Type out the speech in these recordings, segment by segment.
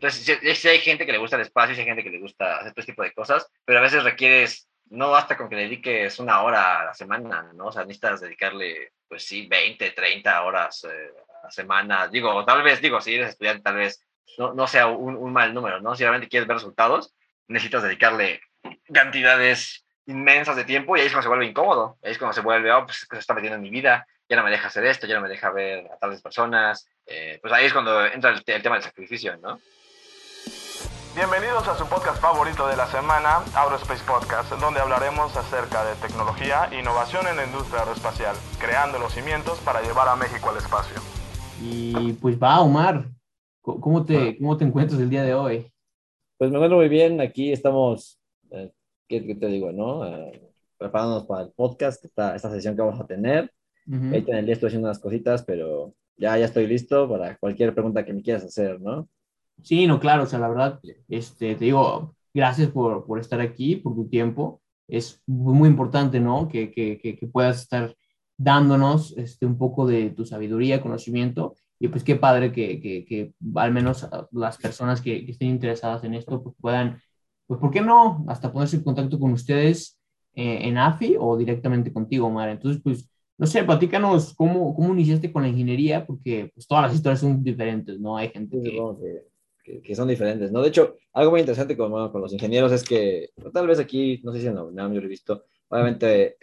Entonces, sí hay gente que le gusta el espacio, sí hay gente que le gusta hacer todo este tipo de cosas, pero a veces requieres, no basta con que le dediques 1 hora a la semana, ¿no? O sea, necesitas dedicarle, pues sí, 20, 30 horas a la semana. Digo, tal vez, si eres estudiante, tal vez no sea un mal número, ¿no? Si realmente quieres ver resultados, necesitas dedicarle cantidades inmensas de tiempo y ahí es cuando se vuelve incómodo. Ahí es cuando se vuelve, pues se está metiendo en mi vida, ya no me deja hacer esto, ya no me deja ver a tales personas. Pues ahí es cuando entra el tema del sacrificio, ¿no? Bienvenidos a su podcast favorito de la semana, Aerospace Podcast, donde hablaremos acerca de tecnología e innovación en la industria aeroespacial, creando los cimientos para llevar a México al espacio. Y pues va, Omar, ¿cómo te encuentras el día de hoy? Pues me encuentro muy bien, aquí estamos, ¿qué te digo, no? Preparándonos para el podcast, esta sesión que vamos a tener. Ahorita en el día estoy haciendo unas cositas, pero ya estoy listo para cualquier pregunta que me quieras hacer, ¿no? Sí, no, claro, o sea, la verdad, te digo, gracias por estar aquí, por tu tiempo. Es muy importante, ¿no? Que puedas estar dándonos un poco de tu sabiduría, conocimiento, y pues qué padre que al menos las personas que estén interesadas en esto pues puedan, pues, ¿por qué no? Hasta ponerse en contacto con ustedes en AFI o directamente contigo, Omar. Entonces, pues, no sé, platícanos cómo iniciaste con la ingeniería, porque pues todas las historias son diferentes, ¿no? Hay gente Sí, que supongo que son diferentes, ¿no? De hecho, algo muy interesante con los ingenieros es que, tal vez aquí, no sé si en la UNAM yo lo he visto, obviamente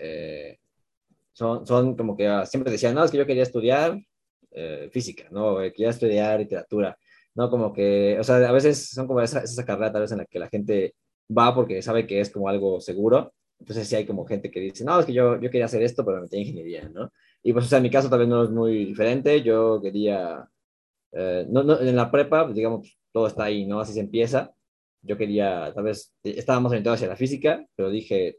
son como que siempre decían, no, es que yo quería estudiar física, ¿no? Quería estudiar literatura, ¿no? Como que, o sea, a veces son como esa carrera tal vez en la que la gente va porque sabe que es como algo seguro. Entonces sí hay como gente que dice, no, es que yo quería hacer esto, pero me metí en ingeniería, ¿no? Y pues, o sea, en mi caso tal vez no es muy diferente. Yo quería, no, en la prepa, pues, digamos, todo está ahí, ¿no? Así se empieza. Yo quería, tal vez, estaba más orientado hacia la física, pero dije,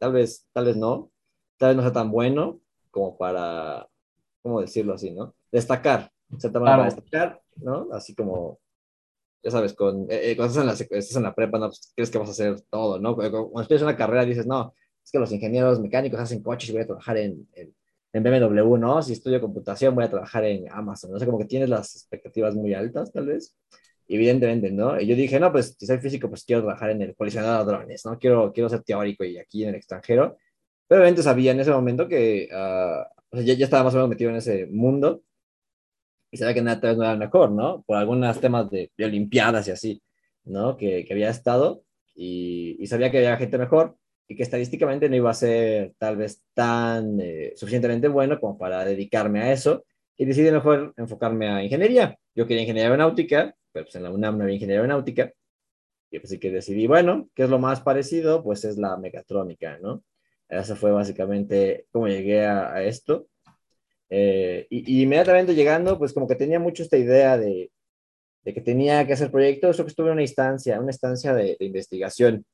tal vez no sea tan bueno como para, ¿cómo decirlo así, no? Destacar, ser tan bueno para claro, destacar, ¿no? Así como, ya sabes, cuando estás en la prepa, ¿no? Pues, crees que vas a hacer todo, ¿no? Cuando estudias una carrera dices, no, es que los ingenieros mecánicos hacen coches y voy a trabajar en BMW, ¿no? Si estudio computación voy a trabajar en Amazon, no sé, como que tienes las expectativas muy altas, tal vez. Evidentemente, ¿no? Y yo dije, no, pues si soy físico, pues quiero trabajar en el colisionador de drones, ¿no? Quiero ser teórico y aquí en el extranjero. Pero obviamente sabía en ese momento que o sea, ya estaba más o menos metido en ese mundo y sabía que nada tal vez no era el mejor, ¿no? Por algunos temas de Olimpiadas y así, ¿no? Que había estado y sabía que había gente mejor y que estadísticamente no iba a ser tal vez tan suficientemente bueno como para dedicarme a eso y decidí mejor enfocarme a ingeniería. Yo quería ingeniería aeronáutica, pero pues en la UNAM no había ingeniería aeronáutica y pues sí que decidí, bueno, ¿qué es lo más parecido? Pues es la mecatrónica, ¿no? Eso fue básicamente cómo llegué a esto. Y inmediatamente llegando, pues como que tenía mucho esta idea de que tenía que hacer proyectos, eso que estuve en una estancia de investigación.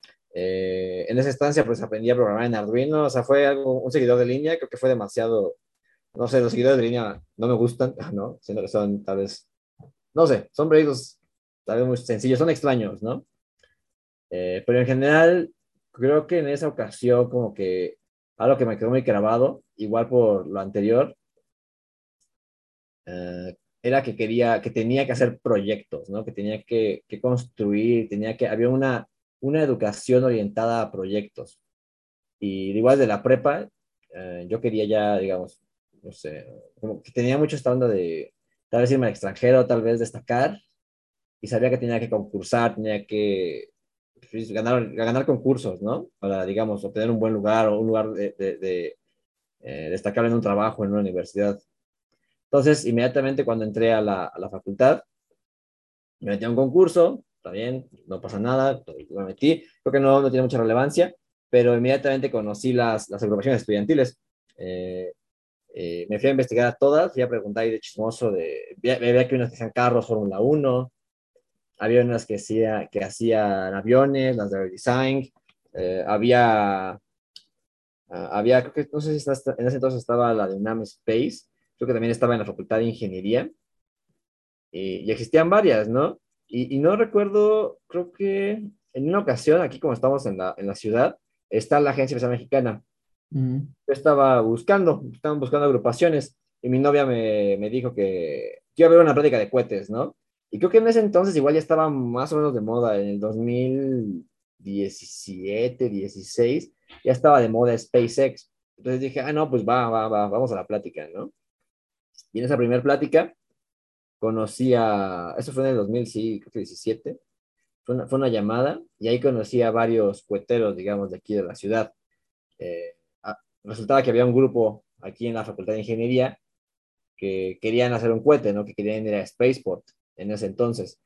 En esa estancia pues aprendí a programar en Arduino, o sea, fue algo, un seguidor de línea, creo que fue demasiado, no sé, los seguidores de línea no me gustan, ¿no? Siendo que son tal vez, no sé, son proyectos tal vez muy sencillos, son extraños, ¿no? Pero en general, creo que en esa ocasión como que algo que me quedó muy grabado, igual por lo anterior, era que tenía que hacer proyectos, ¿no? Que tenía que construir, había una educación orientada a proyectos. Y igual de la prepa, yo quería ya, digamos, no sé, como que tenía mucho esta onda de tal vez irme al extranjero, tal vez destacar, y sabía que tenía que concursar, tenía que pues, ganar concursos, ¿no? Para, digamos, obtener un buen lugar o un lugar de destacar en un trabajo, en una universidad. Entonces, inmediatamente cuando entré a la facultad, me metí a un concurso, está bien, no pasa nada, me metí, creo que no tiene mucha relevancia, pero inmediatamente conocí las agrupaciones estudiantiles. Eh, Me fui a investigar a todas, fui a preguntar ahí de chismoso, veía que unas que hacían carros Fórmula 1, había unas que hacían aviones, las de design, creo que, no sé si en ese entonces estaba la de UNAM Space, creo que también estaba en la Facultad de Ingeniería, y existían varias, ¿no? Y no recuerdo, creo que en una ocasión, aquí como estamos en la ciudad, está la Agencia Espacial Mexicana. Yo estaban buscando agrupaciones, y mi novia me dijo que iba a haber una plática de cohetes, ¿no? Y creo que en ese entonces igual ya estaba más o menos de moda, en el 2017, 16, ya estaba de moda SpaceX. Entonces dije, ah, no, pues vamos a la plática, ¿no? Y en esa primera plática conocí eso fue en el 2000, sí, creo que 17, fue una llamada y ahí conocí a varios cueteros, digamos, de aquí de la ciudad. Resultaba que había un grupo aquí en la Facultad de Ingeniería que querían hacer un cohete, ¿no? Que querían ir a Spaceport en ese entonces.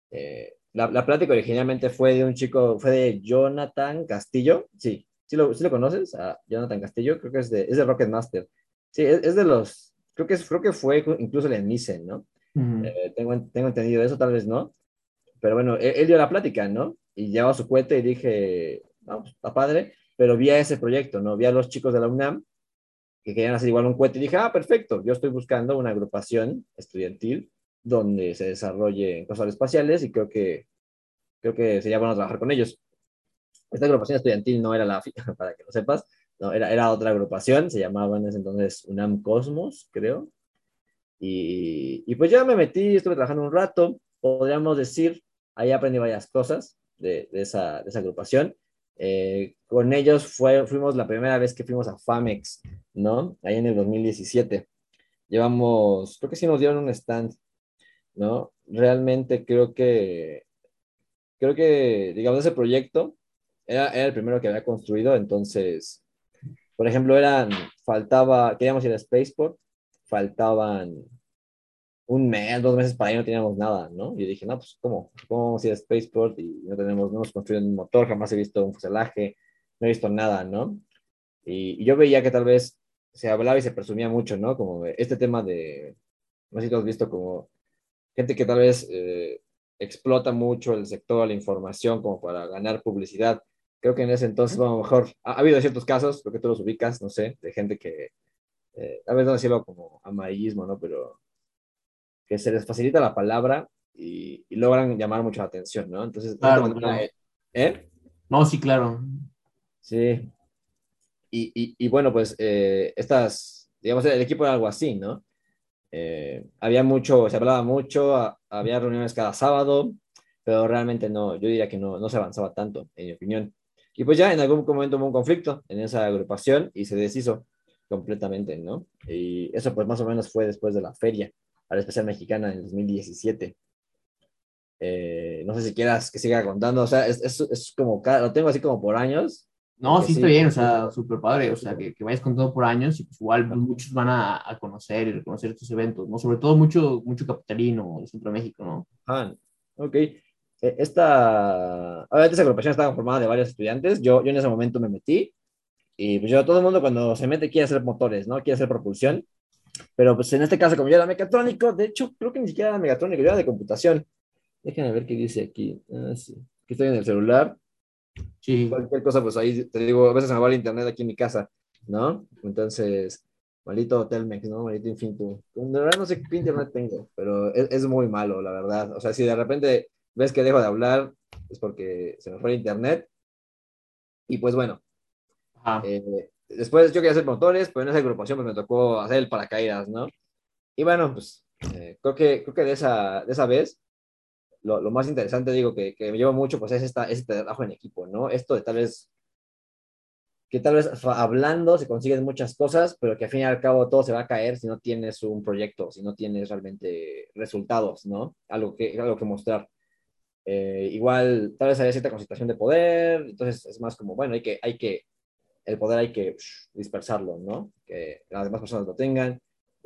La plática originalmente fue de un chico, fue de Jonathan Castillo, sí, sí lo conoces, a Jonathan Castillo, creo que es de Rocketmaster. Sí, es de los, creo que fue incluso el Nissen, ¿no? Ujú. Tengo entendido eso, tal vez no, pero bueno, él dio la plática, ¿no? Y llevaba su cohete y dije, no, pues, está padre, pero vi a ese proyecto, ¿no? Vi a los chicos de la UNAM que querían hacer igual un cohete y dije, ah, perfecto, yo estoy buscando una agrupación estudiantil donde se desarrolle cosas espaciales y creo que sería bueno trabajar con ellos. Esta agrupación estudiantil no era la FIA, para que lo sepas, no, era otra agrupación, se llamaba en ese entonces UNAM Cosmos, creo. Y pues ya me metí, estuve trabajando un rato, podríamos decir, ahí aprendí varias cosas de esa agrupación. Con ellos fuimos la primera vez que fuimos a FAMEX, ¿no? Ahí en el 2017. Creo que sí nos dieron un stand, ¿no? Realmente creo que, digamos, ese proyecto era el primero que había construido, entonces, por ejemplo, queríamos ir a Spaceport, faltaban un mes, 2 meses para ir, no teníamos nada, ¿no? Y yo dije, no, pues, ¿cómo vamos a ir a Spaceport y no hemos construido un motor, jamás he visto un fuselaje, no he visto nada, ¿no? Y yo veía que tal vez se hablaba y se presumía mucho, ¿no? Como este tema no sé si lo has visto como gente que tal vez explota mucho el sector, la información como para ganar publicidad. Creo que en ese entonces, bueno, a lo mejor ha habido ciertos casos, creo que tú los ubicas, no sé, de gente que, a veces no decirlo como amarillismo, ¿no? Pero que se les facilita la palabra y logran llamar mucho la atención, ¿no? Entonces, de esta Claro, manera, claro. ¿eh? No, sí, claro. Sí. Y bueno, pues digamos, el equipo era algo así, ¿no? Se hablaba mucho, había reuniones cada sábado, pero realmente no, yo diría que no se avanzaba tanto, en mi opinión. Y pues ya en algún momento hubo un conflicto en esa agrupación y se deshizo completamente, ¿no? Y eso pues más o menos fue después de la feria a la especial mexicana en 2017. No sé si quieras que siga contando, o sea, es como, lo tengo así como por años, No, porque sí está sí. bien, o sea, súper padre, o sea, que vayas con todo por años y pues igual pues, muchos van a conocer y reconocer estos eventos, ¿no? Sobre todo mucho, mucho capitalino de Centro de México, ¿no? Ah, ok. Obviamente esa agrupación estaba formada de varios estudiantes. Yo en ese momento me metí y pues todo el mundo cuando se mete quiere hacer motores, ¿no? Quiere hacer propulsión. Pero pues en este caso, como yo era mecatrónico, de hecho, creo que ni siquiera era mecatrónico, yo era de computación. Déjenme ver qué dice aquí. Ah, sí. Aquí estoy en el celular. Sí, Cualquier cosa, pues ahí te digo, a veces se me va el internet aquí en mi casa, ¿no? Entonces, maldito Telmex, ¿no? Maldito Infinito. De verdad no sé qué internet tengo, pero es muy malo, la verdad. O sea, si de repente ves que dejo de hablar, es porque se me fue el internet. Y pues bueno, ajá, después yo quería hacer motores, pero en esa agrupación pues me tocó hacer el paracaídas, ¿no? Y bueno, pues creo que de esa vez, lo más interesante, digo, que me llevo mucho, pues es este trabajo en equipo, ¿no? Esto de tal vez hablando se consiguen muchas cosas, pero que al fin y al cabo todo se va a caer si no tienes un proyecto, si no tienes realmente resultados, ¿no? Algo que mostrar. Igual, tal vez haya cierta concentración de poder, entonces es más como, bueno, el poder hay que dispersarlo, ¿no? Que las demás personas lo tengan.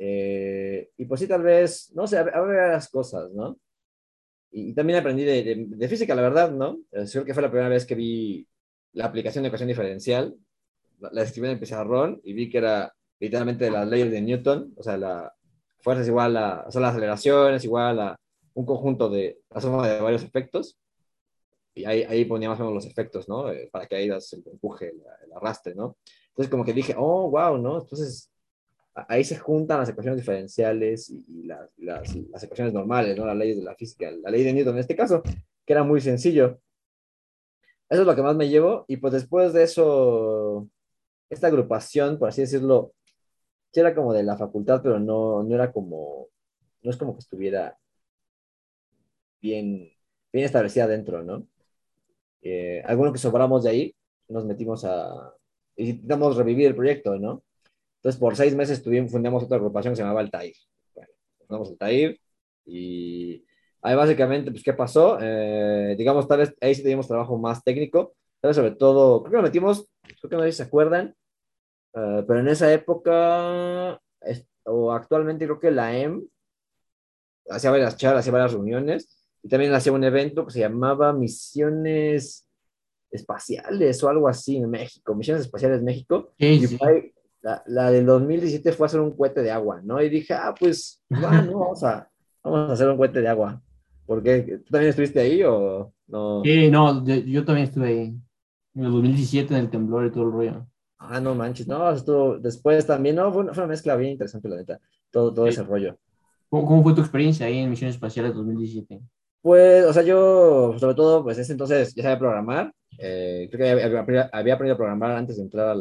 Y pues sí, tal vez, no sé, habrá varias cosas, ¿no? Y también aprendí de física, la verdad, ¿no? Creo que fue la primera vez que vi la aplicación de ecuación diferencial, la escribí en el pizarrón y vi que era literalmente de las leyes de Newton, o sea, la fuerza es igual o sea, la aceleración es igual a un conjunto de la suma de varios efectos, y ahí ponía más o menos los efectos, ¿no? Para que ahí el empuje, el arrastre, ¿no? Entonces como que dije, oh, wow, ¿no? Entonces ahí se juntan las ecuaciones diferenciales y las ecuaciones normales, ¿no? Las leyes de la física, la ley de Newton en este caso, que era muy sencillo. Eso es lo que más me llevo, y pues después de eso, esta agrupación, por así decirlo, sí era como de la facultad, pero no era como, no es como que estuviera bien establecida dentro, ¿no? Algunos que sobramos de ahí, nos metimos y intentamos revivir el proyecto, ¿no? Entonces, por 6 meses fundamos otra agrupación que se llamaba Altair. Bueno, fundamos Altair y ahí básicamente, pues, ¿qué pasó? Digamos, tal vez ahí sí teníamos trabajo más técnico, tal vez sobre todo, creo que nos metimos, creo que no sé si se acuerdan, pero en esa época, o actualmente creo que la EM hacía varias charlas, hacía varias reuniones, y también hacía un evento que se llamaba Misiones Espaciales o algo así en México, Misiones Espaciales México, Sí, y sí. la del 2017 fue hacer un cohete de agua, ¿no? Y dije, pues va, ¿no? Vamos a hacer un cohete de agua. ¿Por qué? ¿Tú también estuviste ahí o no? Sí, no, yo también estuve ahí. En el 2017 en el temblor y todo el rollo. Ah, no manches, no, estuvo después también, no, fue una mezcla bien interesante, la neta, todo Sí. ese rollo. ¿Cómo fue tu experiencia ahí en Misiones Espaciales 2017? Pues, o sea, yo, sobre todo, pues, ese entonces ya sabía programar. Creo que había aprendido a programar antes de entrar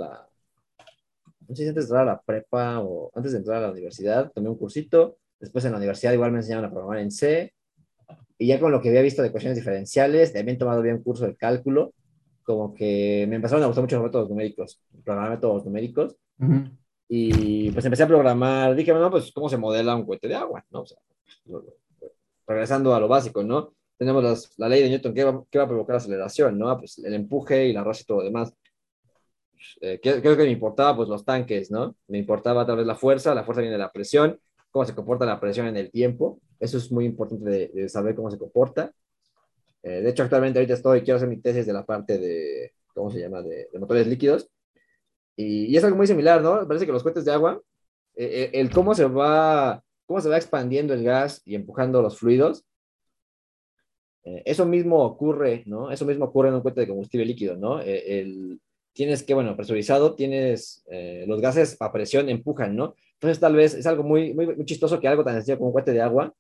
no sé si antes de entrar a la prepa o antes de entrar a la universidad, tomé un cursito. Después en la universidad igual me enseñaron a programar en C. Y ya con lo que había visto de ecuaciones diferenciales, también tomado bien un curso de cálculo, como que me empezaron a gustar mucho los métodos numéricos, programar métodos numéricos. Ujú. Y pues empecé a programar, dije, bueno, pues cómo se modela un cohete de agua, ¿no? O sea, regresando a lo básico, ¿no? Tenemos la ley de Newton, ¿qué va a provocar aceleración, ¿no? Pues el empuje y la raza y todo lo demás. ¿Qué es lo que me importaba? Pues los tanques, ¿no? Me importaba tal vez la fuerza viene de la presión, cómo se comporta la presión en el tiempo. Eso es muy importante de saber cómo se comporta. De hecho, actualmente ahorita quiero hacer mi tesis de la parte de, ¿cómo se llama? De motores líquidos. Y es algo muy similar, ¿no? Parece que los cohetes de agua, el cómo se va expandiendo el gas y empujando los fluidos, eso mismo ocurre, ¿no? Eso mismo ocurre en un cohete de combustible líquido, ¿no? Tienes que, bueno, presurizado, los gases a presión empujan, ¿no? Entonces tal vez es algo muy, muy, muy chistoso que algo tan sencillo como un cohete de agua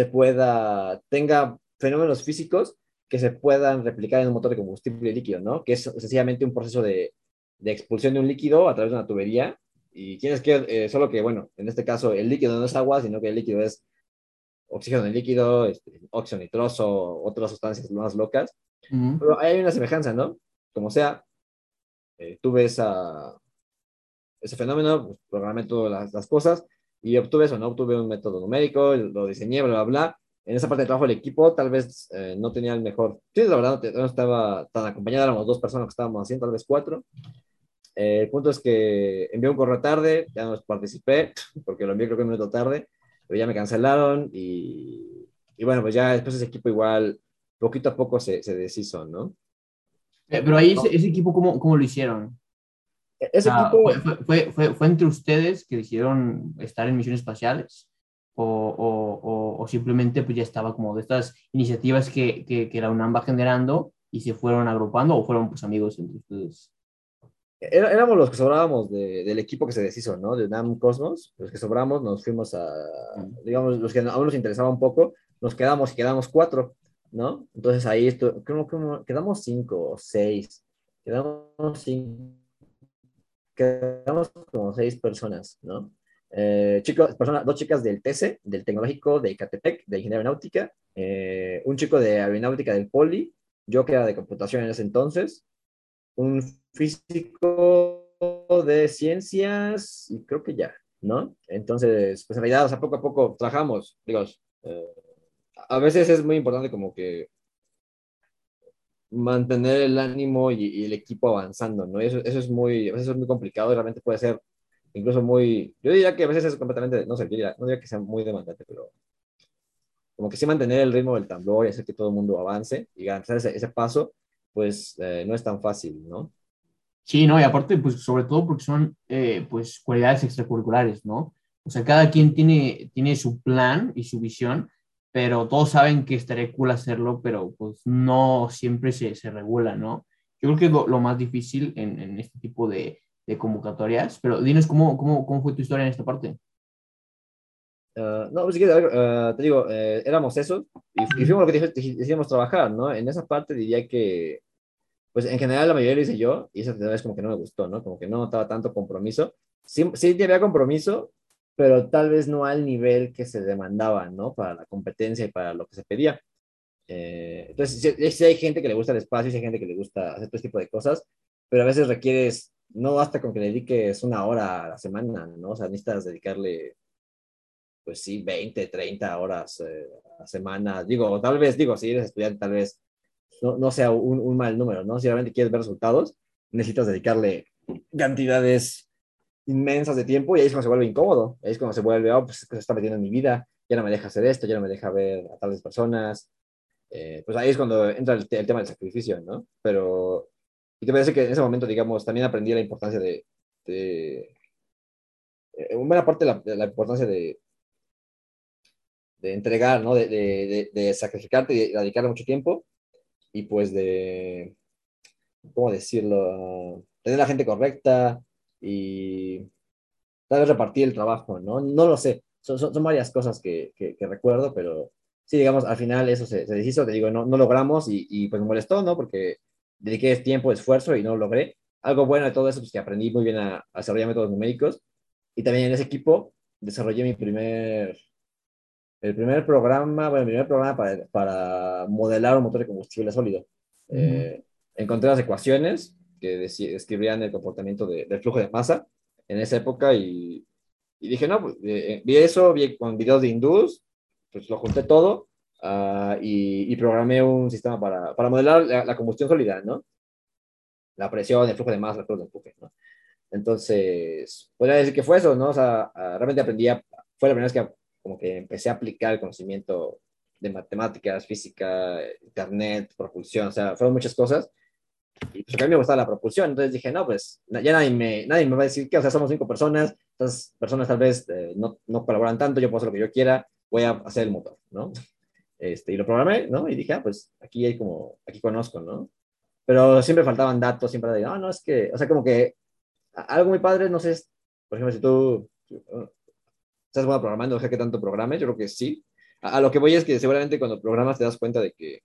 tenga fenómenos físicos que se puedan replicar en un motor de combustible líquido, ¿no? Que es sencillamente un proceso de expulsión de un líquido a través de una tubería y solo que, bueno, en este caso el líquido no es agua, sino que el líquido es oxígeno en líquido, óxido nitroso, otras sustancias más locas. Ujú. Pero hay una semejanza, ¿no? Como sea, tuve ese fenómeno, pues, programé todas las cosas y obtuve eso, ¿no? Obtuve un método numérico, lo diseñé, bla, bla, bla. En esa parte de trabajo del equipo, tal vez no tenía el mejor. Sí, la verdad, no estaba tan acompañado, éramos 2 personas que estábamos haciendo, tal vez 4. El punto es que envié un correo tarde, ya no participé, porque lo envié creo que un minuto tarde, pero ya me cancelaron y bueno, pues ya después ese equipo igual poquito a poco se deshizo, ¿no? Pero ahí No, ese equipo, ¿cómo lo hicieron? O ese sea, equipo, ¿fue entre ustedes que decidieron estar en misiones espaciales? ¿O simplemente pues ya estaba como de estas iniciativas que la UNAM va generando y se fueron agrupando o fueron pues amigos entre ustedes? éramos los que sobrábamos del equipo que se deshizo, ¿no? De NAM Cosmos, los que sobramos nos fuimos Mm. digamos, los que aún nos interesaba un poco, nos quedamos 4, ¿no? Entonces ahí quedamos 5 o 6, quedamos 5, quedamos como 6 personas, ¿no? Dos chicas del TESE, del Tecnológico de Ecatepec, de Ingeniería Aeronáutica, un chico de Aeronáutica del Poli, yo que era de computación en ese entonces, un físico de ciencias y creo que ya, ¿no? Entonces, pues en realidad, o sea, poco a poco trabajamos, digo, eh, a veces es muy importante como que mantener el ánimo y el equipo avanzando, ¿no? A veces es muy complicado y realmente puede ser incluso yo diría que a veces es completamente, no diría que sea muy demandante, pero como que sí mantener el ritmo del tambor y hacer que todo el mundo avance y garantizar ese paso, pues no es tan fácil, ¿no? Sí, no, y aparte, pues sobre todo porque son pues cualidades extracurriculares, ¿no? O sea, cada quien tiene su plan y su visión, pero todos saben que estaría cool hacerlo, pero pues no siempre se regula, ¿no? Yo creo que es lo más difícil en este tipo de convocatorias, pero dinos cómo fue tu historia en esta parte. No, pues, si quieres, a ver, te digo, éramos esos y Ujú. fuimos lo que decidimos trabajar, ¿no? En esa parte diría que, pues en general la mayoría lo hice yo y esa vez como que no me gustó, ¿no? Como que no notaba tanto compromiso. Sí, sí había compromiso, pero tal vez no al nivel que se demandaba, ¿no? Para la competencia y para lo que se pedía. Entonces, sí hay gente que le gusta el espacio, sí hay gente que le gusta hacer todo este tipo de cosas, pero a veces requieres, no basta con que le dediques una hora a la semana, ¿no? O sea, necesitas dedicarle, pues sí, 20, 30 horas a la semana. Digo, tal vez, digo, si eres estudiante, tal vez no sea un mal número, ¿no? Si realmente quieres ver resultados, necesitas dedicarle cantidades inmensas de tiempo y ahí es cuando se vuelve incómodo, ahí es cuando se vuelve, oh, pues se está metiendo en mi vida, ya no me deja hacer esto, ya no me deja ver a tales personas, pues ahí es cuando entra el tema del sacrificio, ¿no? Pero, y te parece que en ese momento, digamos, también aprendí la importancia de buena parte de la importancia de entregar, ¿no? De sacrificarte y dedicarle mucho tiempo y pues de, ¿cómo decirlo? Tener la gente correcta y tal vez repartir el trabajo, ¿no? No lo sé. Son varias cosas que recuerdo, pero sí, digamos, al final eso se deshizo, te digo, no logramos y pues me molestó, ¿no? Porque dediqué tiempo, esfuerzo y no lo logré. Algo bueno de todo eso, pues que aprendí muy bien a desarrollar métodos numéricos y también en ese equipo desarrollé el primer programa, bueno, el primer programa para modelar un motor de combustible sólido. Ujú. Encontré las ecuaciones que describían el comportamiento del flujo de masa en esa época y dije, no, pues, vi eso, vi con videos de Indus, pues lo junté todo y programé un sistema para modelar la combustión sólida, ¿no? La presión, el flujo de masa, el flujo de empuje, ¿no? Entonces, podría decir que fue eso, ¿no? O sea, realmente fue la primera vez que como que empecé a aplicar el conocimiento de matemáticas, física, internet, propulsión, o sea, fueron muchas cosas. Y pues a mí me gustaba la propulsión, entonces dije, no, pues ya nadie me va a decir que, o sea, somos 5 personas, estas personas tal vez no colaboran tanto, yo puedo hacer lo que yo quiera, voy a hacer el motor, ¿no? Y lo programé, ¿no? Y dije, pues aquí hay como, aquí conozco, ¿no? Pero siempre faltaban datos, siempre de, no, es que, o sea, como que algo muy padre, no sé, por ejemplo, si tú estás bueno programando, o sea, qué tanto programes, yo creo que sí. A lo que voy es que seguramente cuando programas te das cuenta de que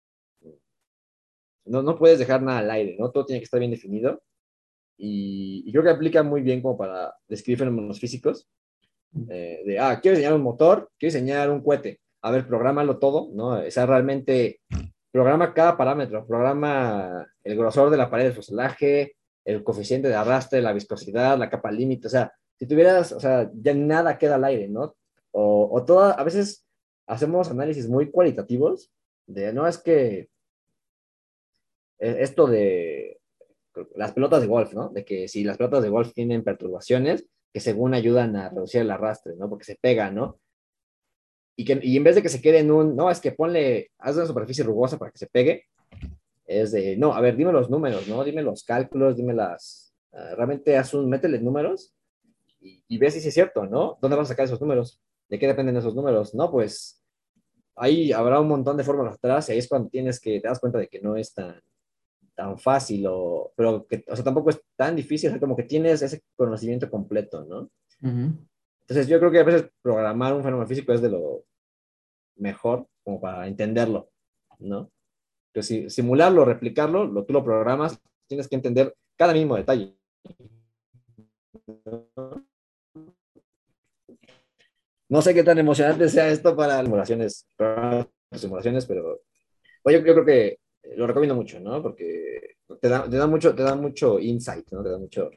no puedes dejar nada al aire, ¿no? Todo tiene que estar bien definido y creo que aplica muy bien como para describir fenómenos físicos, quiero diseñar un motor, quiero diseñar un cohete, a ver, prográmalo todo, ¿no? O sea, realmente programa cada parámetro, programa el grosor de la pared de fuselaje, el coeficiente de arrastre, la viscosidad, la capa límite, o sea, si tuvieras, o sea, ya nada queda al aire, ¿no? A veces hacemos análisis muy cualitativos de, no, es que esto de las pelotas de golf, ¿no? De que si las pelotas de golf tienen perturbaciones, que según ayudan a reducir el arrastre, ¿no? Porque se pegan, ¿no? Y en vez de que se quede en no, es que haz una superficie rugosa para que se pegue, es de, no, a ver, dime los números, ¿no? Dime los cálculos, realmente métele números y ve si sí es cierto, ¿no? ¿Dónde vas a sacar esos números? ¿De qué dependen esos números? No, pues ahí habrá un montón de fórmulas atrás y ahí es cuando te das cuenta de que no es tan fácil, pero que, o sea, tampoco es tan difícil, o sea, como que tienes ese conocimiento completo, ¿no? Ujú. Entonces yo creo que a veces programar un fenómeno físico es de lo mejor como para entenderlo, ¿no? Que si simularlo, replicarlo, tú lo programas, tienes que entender cada mínimo detalle. No sé qué tan emocionante sea esto para simulaciones, pero oye, yo creo que lo recomiendo mucho, ¿no? Porque te da mucho insight, ¿no? Te da mucho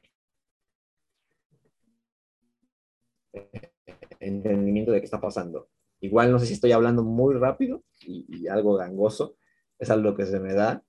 entendimiento de qué está pasando. Igual no sé si estoy hablando muy rápido y algo gangoso, es algo que se me da.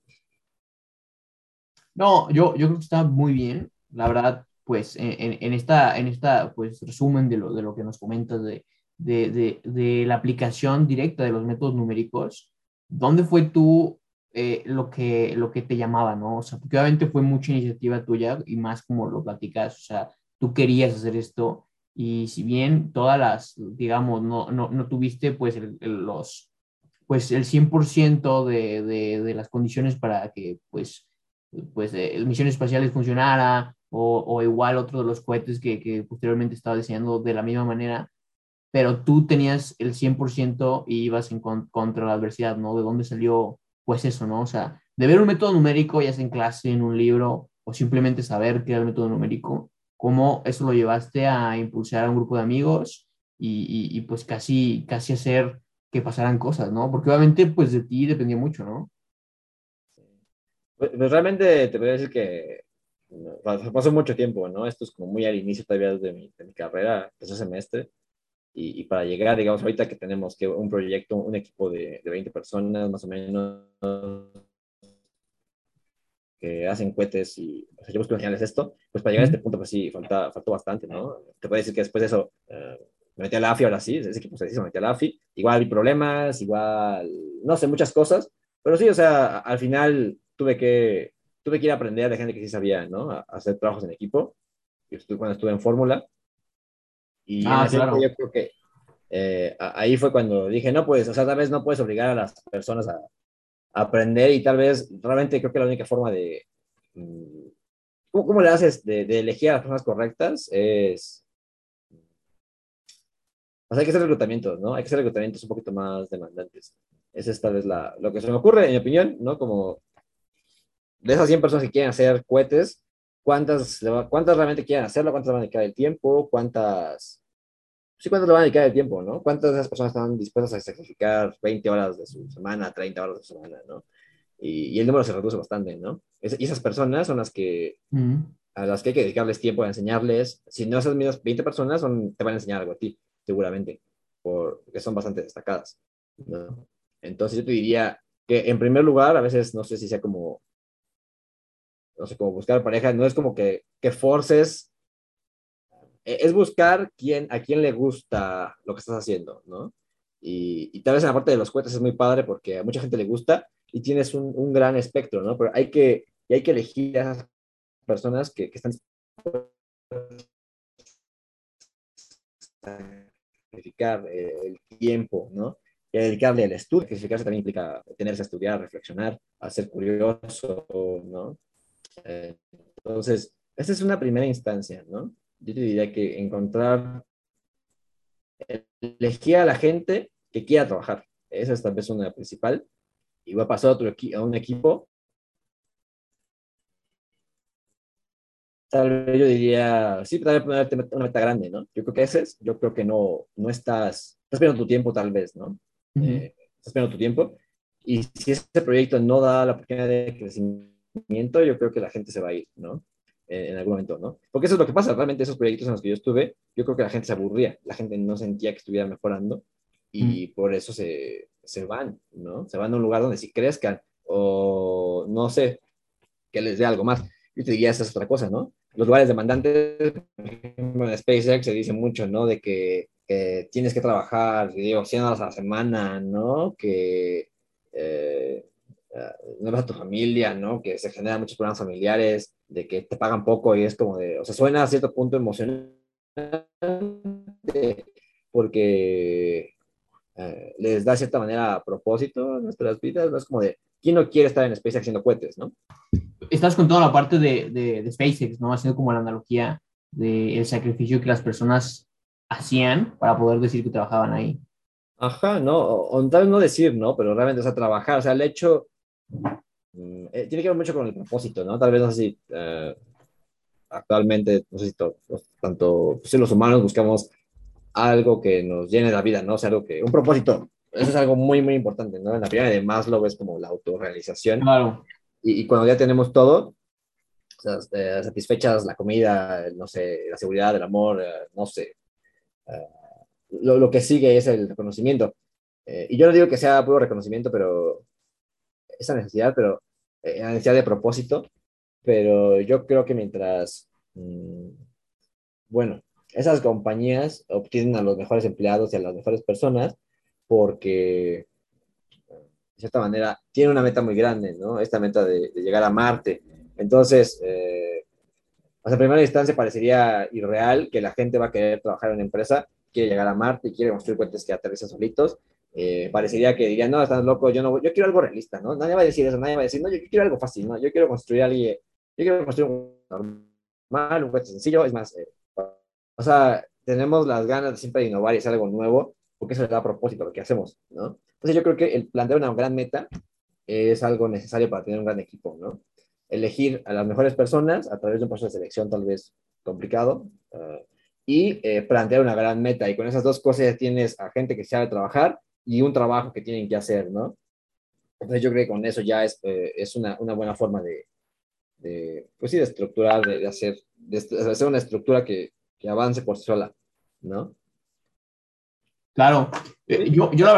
No, yo creo que está muy bien. La verdad, pues en esta pues, resumen de lo que nos comentas de la aplicación directa de los métodos numéricos, ¿dónde fue tú lo que te llamaba, ¿no? O sea, porque obviamente fue mucha iniciativa tuya y más como lo platicas, o sea, tú querías hacer esto y si bien todas las, digamos, no tuviste pues pues el 100% de las condiciones para que pues misión espacial funcionara o igual otro de los cohetes que posteriormente estaba diseñando de la misma manera, pero tú tenías el 100% y ibas contra la adversidad, ¿no? ¿De dónde salió pues eso, ¿no? O sea, de ver un método numérico, ya sea en clase, en un libro o simplemente saber qué era el método numérico, cómo eso lo llevaste a impulsar a un grupo de amigos y pues casi hacer que pasaran cosas, ¿no? Porque obviamente, pues de ti dependía mucho, ¿no? Pues realmente te voy a decir que no, pasó mucho tiempo, ¿no? Esto es como muy al inicio todavía de mi carrera, ese semestre, y para llegar, digamos, ahorita que tenemos que un proyecto, un equipo de 20 personas más o menos, que hacen cohetes y o sea, yo busco enseñarles esto, pues para llegar a este Ujú. punto, pues sí, faltó bastante, ¿no? Te puedo decir que después de eso me metí a la AFI, ahora sí, ese equipo se metí a la AFI, igual vi problemas, igual, no sé, muchas cosas, pero sí, o sea, al final tuve que ir a aprender de gente que sí sabía, ¿no? A hacer trabajos en equipo, cuando estuve en Fórmula, y en Ah, la serie claro. yo creo que ahí fue cuando dije, no, pues, o sea, tal vez no puedes obligar a las personas a aprender y tal vez realmente creo que la única forma de, mm, ¿cómo le haces de elegir a las personas correctas? O sea, hay que hacer reclutamientos, ¿no? Hay que hacer reclutamientos un poquito más demandantes. Esa es tal vez lo que se me ocurre, en mi opinión, ¿no? Como de esas 100 personas que quieren hacer cohetes, ¿cuántas realmente quieren hacerlo? ¿Cuántas le van a dedicar el tiempo? Sí, ¿cuántas le van a dedicar el tiempo, no? ¿Cuántas de esas personas están dispuestas a sacrificar 20 horas de su semana, 30 horas de su semana, ¿no? Y el número se reduce bastante, ¿no? Y esas personas son Ujú. a las que hay que dedicarles tiempo a enseñarles. Si no esas mismas 20 personas te van a enseñar algo a ti, seguramente, porque son bastante destacadas, ¿no? Entonces yo te diría que en primer lugar, a veces no sé si sea como, no sé, como buscar pareja, no es como que forces, es buscar a quién le gusta lo que estás haciendo, ¿no? Y tal vez en la parte de los cohetes es muy padre porque a mucha gente le gusta y tienes un gran espectro, ¿no? Pero hay que elegir a esas personas que están sacrificar el tiempo, ¿no? Y dedicarle al estudio. Sacrificarse también implica tenerse a estudiar, reflexionar, a ser curioso, ¿no? Eh, entonces, esa es una primera instancia, ¿no? Yo te diría que elegir a la gente que quiera trabajar. Esa es tal vez una principal. Y va a pasar a un equipo. Tal vez yo diría, sí, tal vez ponerte una meta grande, ¿no? Yo creo que yo creo que no estás perdiendo tu tiempo tal vez, ¿no? Ujú. Estás perdiendo tu tiempo. Y si ese proyecto no da la oportunidad de crecimiento, yo creo que la gente se va a ir, ¿no? En algún momento, ¿no? Porque eso es lo que pasa, realmente esos proyectos en los que yo estuve, yo creo que la gente se aburría, la gente no sentía que estuviera mejorando Ujú. y por eso se van, ¿no? Se van a un lugar donde sí crezcan o no sé, que les dé algo más. Yo te diría, esa es otra cosa, ¿no? Los lugares demandantes, por ejemplo, en SpaceX se dice mucho, ¿no? De que tienes que trabajar, digo, 100 horas a la semana, ¿no? Que eh, no ves a tu familia, ¿no? Que se generan muchos problemas familiares, de que te pagan poco y es como de, o sea, suena a cierto punto emocionante porque les da de cierta manera a propósito a nuestras vidas, ¿no? Es como de, ¿quién no quiere estar en SpaceX haciendo cohetes, ¿no? Estás con toda la parte de SpaceX, ¿no? Haciendo como la analogía del sacrificio que las personas hacían para poder decir que trabajaban ahí. Ajá, ¿no? O tal vez no decir, ¿no? Pero realmente, o sea, trabajar, o sea, el hecho tiene que ver mucho con el propósito, ¿no? Tal vez, no sé si actualmente, no sé si tanto pues, si los humanos buscamos algo que nos llene la vida, ¿no? O sea, un propósito, eso es algo muy, muy importante, ¿no? En la pirámide de Maslow es como la autorrealización Claro. y cuando ya tenemos todo, o sea, satisfechas la comida, no sé, la seguridad, el amor, no sé, eh, lo que sigue es el reconocimiento. Y yo no digo que sea puro reconocimiento, pero esa necesidad, pero la necesidad de propósito, pero yo creo que bueno, esas compañías obtienen a los mejores empleados y a las mejores personas porque, de cierta manera, tienen una meta muy grande, ¿no? Esta meta de llegar a Marte. Entonces, o sea, en primera instancia parecería irreal que la gente va a querer trabajar en una empresa, quiere llegar a Marte y quiere construir cohetes que aterrizan solitos. Parecería que dirían, no, estás loco, yo quiero algo realista, ¿no? Nadie va a decir eso, nadie va a decir, no, yo quiero algo fácil, ¿no? Yo quiero construir un normal, un cohete sencillo, es más, o sea, tenemos las ganas de siempre de innovar y hacer algo nuevo, porque eso le da propósito a lo que hacemos, ¿no? Entonces yo creo que el plantear una gran meta es algo necesario para tener un gran equipo, ¿no? Elegir a las mejores personas a través de un proceso de selección tal vez complicado y plantear una gran meta. Y con esas dos cosas ya tienes a gente que sabe trabajar y un trabajo que tienen que hacer, ¿no? Entonces yo creo que con eso ya es una buena forma pues sí, de estructurar, de hacer una estructura que avance por sí sola, ¿no? Claro, Sí.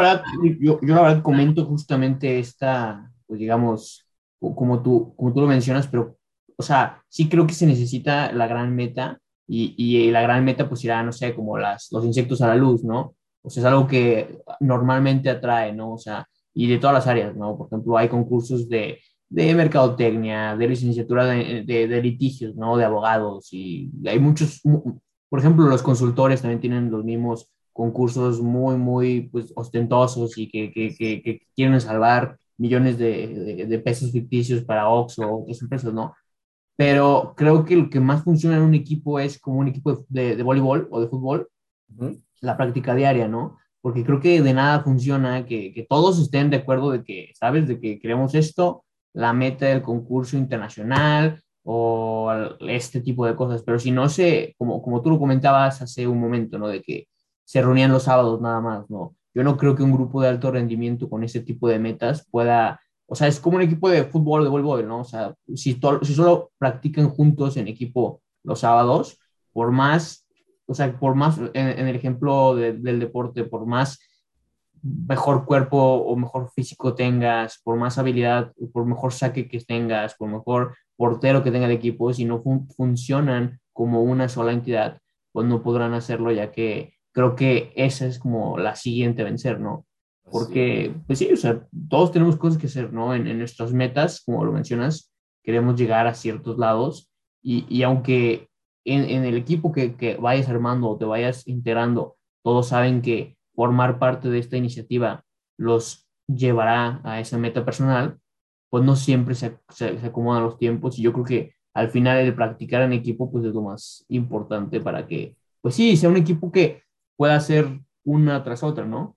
yo la verdad comento justamente esta, pues digamos, como tú lo mencionas, pero, o sea, sí creo que se necesita la gran meta y la gran meta pues irá, no sé, como los insectos a la luz, ¿no? O sea, es algo que normalmente atrae, ¿no? O sea, y de todas las áreas, ¿no? Por ejemplo, hay concursos de mercadotecnia, de licenciatura de litigios, ¿no? De abogados y hay por ejemplo, los consultores también tienen los mismos concursos muy, muy pues, ostentosos y que quieren salvar millones de pesos ficticios para Oxxo o otras empresas, ¿no? Pero creo que lo que más funciona en un equipo es como un equipo de voleibol o de fútbol, Ujú. la práctica diaria, ¿no? Porque creo que de nada funciona que todos estén de acuerdo de que, ¿sabes? De que queremos esto, la meta del concurso internacional o este tipo de cosas, pero si no se, como tú lo comentabas hace un momento, ¿no? De que se reunían los sábados nada más, ¿no? Yo no creo que un grupo de alto rendimiento con ese tipo de metas pueda, o sea, es como un equipo de fútbol, de voleibol, ¿no? O sea, si solo practican juntos en equipo los sábados, por más, o sea, por más, en el ejemplo del deporte, por más mejor cuerpo o mejor físico tengas, por más habilidad, por mejor saque que tengas, por mejor portero que tenga el equipo, si no funcionan como una sola entidad, pues no podrán hacerlo, ya que creo que esa es como la siguiente a vencer, ¿no? Así es. Porque, pues sí, o sea, todos tenemos cosas que hacer, ¿no? En nuestras metas, como lo mencionas, queremos llegar a ciertos lados y aunque en el equipo que vayas armando o te vayas integrando, todos saben que formar parte de esta iniciativa los llevará a esa meta personal, pues no siempre se acomodan los tiempos y yo creo que al final el practicar en equipo pues es lo más importante para que, pues sí, sea un equipo que pueda hacer una tras otra, ¿no?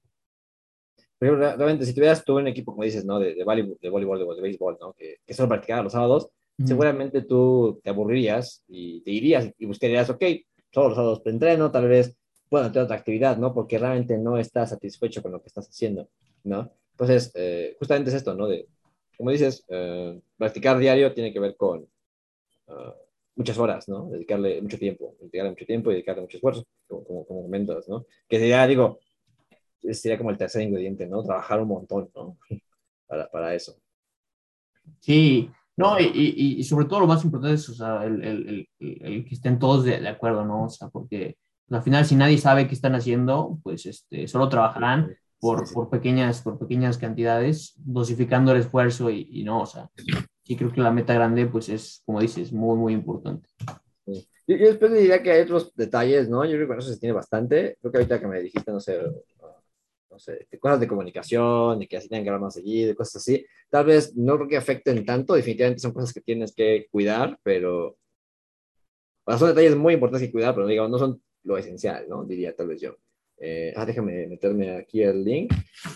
Pero realmente, si tuvieras tú un equipo, como dices, ¿no? De voleibol, de béisbol, ¿no? Que solo practicaba los sábados, Ujú. seguramente tú te aburrirías y te irías y buscarías, ok, solo los sábados te entreno, tal vez puedo tener otra actividad, ¿no? Porque realmente no estás satisfecho con lo que estás haciendo, ¿no? Entonces, justamente es esto, ¿no? Como dices, practicar diario tiene que ver con uh, muchas horas, ¿no? Dedicarle mucho tiempo y dedicarle mucho esfuerzo, como comentas, ¿no? Que sería, digo, sería como el tercer ingrediente, ¿no? Trabajar un montón, ¿no? Para eso. Sí, no, Sí, y sobre todo lo más importante es, o sea, el que estén todos de acuerdo, ¿no? O sea, porque pues, al final si nadie sabe qué están haciendo, pues solo trabajarán sí, sí. por pequeñas cantidades, dosificando el esfuerzo y no, o sea, sí creo que la meta grande, pues es, como dices, muy, muy importante. Sí. Yo después diría que hay otros detalles, ¿no? Yo creo que con eso se tiene bastante. Creo que ahorita que me dijiste, no sé, de cosas de comunicación, de que así tienen que hablar más seguido, de cosas así. Tal vez no creo que afecten tanto, definitivamente son cosas que tienes que cuidar, pero son detalles muy importantes que cuidar, pero digamos, no son lo esencial, ¿no? Diría tal vez yo. Déjame meterme aquí el link.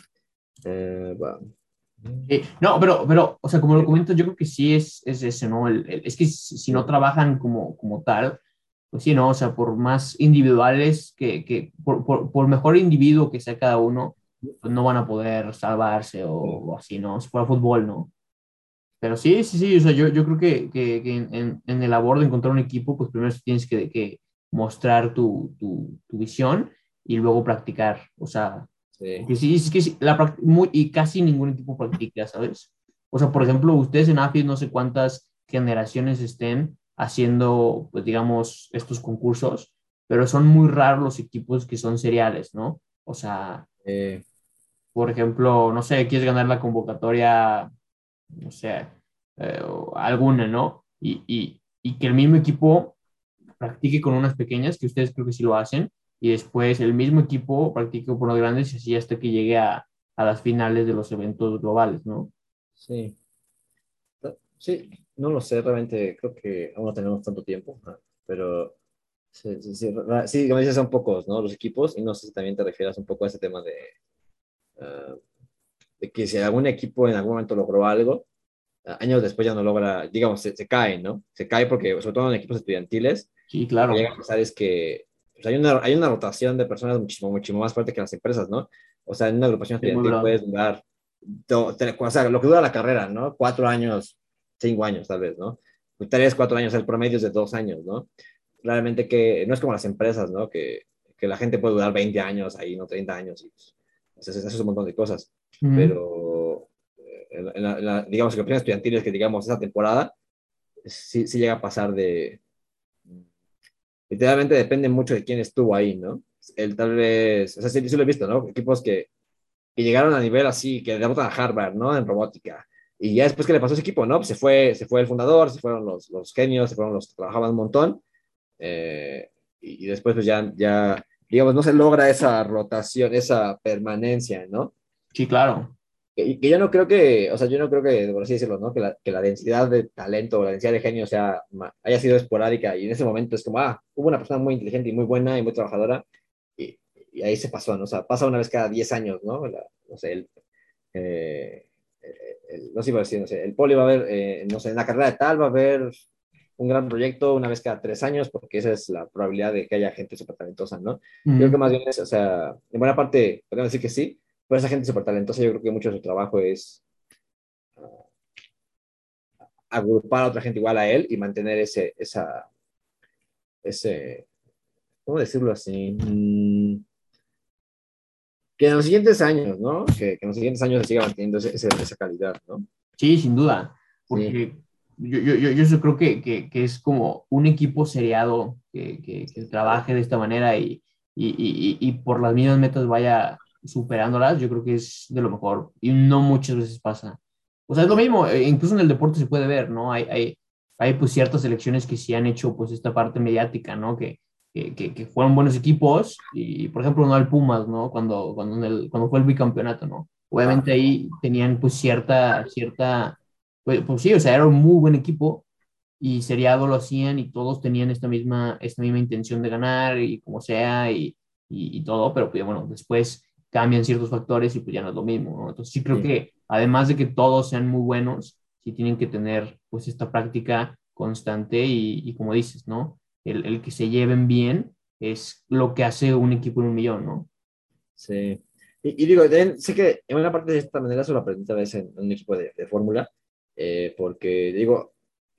Va. No, o sea, como lo comentas, yo creo que sí es ese, ¿no? Es que si no trabajan como tal, pues sí, ¿no? O sea, por más individuales por mejor individuo que sea cada uno, pues no van a poder salvarse o así, ¿no? Si fuera fútbol, ¿no? Pero sí, sí, sí, o sea, yo creo que en el labor de encontrar un equipo, pues primero sí tienes que mostrar tu visión y luego practicar, o sea, Sí. porque sí, es que sí, y casi ningún equipo practica, ¿sabes? O sea, por ejemplo, ustedes en AFIS no sé cuántas generaciones estén haciendo, pues digamos, estos concursos, pero son muy raros los equipos que son seriales, ¿no? O sea, Eh, por ejemplo, no sé, quieres ganar la convocatoria, no sé, o alguna, ¿no? Y que el mismo equipo practique con unas pequeñas, que ustedes creo que sí lo hacen, y después el mismo equipo practique con unas grandes y así hasta que llegue a las finales de los eventos globales, ¿no? sí. Sí, no lo sé, realmente creo que aún no tenemos tanto tiempo, pero sí, sí, sí, sí, como dices, son pocos, ¿no? Los equipos, y no sé si también te refieras un poco a ese tema ah, de que si algún equipo en algún momento logró algo, años después ya no logra, digamos, se cae, ¿no? Se cae porque, sobre todo en equipos estudiantiles, Sí, lo que claro. llega a pasar es que pues, hay una rotación de personas muchísimo, muchísimo más fuerte que las empresas, ¿no? O sea, en una agrupación Sí, muy estudiantil bravo. puedes durar, o sea, lo que dura la carrera, ¿no? 4 años, 5 años tal vez, ¿no? 3, 4 años, el promedio es de 2 años, ¿no? Realmente que no es como las empresas, ¿no? Que la gente puede durar 20 años ahí, no 30 años, y pues, eso es un montón de cosas. Ujú. Pero, digamos, que opciones estudiantiles que, digamos, esa temporada, sí llega a pasar de, literalmente depende mucho de quién estuvo ahí, ¿no? El tal vez, o sea, sí lo he visto, ¿no? Equipos que llegaron a nivel así, que debutan a Harvard, ¿no? En robótica. Y ya después, ¿qué le pasó a ese equipo, no? Pues se fue el fundador, se fueron los genios, se fueron los que trabajaban un montón. eh, y después, pues digamos, no se logra esa rotación, esa permanencia, ¿no? Sí, claro. Que yo no creo que, o sea, yo no creo que, por así decirlo, ¿no? Que la densidad de talento o la densidad de genio haya sido esporádica y en ese momento es como, hubo una persona muy inteligente y muy buena y muy trabajadora y, y ahí se pasó, ¿no? O sea, pasa una vez cada 10 años, ¿no? No sé, eh, no sé, iba a decir, no sé, el poli va a haber, no sé, en la carrera de tal va a haber un gran proyecto una vez cada 3 años, porque esa es la probabilidad de que haya gente súper talentosa, ¿no? Yo creo que Ujú. más bien es, o sea, en buena parte, podemos decir que sí, pero esa gente súper talentosa, yo creo que mucho de su trabajo es agrupar a otra gente igual a él y mantener ese, ¿cómo decirlo así? Que en los siguientes años, ¿no? Que en los siguientes años se siga manteniendo esa calidad, ¿no? Sí, sin duda, Sí, porque yo eso creo que es como un equipo seriado que trabaje de esta manera y por las mismas metas vaya superándolas, yo creo que es de lo mejor y no muchas veces pasa. O sea, es lo sí, mismo, incluso en el deporte se puede ver, ¿no? Hay pues ciertas selecciones que sí han hecho pues esta parte mediática, ¿no? Que fueron buenos equipos y, por ejemplo, no al Pumas, ¿no? Cuando fue el bicampeonato, ¿no? ajá, Obviamente ahí tenían pues pues sí, o sea, era un muy buen equipo y seriado lo hacían y todos tenían esta misma intención de ganar y como sea y todo, pero pues bueno, después cambian ciertos factores y pues ya no es lo mismo, ¿no? Entonces sí creo sí, que además de que todos sean muy buenos, sí tienen que tener pues esta práctica constante y como dices, ¿no? El que se lleven bien es lo que hace un equipo en un millón, ¿no? sí. Y digo, sé que en una parte de esta manera se lo aprendí tal vez en un equipo de fórmula, porque digo,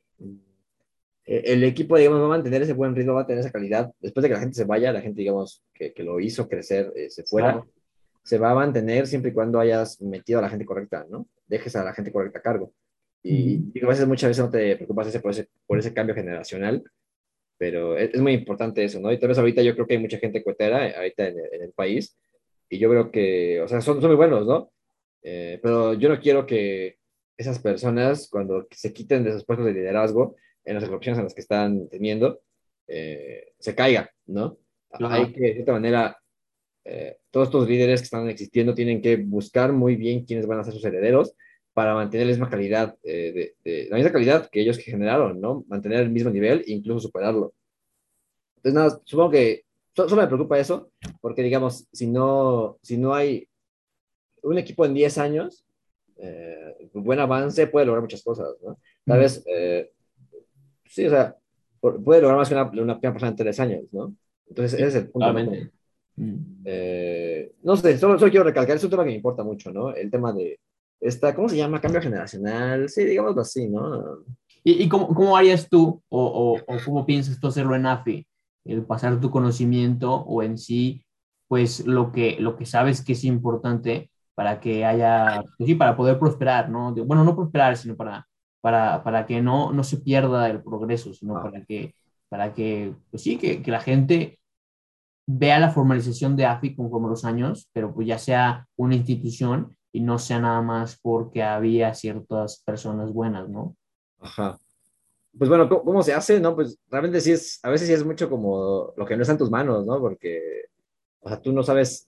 el equipo, digamos, va a mantener ese buen ritmo, va a tener esa calidad. Después de que la gente se vaya, la gente, digamos, que lo hizo crecer, se fuera, Claro. se va a mantener siempre y cuando hayas metido a la gente correcta, ¿no? Dejes a la gente correcta a cargo. Ujú. Y digo, a veces, muchas veces no te preocupas por ese cambio generacional, pero es muy importante eso, ¿no? Y tal vez ahorita yo creo que hay mucha gente cuetera ahorita en el país, y yo creo que, o sea, son muy buenos, ¿no? Pero yo no quiero que esas personas, cuando se quiten de esos puestos de liderazgo en las agrupaciones en las que están teniendo, se caigan, ¿no? Hay Claro. que, de cierta manera, todos estos líderes que están existiendo tienen que buscar muy bien quiénes van a ser sus herederos para mantener la misma calidad, la misma calidad que ellos que generaron, ¿no? Mantener el mismo nivel e incluso superarlo. Entonces, nada, supongo que solo me preocupa eso, porque digamos, si no hay un equipo en 10 años, buen avance puede lograr muchas cosas, ¿no? Tal Ujú. vez, sí, o sea, puede lograr más que una persona en 3 años, ¿no? Entonces, ese Sí, es el punto, ¿no? totalmente. Mm. No sé, solo quiero recalcar, es un tema que me importa mucho, ¿no? El tema de ¿cómo se llama? Cambio generacional, sí, digámoslo así, ¿no? ¿Y cómo harías tú o cómo piensas tú hacerlo en AFI? El pasar tu conocimiento o en sí, pues lo que sabes que es importante para que haya, pues sí, para poder prosperar, ¿no? Bueno, no prosperar, sino para que no se pierda el progreso, sino Ah, para que pues sí, que la gente vea la formalización de AFI conforme los años, pero pues ya sea una institución y no sea nada más porque había ciertas personas buenas, ¿no? ajá. Pues bueno, ¿cómo se hace? No, pues realmente a veces sí es mucho como lo que no está en tus manos, ¿no? Porque, o sea, tú no sabes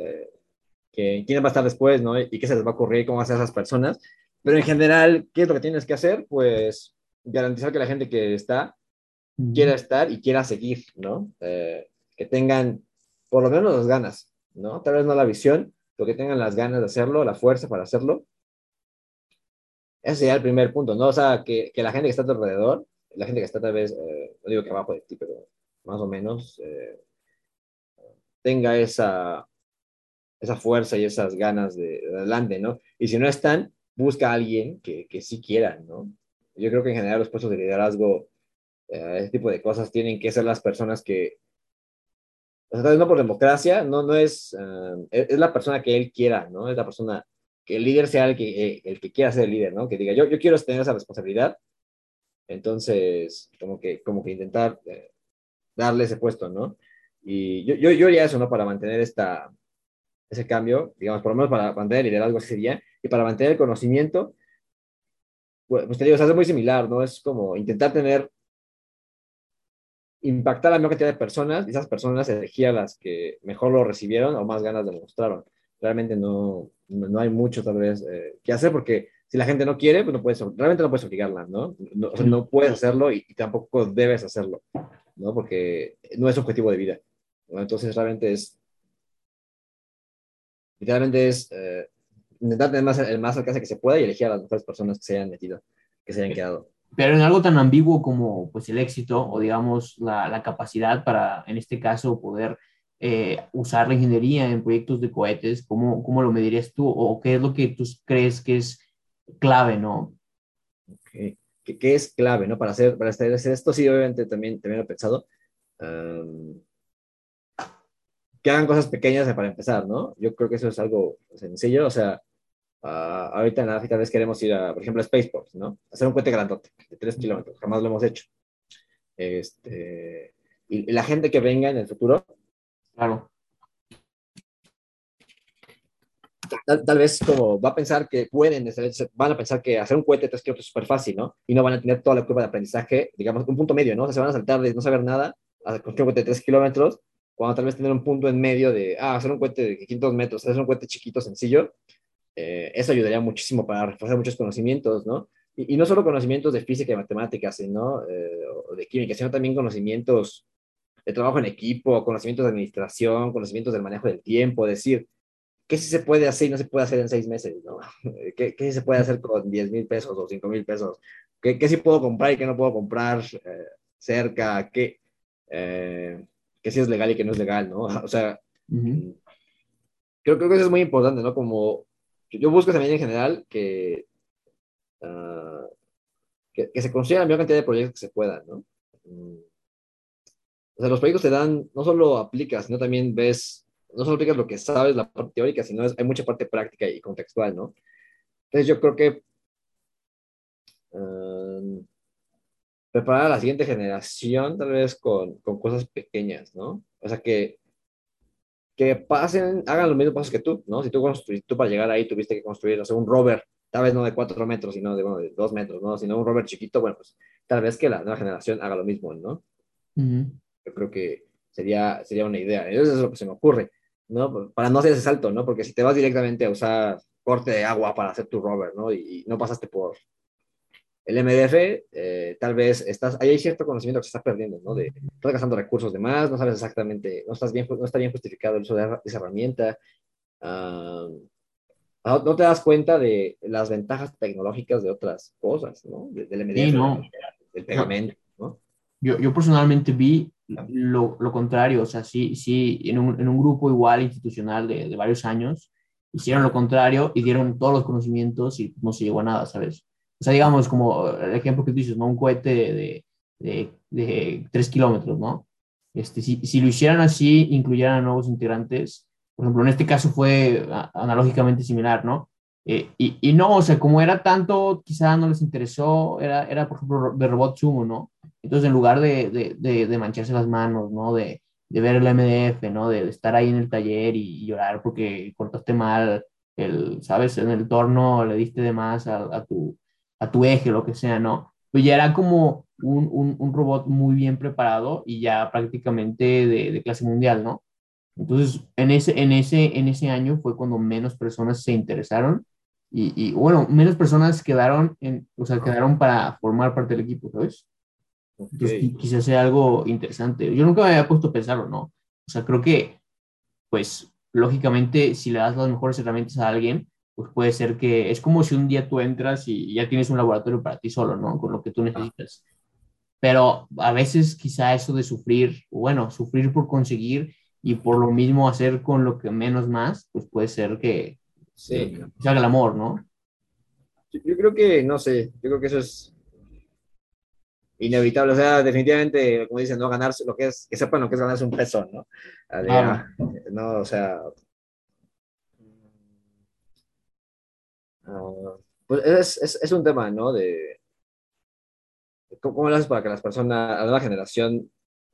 quién va a estar después, ¿no? Y qué se les va a ocurrir, cómo van a ser esas personas. Pero en general, ¿qué es lo que tienes que hacer? Pues garantizar que la gente que está Ujú. quiera estar y quiera seguir, ¿no? Que tengan por lo menos las ganas, ¿no? Tal vez no la visión, pero que tengan las ganas de hacerlo, la fuerza para hacerlo. Ese sería el primer punto, ¿no? O sea, que la gente que está a tu alrededor, la gente que está tal vez, no digo que abajo de ti, pero más o menos, tenga esa fuerza y esas ganas de adelante, ¿no? Y si no están, busca a alguien que sí quiera, ¿no? Yo creo que en general los puestos de liderazgo, ese tipo de cosas, tienen que ser las personas que, o sea, tal vez no por democracia, no es, es la persona que él quiera, ¿no? Es la persona, que el líder sea el que quiera ser el líder, ¿no? Que diga, yo quiero tener esa responsabilidad, entonces, como que intentar darle ese puesto, ¿no? Y yo haría eso, ¿no? Para mantener ese cambio, digamos, por lo menos para mantener el liderazgo así sería, y para mantener el conocimiento, pues te digo, o sea, es muy similar, ¿no? Es como intentar impactar a la mayor cantidad de personas, y esas personas elegir a las que mejor lo recibieron o más ganas demostraron. Realmente no hay mucho tal vez que hacer, porque si la gente no quiere, pues realmente no puedes obligarla, ¿no? O sea, no puedes hacerlo y tampoco debes hacerlo, ¿no? Porque no es objetivo de vida, ¿no? Entonces literalmente es intentar tener el más alcance que se pueda y elegir a las mejores personas que se hayan metido, que se hayan quedado. Pero en algo tan ambiguo como pues el éxito o digamos la capacidad para, en este caso, poder usar la ingeniería en proyectos de cohetes, ¿cómo lo medirías tú? ¿O qué es lo que tú crees que es clave, no? Que es clave, ¿no? Para hacer esto, sí, obviamente también lo he pensado. Um, que hagan cosas pequeñas para empezar, ¿no? Yo creo que eso es algo sencillo, o sea, ahorita en la tal vez queremos ir a, por ejemplo, a Spaceport, ¿no? Hacer un cohete grandote de 3 kilómetros, jamás lo hemos hecho. Y la gente que venga en el futuro, Claro. tal vez como va a pensar que van a pensar que hacer un cohete de 3 kilómetros es súper fácil, ¿no? Y no van a tener toda la curva de aprendizaje, digamos, un punto medio, ¿no? O sea, se van a saltar de no saber nada a construir un cohete de 3 kilómetros, cuando tal vez tener un punto en medio de, hacer un cohete de 500 metros, hacer un cohete chiquito, sencillo, eso ayudaría muchísimo para reforzar muchos conocimientos, ¿no? Y no solo conocimientos de física y matemáticas, sino, o de química, sino también conocimientos de trabajo en equipo, conocimientos de administración, conocimientos del manejo del tiempo, decir, ¿qué sí se puede hacer y no se puede hacer en 6 meses, ¿no? ¿Qué sí se puede hacer con 10,000 pesos o 5,000 pesos? ¿Qué sí puedo comprar y qué no puedo comprar cerca? ¿Qué sí es legal y qué no es legal, ¿no? O sea, Uh-huh. creo que eso es muy importante, ¿no? Como yo busco también en general uh, que se construya la mayor cantidad de proyectos que se puedan, ¿no? O sea, los proyectos te dan, no solo aplicas, sino también ves, no solo aplicas lo que sabes, la parte teórica, sino hay mucha parte práctica y contextual, ¿no? Entonces yo creo que um, preparar a la siguiente generación tal vez con cosas pequeñas, ¿no? O sea, que pasen, hagan los mismos pasos que tú, ¿no? Si tú para llegar ahí tuviste que construir, o sea, un rover, tal vez no de 4 metros, sino de 2 metros, ¿no? Sino un rover chiquito, bueno, pues tal vez que la nueva generación haga lo mismo, ¿no? Uh-huh. Yo creo que sería una idea. Eso es lo que se me ocurre, ¿no? Para no hacer ese salto, ¿no? Porque si te vas directamente a usar corte de agua para hacer tu rover, ¿no? Y no pasaste por el MDF, tal vez ahí hay cierto conocimiento que se está perdiendo, ¿no? Estás gastando recursos de más, no sabes exactamente, no está bien justificado el uso de esa herramienta. Uh, no te das cuenta de las ventajas tecnológicas de otras cosas, ¿no? Del Sí, MDF, no. del Yo, pegamento, ¿no? yo personalmente vi lo contrario, o sea, sí, en un grupo igual institucional de varios años, hicieron lo contrario y dieron todos los conocimientos y no se llegó a nada, ¿sabes? O sea, digamos, como el ejemplo que tú dices, ¿no? Un cohete de 3 kilómetros, ¿no? Si lo hicieran así, incluyeran a nuevos integrantes, por ejemplo, en este caso fue analógicamente similar, ¿no? Y no, o sea, como era tanto, quizá no les interesó, era por ejemplo, de robot sumo, ¿no? Entonces, en lugar de mancharse las manos, ¿no? De ver el MDF, ¿no? De estar ahí en el taller y llorar porque cortaste mal, ¿sabes? En el torno le diste de más a tu eje, lo que sea, ¿no? Pues ya era como un robot muy bien preparado y ya prácticamente de clase mundial, ¿no? Entonces, en ese año fue cuando menos personas se interesaron bueno, menos personas o sea, quedaron para formar parte del equipo, ¿sabes? Ok. Entonces, quizás sea algo interesante. Yo nunca me había puesto a pensarlo, ¿no? O sea, creo que, pues, lógicamente, si le das las mejores herramientas a alguien, pues puede ser que es como si un día tú entras y ya tienes un laboratorio para ti solo, ¿no? Con lo que tú necesitas. Pero a veces quizá eso de sufrir, bueno, sufrir por conseguir y por lo mismo hacer con lo que menos más, pues puede ser que Sí. se haga el amor, ¿no? Yo creo que, no sé, yo creo que eso es inevitable. O sea, definitivamente, como dicen, no ganarse lo que es, que sepan lo que es ganarse un peso, ¿no? Claro. No, o sea, ah, pues es un tema, ¿no? De cómo lo haces para que las personas, la nueva generación,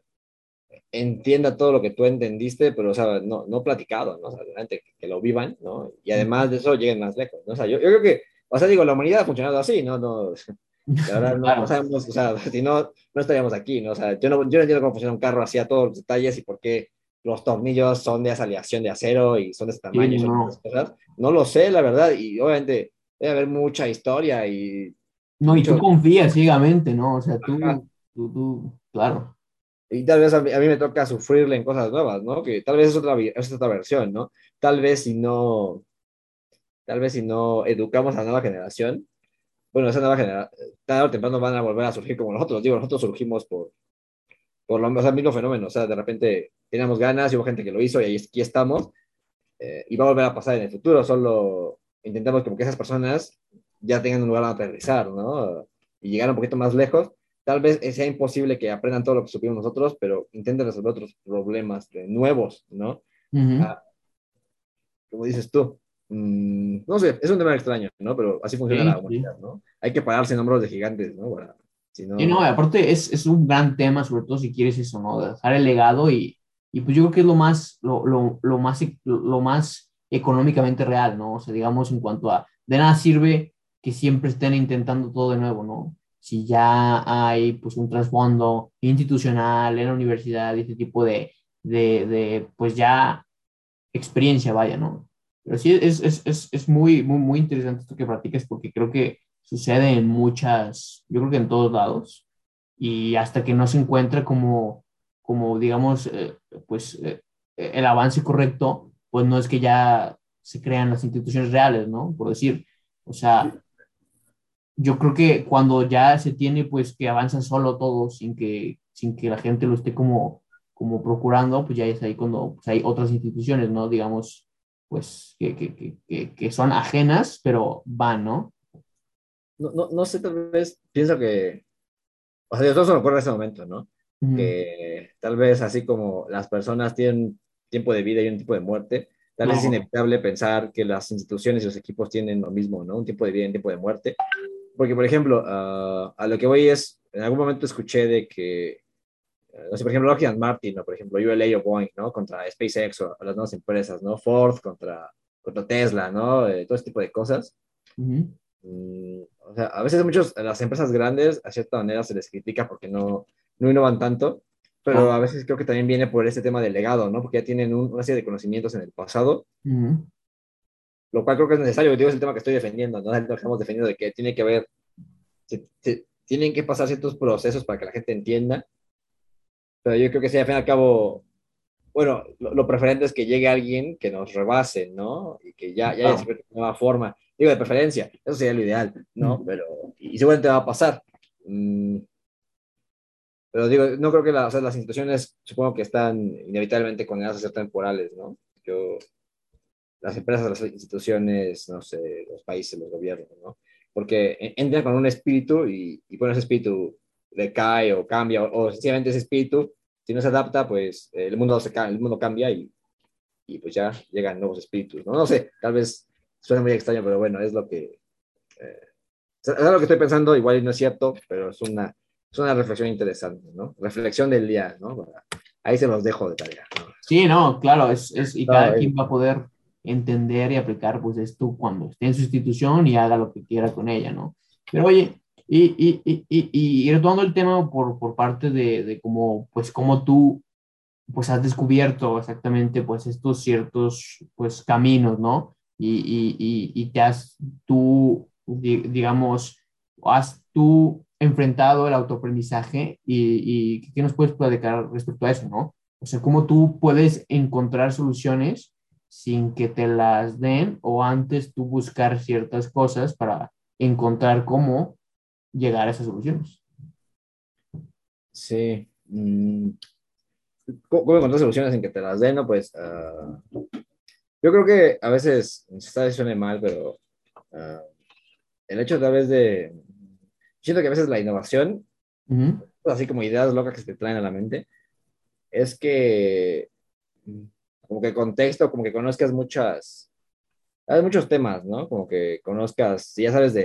entienda todo lo que tú entendiste, pero, o sea, no platicado, ¿no? O sea, realmente que lo vivan, ¿no? Y además de eso lleguen más lejos, ¿no? O sea, yo creo que, o sea, digo, la humanidad ha funcionado así, ¿no? No, la verdad, no Claro. sabemos, o sea, si no estaríamos aquí, ¿no? O sea, yo no entiendo cómo funciona un carro así a todos los detalles y por qué los tornillos son de esa aleación de acero y son de ese Sí, tamaño y no, son de esas no. cosas. No lo sé, la verdad, y obviamente debe haber mucha historia y No, y tú mucho. confías ciegamente, ¿no? O sea, Ajá. claro. Y tal vez a mí me toca sufrirle en cosas nuevas, ¿no? Que tal vez es otra versión, ¿no? Tal vez si no, tal vez si no educamos a la nueva generación, bueno, esa nueva generación, tarde o temprano van a volver a surgir como nosotros. Digo, nosotros surgimos por lo, o sea, el mismo fenómeno. O sea, de repente teníamos ganas y hubo gente que lo hizo y aquí estamos. Y va a volver a pasar en el futuro. Solo intentamos como que esas personas ya tengan un lugar a aterrizar, ¿no? Y llegar un poquito más lejos. Tal vez sea imposible que aprendan todo lo que supimos nosotros, pero intenten resolver otros problemas nuevos, ¿no? Ujú. Ah, como dices tú. No sé, es un tema extraño, ¿no? Pero así funciona Sí, la sí. humanidad, ¿no? Hay que pararse en hombros de gigantes, ¿no? Si Sí, no, no, aparte es un gran tema, sobre todo si quieres eso, ¿no? Dejar el legado y pues yo creo que es lo más, lo más económicamente real, ¿no? O sea, digamos, en cuanto a, de nada sirve que siempre estén intentando todo de nuevo, ¿no? Si ya hay pues un trasfondo institucional en la universidad y este tipo pues ya experiencia, vaya, ¿no? Pero sí, es muy interesante esto que practicas porque creo que sucede en yo creo que en todos lados, y hasta que no se encuentra como digamos, pues el avance correcto, pues no es que ya se crean las instituciones reales, ¿no? Por decir, o sea, yo creo que cuando ya se tiene, pues que avanza solo todo sin que la gente lo esté como procurando, pues ya es ahí cuando pues, hay otras instituciones, ¿no? Digamos, pues que son ajenas, pero van, ¿no? no sé, tal vez pienso que, o sea, eso se me ocurre en ese momento, ¿no? Ujú. Que tal vez así como las personas tienen tiempo de vida y un tipo de muerte, tal vez es No. inevitable pensar que las instituciones y los equipos tienen lo mismo, ¿no? Un tiempo de vida y un tiempo de muerte. Porque, por ejemplo, a lo que voy es, en algún momento escuché de que, no sé, por ejemplo, Lockheed Martin, o por ejemplo, ULA o Boeing, ¿no? Contra SpaceX o las nuevas empresas, ¿no? Ford contra Tesla, ¿no? Todo ese tipo de cosas. Ujú. O sea, a veces a las empresas grandes, a cierta manera, se les critica porque no innovan tanto, pero Claro. a veces creo que también viene por este tema del legado, ¿no? Porque ya tienen una serie de conocimientos en el pasado, Ujú. lo cual creo que es necesario. Digo, es el tema que estoy defendiendo, ¿no? Es el tema que estamos defendiendo de que tiene que haber, tienen que pasar ciertos procesos para que la gente entienda, pero yo creo que sí, al fin y al cabo, bueno, lo preferente es que llegue alguien que nos rebase, ¿no? Y que ya haya Claro. descubierto una nueva forma. Digo, de preferencia, eso sería lo ideal, ¿no? Ujú. Pero, y seguramente va a pasar. Pero digo, no creo que o sea, las instituciones supongo que están inevitablemente condenadas a ser temporales, ¿no? Las empresas, las instituciones, no sé, los países, los gobiernos, ¿no? Porque entran con un espíritu y bueno, ese espíritu decae o cambia, o sencillamente ese espíritu, si no se adapta, pues el mundo cambia y pues ya llegan nuevos espíritus, ¿no? No sé, tal vez suena muy extraño, pero bueno, es algo que estoy pensando, igual y no es cierto, pero es una reflexión interesante, ¿no? Reflexión del día, ¿no? Ahí se los dejo de tarea, ¿no? Sí, no, claro, y No, cada quien va a poder entender y aplicar, pues, esto cuando esté en su institución y haga lo que quiera con ella, ¿no? Pero oye, y retomando el tema por parte de cómo, pues, cómo tú, pues, has descubierto exactamente, pues, estos ciertos, pues, caminos, ¿no? Y te has tú, digamos, has tú enfrentado el autoaprendizaje y ¿qué nos puedes platicar respecto a eso, ¿no? O sea, cómo tú puedes encontrar soluciones sin que te las den o antes tú buscar ciertas cosas para encontrar cómo llegar a esas soluciones. sí. ¿Cómo encontrar soluciones en que te las den? ¿No? Pues yo creo que a veces, esta vez suene mal, pero ah, el hecho tal vez de... Siento que a veces la innovación, Ujú. así como ideas locas que se te traen a la mente, es que mm, como que contexto, como que conozcas hay muchos temas, ¿no? Como que conozcas, si ya sabes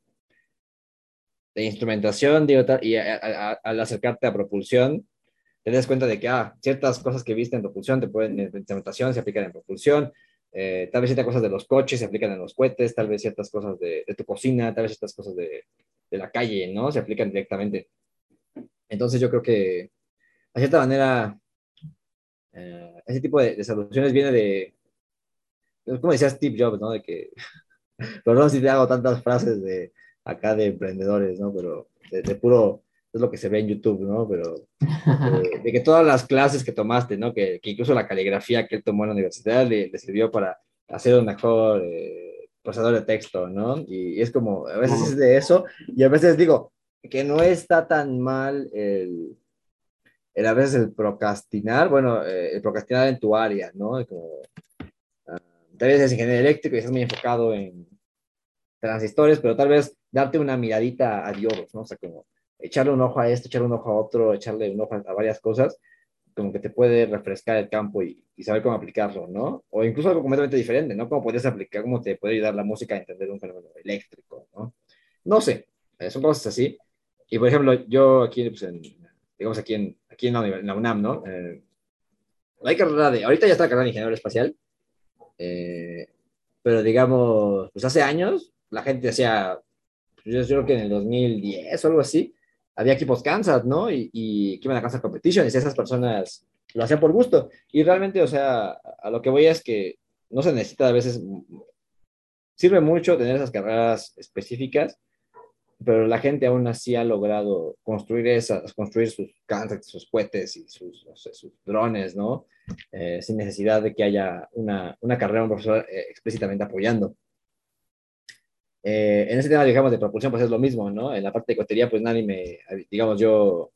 de instrumentación, digo, y al acercarte a propulsión, te das cuenta de que ciertas cosas que viste en propulsión te pueden, en instrumentación se aplican en propulsión, tal vez ciertas cosas de los coches se aplican en los cohetes, tal vez ciertas cosas de tu cocina, tal vez ciertas cosas de la calle, ¿no? Se aplican directamente. Entonces yo creo que, de cierta manera, ese tipo de soluciones viene como decía Steve Jobs, ¿no? De que, perdón si te hago tantas frases de acá de emprendedores, ¿no? Pero de puro, es lo que se ve en YouTube, ¿no? Pero de que todas las clases que tomaste, ¿no? Que incluso la caligrafía que él tomó en la universidad le sirvió para hacer un mejor procesador de texto, ¿no? Y es como, a veces es de eso, y a veces digo que no está tan mal a veces el procrastinar, bueno, el procrastinar en tu área, ¿no? Como, tal vez eres ingeniero eléctrico y estás muy enfocado en transistores, pero tal vez darte una miradita a diodos, ¿no? O sea, como echarle un ojo a esto, echarle un ojo a otro, echarle un ojo a varias cosas, como que te puede refrescar el campo y saber cómo aplicarlo, ¿no? O incluso algo completamente diferente, ¿no? Cómo podrías aplicar, cómo te puede ayudar la música a entender un fenómeno eléctrico, ¿no? No sé, son cosas así. Y por ejemplo, yo aquí, pues, digamos aquí en en la UNAM, ¿no? Hay carrera ahorita ya está la carrera de ingeniero espacial, eh, pero digamos, pues hace años la gente hacía, yo creo que en el 2010 o algo así, había equipos Kansas, ¿no? Y que iban a Kansas Competitions y esas personas lo hacían por gusto. Y realmente, o sea, a lo que voy es que no se necesita a veces, sirve mucho tener esas carreras específicas, pero la gente aún así ha logrado construir sus Kansas, sus cohetes y no sé, sus drones, ¿no? Sin necesidad de que haya una carrera, un profesor explícitamente apoyando. En ese tema, digamos, de propulsión, pues es lo mismo, ¿no? En la parte de cotería, pues nadie digamos, yo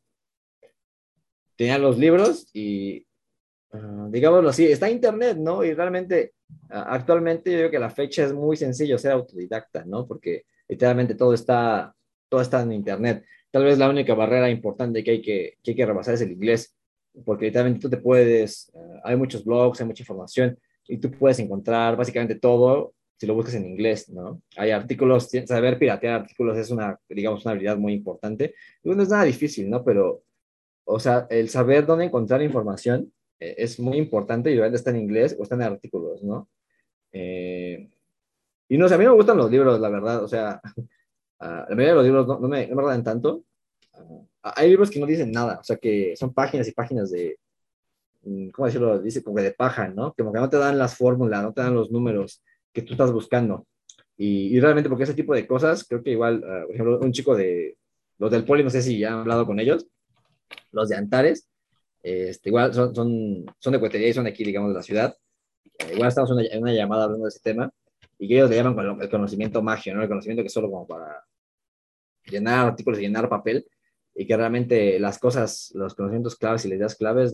tenía los libros y, digámoslo así, está internet, ¿no? Y realmente, actualmente yo creo que la fecha es muy sencillo ser autodidacta, ¿no? Porque literalmente todo está en internet. Tal vez la única barrera importante que hay que rebasar es el inglés, porque literalmente tú te puedes, hay muchos blogs, hay mucha información, y tú puedes encontrar básicamente todo si lo buscas en inglés, ¿no? Hay artículos, saber piratear artículos es digamos, una habilidad muy importante. Y no es nada difícil, ¿no? Pero o sea, el saber dónde encontrar información es muy importante y realmente está en inglés o está en artículos, ¿no? Eh, y no sé, a mí no me gustan los libros, la verdad, o sea, la mayoría de los libros no me agradan tanto. Hay libros que no dicen nada, o sea, que son páginas y páginas de, ¿cómo decirlo? Dice como que de paja, ¿no? Como que no te dan las fórmulas, no te dan los números que tú estás buscando. Y realmente porque ese tipo de cosas, creo que igual, por ejemplo, un chico de los del Poli, no sé si ya han hablado con ellos, los de Antares, igual son de Cotería y son de aquí, digamos, de la ciudad. Igual estamos en una llamada hablando de ese tema y que ellos le llaman el conocimiento magio, ¿no? El conocimiento que es solo como para llenar artículos y llenar papel y que realmente las cosas, los conocimientos claves y las ideas claves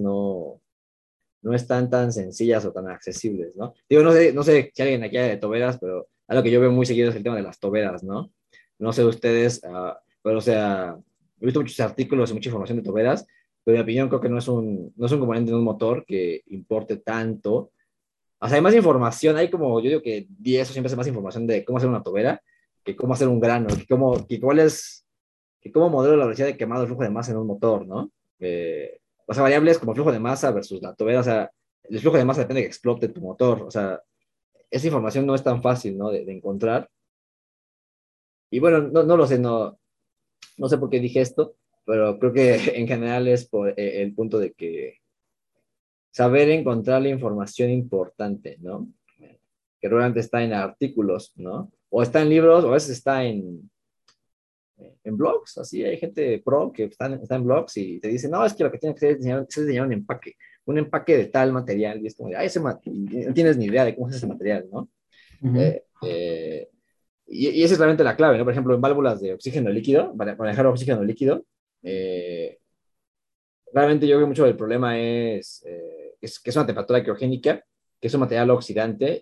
no están tan sencillas o tan accesibles, ¿no? Digo, no sé si alguien aquí de toberas, pero algo que yo veo muy seguido es el tema de las toberas, ¿no? No sé ustedes, pero o sea, he visto muchos artículos y mucha información de toberas, pero en mi opinión creo que no es un componente de un motor que importe tanto. O sea, hay más información, hay como, yo digo que 10 o siempre más información de cómo hacer una tobera que cómo hacer un grano, que cómo modelo la velocidad de quemado el flujo de masa en un motor, ¿no? O sea, variables como flujo de masa versus la tobera, o sea, el flujo de masa depende de que explote tu motor, o sea, esa información no es tan fácil, ¿no? De encontrar. Y bueno, no lo sé, no sé por qué dije esto, pero creo que en general es por el punto de que saber encontrar la información importante, ¿no? Que realmente está en artículos, ¿no? O está en libros, o a veces está en blogs, así hay gente pro que está en blogs y te dice, no, es que lo que tienes que hacer es diseñar un empaque de tal material, y es como, no tienes ni idea de cómo es ese material, ¿no? Ujú. Eh, eh, y esa es realmente la clave, ¿no? Por ejemplo, en válvulas de oxígeno líquido, para manejar oxígeno líquido, eh, realmente yo veo mucho del problema que es una temperatura criogénica, que es un material oxidante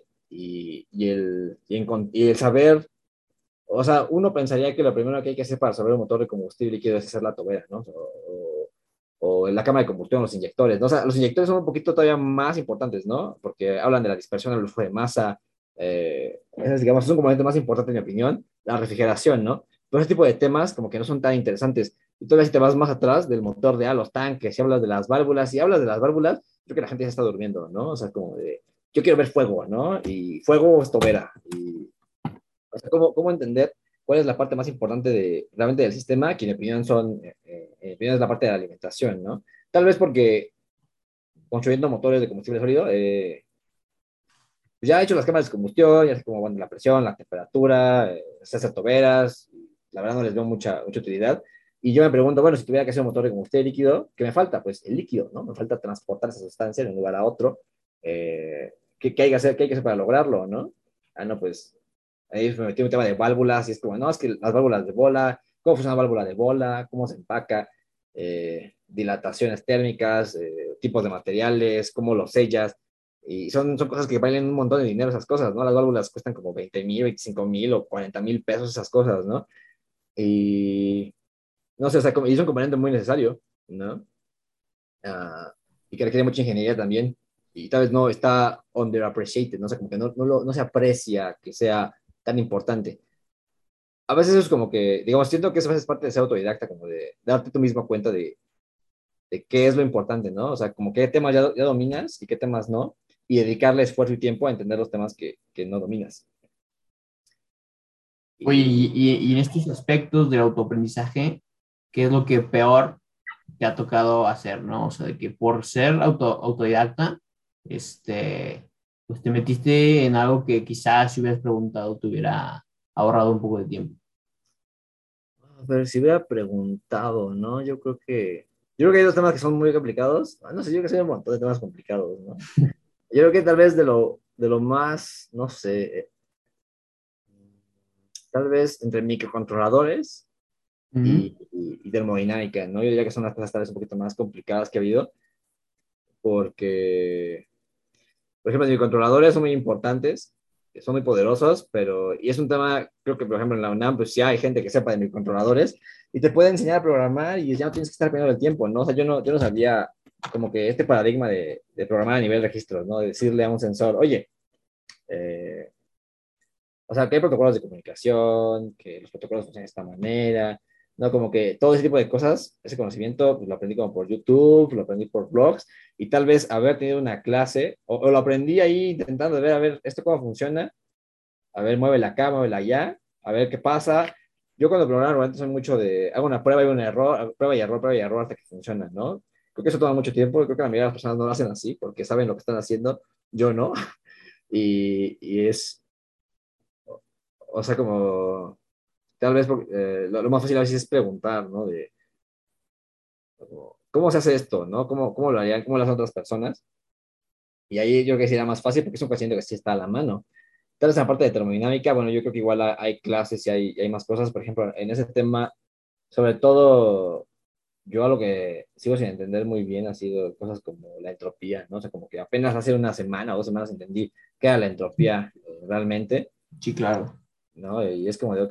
y el saber, o sea, uno pensaría que lo primero que hay que hacer para resolver un motor de combustible líquido es hacer la tobera, ¿no? O en la cámara de combustión, los inyectores, ¿no? O sea, los inyectores son un poquito todavía más importantes, ¿no? Porque hablan de la dispersión del flujo de masa, digamos, es un componente más importante, en mi opinión, la refrigeración, ¿no? Pero ese tipo de temas como que no son tan interesantes. Y todavía si te vas más atrás del motor de los tanques, si hablas de las válvulas, si hablas de las válvulas, creo que la gente ya está durmiendo, ¿no? O sea, como de, yo quiero ver fuego, ¿no? Y fuego es tobera. Y, o sea, ¿cómo entender cuál es la parte más importante realmente del sistema? Que en mi opinión en mi opinión es la parte de la alimentación, ¿no? Tal vez porque construyendo motores de combustible sólido, pues ya he hecho las cámaras de combustión, ya sé cómo aguanta la presión, la temperatura, sé hacer toberas, la verdad no les veo mucha utilidad. Y yo me pregunto, bueno, si tuviera que hacer un motor de combustible líquido, ¿qué me falta? Pues el líquido, ¿no? Me falta transportar esa sustancia de un lugar a otro. ¿Qué hay que hacer? ¿Qué hay que hacer para lograrlo, no? Ah, no, pues ahí me metí en un tema de válvulas y es como, no, es que las válvulas de bola, ¿cómo funciona la válvula de bola? ¿Cómo se empaca? Dilataciones térmicas, tipos de materiales, cómo los sellas. Y son cosas que valen un montón de dinero esas cosas, ¿no? Las válvulas cuestan como 20,000, 25,000 o 40,000 pesos esas cosas, ¿no? Y no sé, o sea, y es un componente muy necesario, ¿no? Ah, y que requiere mucha ingeniería también. Y tal vez no está underappreciated, ¿no? O sea, como que no se aprecia que sea tan importante. A veces es como que, digamos, siento que eso a veces es parte de ser autodidacta, como de darte tú mismo cuenta de qué es lo importante, ¿no? O sea, como qué temas ya dominas y qué temas no, y dedicarle esfuerzo y tiempo a entender los temas que no dominas. Oye, Y y en estos aspectos del autoaprendizaje, ¿qué es lo que peor te ha tocado hacer, ¿no? O sea, de que por ser autodidacta, pues te metiste en algo que quizás si hubieras preguntado te hubiera ahorrado un poco de tiempo. a ver, si hubiera preguntado, ¿no? Yo creo que hay dos temas que son muy complicados. No sé, yo creo que hay un montón de temas complicados, ¿no? Yo creo que tal vez de lo más, no sé, tal vez entre microcontroladores Ujú. y termodinámica, ¿no? Yo diría que son las cosas tal vez un poquito más complicadas que ha habido, porque, por ejemplo, los microcontroladores son muy importantes, son muy poderosos, y es un tema, creo que, por ejemplo, en la UNAM, pues ya hay gente que sepa de microcontroladores y te puede enseñar a programar y ya no tienes que estar perdiendo el tiempo, ¿no? O sea, yo no sabía como que este paradigma de programar a nivel registros, ¿no? De decirle a un sensor, oye, eh, o sea, que hay protocolos de comunicación, que los protocolos funcionan de esta manera, ¿no? Como que todo ese tipo de cosas, ese conocimiento, pues lo aprendí como por YouTube, lo aprendí por blogs, y tal vez haber tenido una clase, o lo aprendí ahí intentando ver, a ver, esto cómo funciona, a ver, muévela acá, muévela allá, a ver qué pasa. Yo cuando programo normalmente soy mucho hago una prueba y un error, prueba y error hasta que funciona, ¿no? Creo que eso toma mucho tiempo, creo que la mayoría de las personas no lo hacen así, porque saben lo que están haciendo, yo no, y o sea, como tal vez lo más fácil a veces es preguntar, ¿no? ¿Cómo se hace esto, ¿no? ¿Cómo lo harían? ¿Cómo lo hacen otras personas? Y ahí yo creo que sería más fácil porque es un conocimiento que sí está a la mano. Tal vez en la parte de termodinámica, bueno, yo creo que igual hay clases y hay más cosas. Por ejemplo, en ese tema, sobre todo, yo a lo que sigo sin entender muy bien ha sido cosas como la entropía, ¿no? O sea, como que apenas hace una semana o 2 semanas entendí qué era la entropía realmente, Sí, claro. ¿no? Y es como de, ok,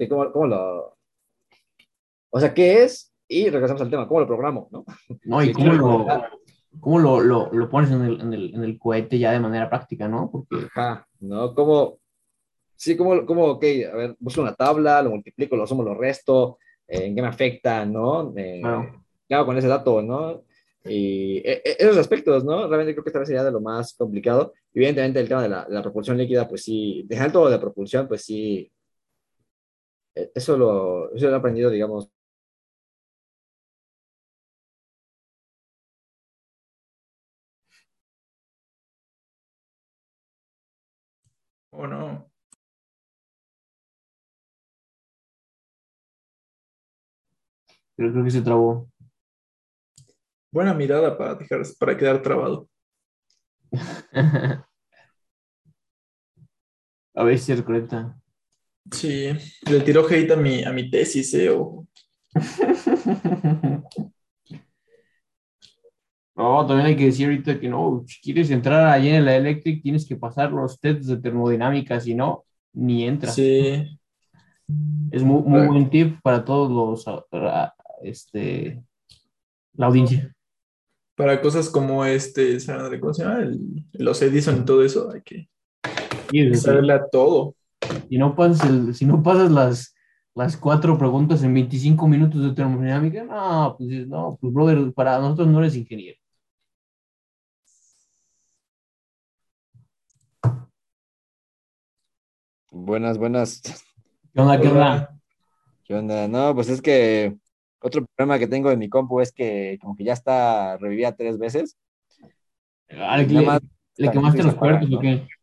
o sea, ¿qué es? Y regresamos al tema, ¿cómo lo programo, no? ¿No? Y Si quiero programar, cómo lo pones en el cohete ya de manera práctica, ¿no? Porque, ajá, ¿no? Sí, ok, a ver, busco una tabla, lo multiplico, lo sumo, lo resto, ¿en qué me afecta, no? claro. ¿Qué hago con ese dato, no? Y esos aspectos, ¿no? Realmente creo que esta vez sería de lo más complicado. Evidentemente el tema de la propulsión líquida, pues sí, dejar todo de propulsión, pues sí, eso lo he aprendido, digamos. ¿O no? Pero creo que se trabó. Buena mirada para quedar trabado. A ver si se reconecta. Sí, le tiró hate a mi tesis, ojo. No, también hay que decir ahorita que no, si quieres entrar allí en la Electric, tienes que pasar los tests de termodinámica, si no, ni entras. Sí, Es muy, muy para, buen tip para todos este, la audiencia. para cosas como ¿cómo se llama? Los Edison y todo eso, Y es hay que decir, saberle a todo. si no pasas las cuatro preguntas en 25 minutos de termodinámica, no, pues dices, no, pues brother, para nosotros no eres ingeniero. Buenas, buenas. ¿Qué onda? ¿Qué onda? Hola. ¿Qué onda? No, pues es que otro problema que tengo en mi compu es que como que ya está revivida 3 veces y nada más ¿Le tantito y quemaste se los apaga, puertos o ¿no? qué?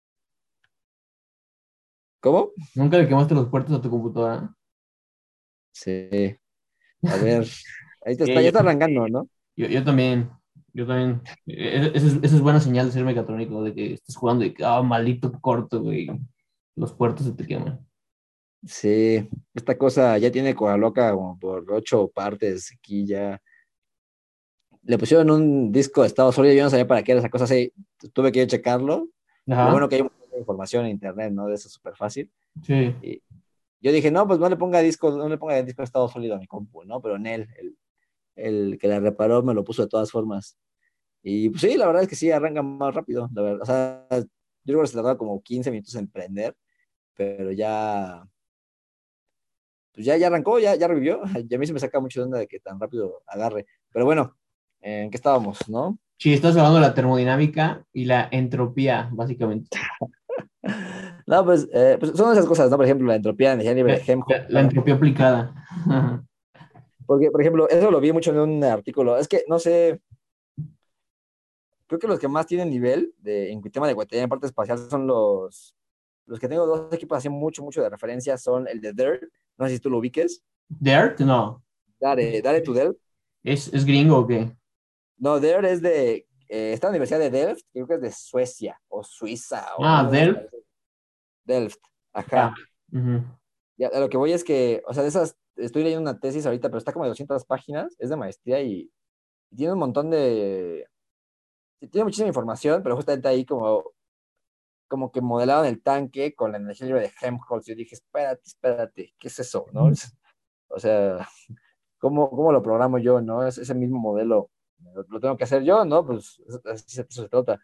¿Cómo? ¿Nunca le quemaste los puertos a tu computadora? Sí. A ver, ahí te está, Sí, ya está arrancando, ¿no? yo también. Yo también. Esa es buena señal de ser mecatrónico, de que estás jugando y que, maldito corto, güey. Los puertos se te queman. Sí, esta cosa ya tiene cola loca como por 8 partes aquí ya. Le pusieron un disco de estado sólido, yo no sabía para qué era esa cosa, así tuve que checarlo. Lo Ajá, bueno que hay mucha información en internet, ¿no? De eso es súper fácil. sí. Y yo dije, no, pues no le ponga disco, no le ponga el disco de estado sólido a mi compu, ¿no? Pero en él, el que la reparó me lo puso de todas formas. Y pues sí, la verdad es que sí, arranca más rápido, la verdad. O sea, yo creo que se tardaba como 15 minutos en prender, pero ya, pues ya arrancó, ya revivió. Y a mí se me saca mucho de onda de que tan rápido agarre. Pero bueno, ¿en qué estábamos, no? Sí, estás hablando de la termodinámica y la entropía, básicamente. No, pues son esas cosas, ¿no? Por ejemplo, la entropía de energía libre de Helmholtz. La entropía aplicada. Porque, por ejemplo, eso lo vi mucho en un artículo. Es que, no sé, creo que los que más tienen nivel en tema de guatería en parte espacial son los que tengo dos equipos así mucho de referencia son el de DARE, no sé si tú lo ubiques, ¿Dirt? No. Dare to Delft. Es gringo o qué? No, DARE es está en la Universidad de Delft, creo que es de Suecia o Suiza o Ah, uno de esos Delft. países. Delft, Ya. ajá. Ujú. Ya, a lo que voy es que, o sea, de esas, estoy leyendo una tesis ahorita, pero está como de 200 páginas, es de maestría y tiene un montón tiene muchísima información, pero justamente ahí como que modelaron el tanque con la energía libre de Helmholtz. Yo dije, espérate, ¿qué es eso? ¿No? O sea, ¿cómo lo programo yo? ¿No? Es ese mismo modelo, lo tengo que hacer yo, ¿no? Pues así eso se trata.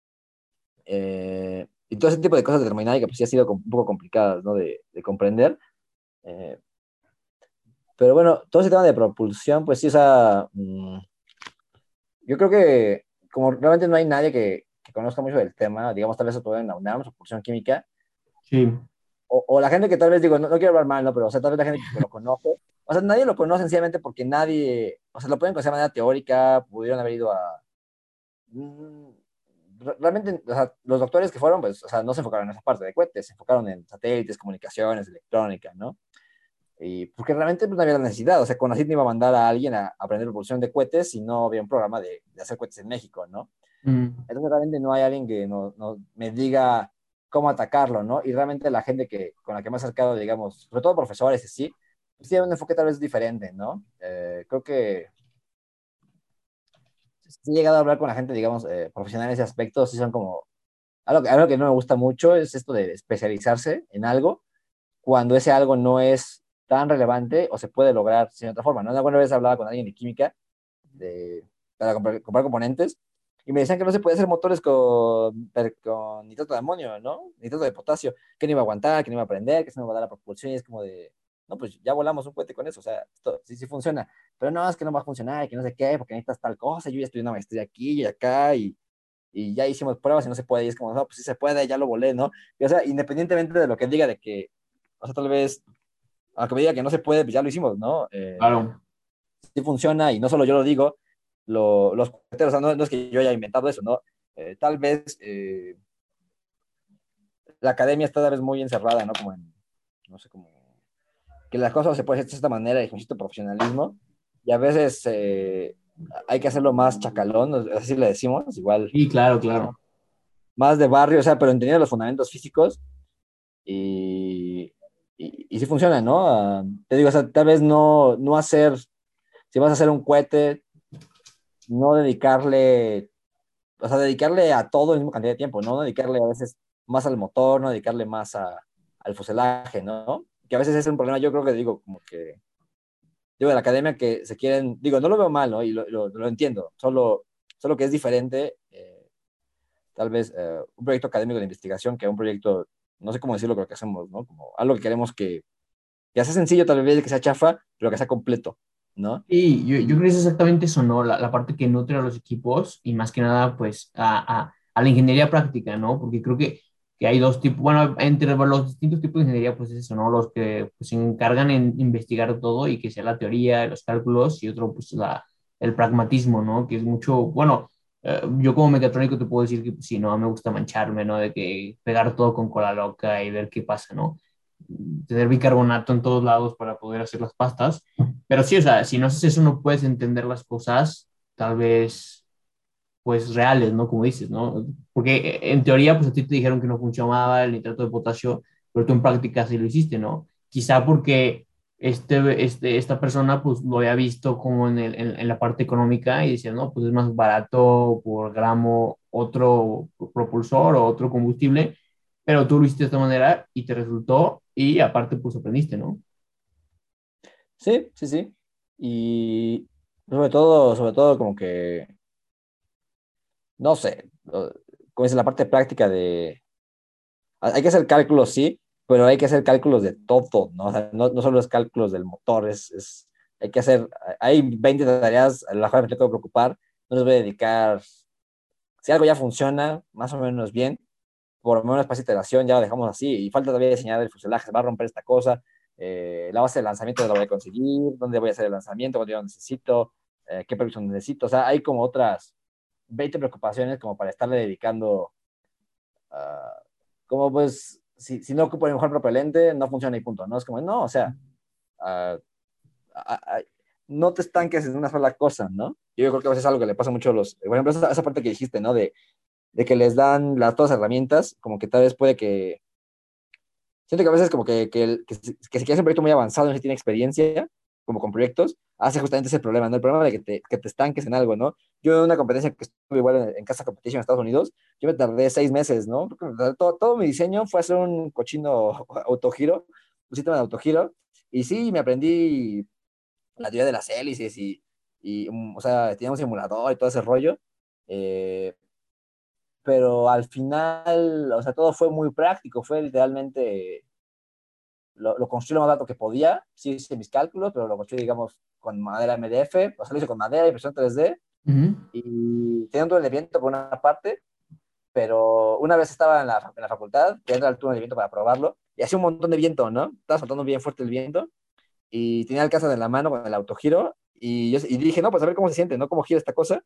Y todo ese tipo de cosas de termodinámica, pues sí ha sido un poco complicadas, ¿no? De comprender. Eh, pero bueno, todo ese tema de propulsión, pues sí, o sea, yo creo que como realmente no hay nadie que conozca mucho del tema, digamos, tal vez todo en la UNAM, propulsión química, Sí. o la gente que tal vez digo, no quiero hablar mal, ¿no? Pero, o sea, tal vez la gente que lo conoce, o sea, nadie lo conoce sencillamente porque nadie, o sea, lo pueden conocer de manera teórica, pudieron haber ido a... mm, realmente, o sea, los doctores que fueron, pues, o sea, no se enfocaron en esa parte de cohetes, se enfocaron en satélites, comunicaciones, electrónica, ¿no? Y porque realmente pues, no había la necesidad, o sea, con CONACYT no iba a mandar a alguien a aprender propulsión de cohetes si no había un programa de hacer cohetes en México, ¿no? Mm. Entonces realmente no hay alguien que no me diga cómo atacarlo, ¿no? Y realmente la gente con la que me he acercado, digamos, sobre todo profesores, sí, pues tiene un enfoque tal vez diferente, ¿no? Creo que si he llegado a hablar con la gente, digamos, profesional en ese aspecto, sí son como, algo que no me gusta mucho es esto de especializarse en algo cuando ese algo no es tan relevante o se puede lograr sin otra forma, ¿no? Alguna vez hablaba con alguien de química para comprar componentes y me decían que no se puede hacer motores con nitrato de amonio, ¿no? Nitrato de potasio, que no iba a aguantar, que no iba a prender, que se no iba a dar la propulsión y es como de, no, pues ya volamos un cohete con eso, o sea, esto sí funciona, pero no, es que no va a funcionar, que no sé qué, porque necesitas tal cosa, yo ya estoy en una maestría aquí y acá y ya hicimos pruebas y no se puede, y es como, no, pues sí se puede, ya lo volé, ¿no? Y, o sea, independientemente de lo que diga de que, o sea, tal vez, aunque me diga que no se puede, pues ya lo hicimos, ¿no? Claro. Sí funciona y no solo yo lo digo, los coheteros, o sea, no es que yo haya inventado eso, ¿no? Tal vez la academia está tal vez muy encerrada, ¿no? Como en, no sé, como que las cosas se pueden hacer de esta manera y con cierto profesionalismo y a veces hay que hacerlo más chacalón, así le decimos, igual, Sí, claro, claro. más de barrio, o sea, pero entendiendo los fundamentos físicos y sí funciona, ¿no? Te digo, o sea, tal vez no hacer, si vas a hacer un cohete, no dedicarle, o sea, dedicarle a todo el mismo cantidad de tiempo, no dedicarle a veces más al motor, no dedicarle más al fuselaje, ¿no? Que a veces es un problema, yo creo que digo, como que, digo, de la academia que se quieren, digo, no lo veo mal, ¿no? Y lo entiendo, solo que es diferente, tal vez, un proyecto académico de investigación que un proyecto, no sé cómo decirlo, con lo que hacemos, ¿no? Como algo que queremos que sea sencillo, tal vez que sea chafa, pero que sea completo, ¿no? Y yo creo que es exactamente eso, ¿no? La parte que nutre a los equipos y más que nada, pues, a la ingeniería práctica, ¿no? Porque creo que hay dos tipos, bueno, entre los distintos tipos de ingeniería, pues es eso, ¿no? Los que pues, se encargan en investigar todo y que sea la teoría, los cálculos y otro, pues, el pragmatismo, ¿no? Que es mucho, bueno, yo como mecatrónico te puedo decir que pues, sí, no, me gusta mancharme, ¿no? De que pegar todo con cola loca y ver qué pasa, ¿no? Tener bicarbonato en todos lados para poder hacer las pastas. Pero sí, o sea, si no haces eso no puedes entender las cosas tal vez, pues, reales, ¿no? Como dices, ¿no? Porque en teoría, pues, a ti te dijeron que no funcionaba el nitrato de potasio, pero tú en práctica sí lo hiciste, ¿no? Quizá porque esta persona, pues, lo había visto como en la parte económica y decía, no, pues, es más barato por gramo otro propulsor o otro combustible, pero tú lo hiciste de esta manera y te resultó y aparte, pues, aprendiste, ¿no? Sí, sí, sí. Y sobre todo como que, no sé, como dice la parte práctica de, hay que hacer cálculos, sí, pero hay que hacer cálculos de todo, ¿no? O sea, no solo es cálculos del motor, hay que hacer, hay 20 tareas a las cuales me tengo que preocupar, no les voy a dedicar, si algo ya funciona más o menos bien, por lo menos para esta iteración ya lo dejamos así, y falta todavía diseñar el fuselaje, se va a romper esta cosa, la base de lanzamiento la voy a conseguir, dónde voy a hacer el lanzamiento, cuánto yo necesito, qué permiso necesito, o sea, hay como otras 20 preocupaciones como para estarle dedicando, uh, como pues, si no ocupo el mejor propelente, no funciona y punto, ¿no? Es como, no, o sea, uh, uh, no te estanques en una sola cosa, ¿no? Yo creo que a veces es algo que le pasa mucho a los, por ejemplo, esa parte que dijiste, ¿no? De que les dan todas las herramientas, como que tal vez puede que, siento que a veces como que si quieres un proyecto muy avanzado, no se tiene experiencia, como con proyectos, hace justamente ese problema, ¿no? El problema de que te estanques en algo, ¿no? Yo en una competencia que estuve igual en Casa Competition en Estados Unidos, yo me tardé 6 meses, ¿no? Porque todo mi diseño fue hacer un cochino autogiro, un sistema de autogiro, y sí, me aprendí la teoría de las hélices o sea, tenía un simulador y todo ese rollo, eh, pero al final, o sea, todo fue muy práctico, fue literalmente, lo construí lo más barato que podía, sí hice mis cálculos, pero lo construí, digamos, con madera MDF, o sea, lo hice con madera, impresión 3D, Ujú. y tenía un túnel de viento por una parte, pero una vez estaba en la facultad, quería entrar al túnel de viento para probarlo, y hacía un montón de viento, ¿no? Estaba soltando bien fuerte el viento, y tenía el caza en la mano con el autogiro, y dije, no, pues a ver cómo se siente, ¿no? Cómo gira esta cosa.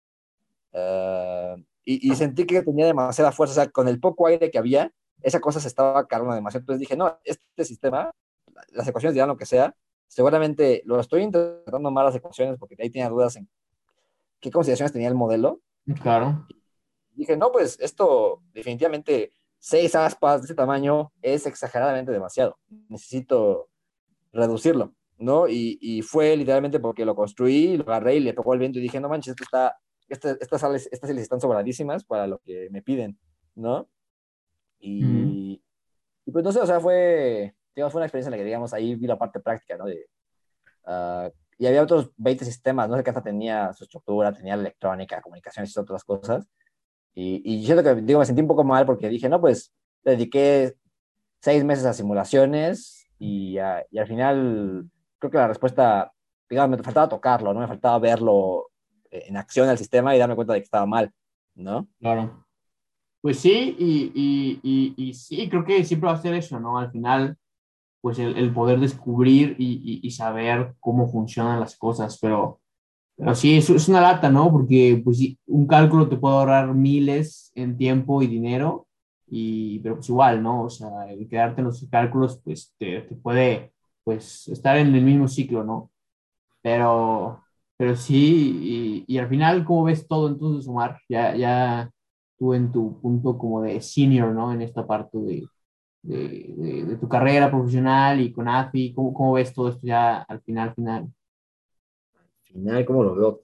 Y sentí que tenía demasiada fuerza, o sea, con el poco aire que había, esa cosa se estaba cargando demasiado. Entonces dije, no, este sistema, las ecuaciones dirán lo que sea, seguramente lo estoy interpretando mal las ecuaciones porque ahí tenía dudas en qué consideraciones tenía el modelo. Claro. Dije, no, pues esto definitivamente, 6 aspas de ese tamaño es exageradamente demasiado. Necesito reducirlo, ¿no? Y fue literalmente porque lo construí, lo agarré y le pegó el viento y dije, no manches, estas sales están sobradísimas para lo que me piden, ¿no? Ujú. Y pues no sé, o sea, digamos, fue una experiencia en la que, digamos, ahí vi la parte práctica, ¿no? Y había otros 20 sistemas, no sé qué hasta tenía su estructura, tenía electrónica, comunicaciones y otras cosas. Y siento que, digo, me sentí un poco mal porque dije, no, pues dediqué 6 meses a simulaciones y al final creo que la respuesta, digamos, me faltaba tocarlo, ¿no? Me faltaba verlo en acción el sistema y darme cuenta de que estaba mal, ¿no? Claro. Pues sí, y sí, creo que siempre va a ser eso, ¿no? Al final, pues el poder descubrir y saber cómo funcionan las cosas, pero sí, es una lata, ¿no? Porque pues sí, un cálculo te puede ahorrar miles en tiempo y dinero, pero pues igual, ¿no? O sea, el quedarte en los cálculos, pues te puede, pues, estar en el mismo ciclo, ¿no? Pero, pero sí, y al final, ¿cómo ves todo entonces, Omar? Ya tú en tu punto como de senior, ¿no? En esta parte de tu carrera profesional y con AFI, ¿cómo ves todo esto ya al final, final? Final, ¿cómo lo veo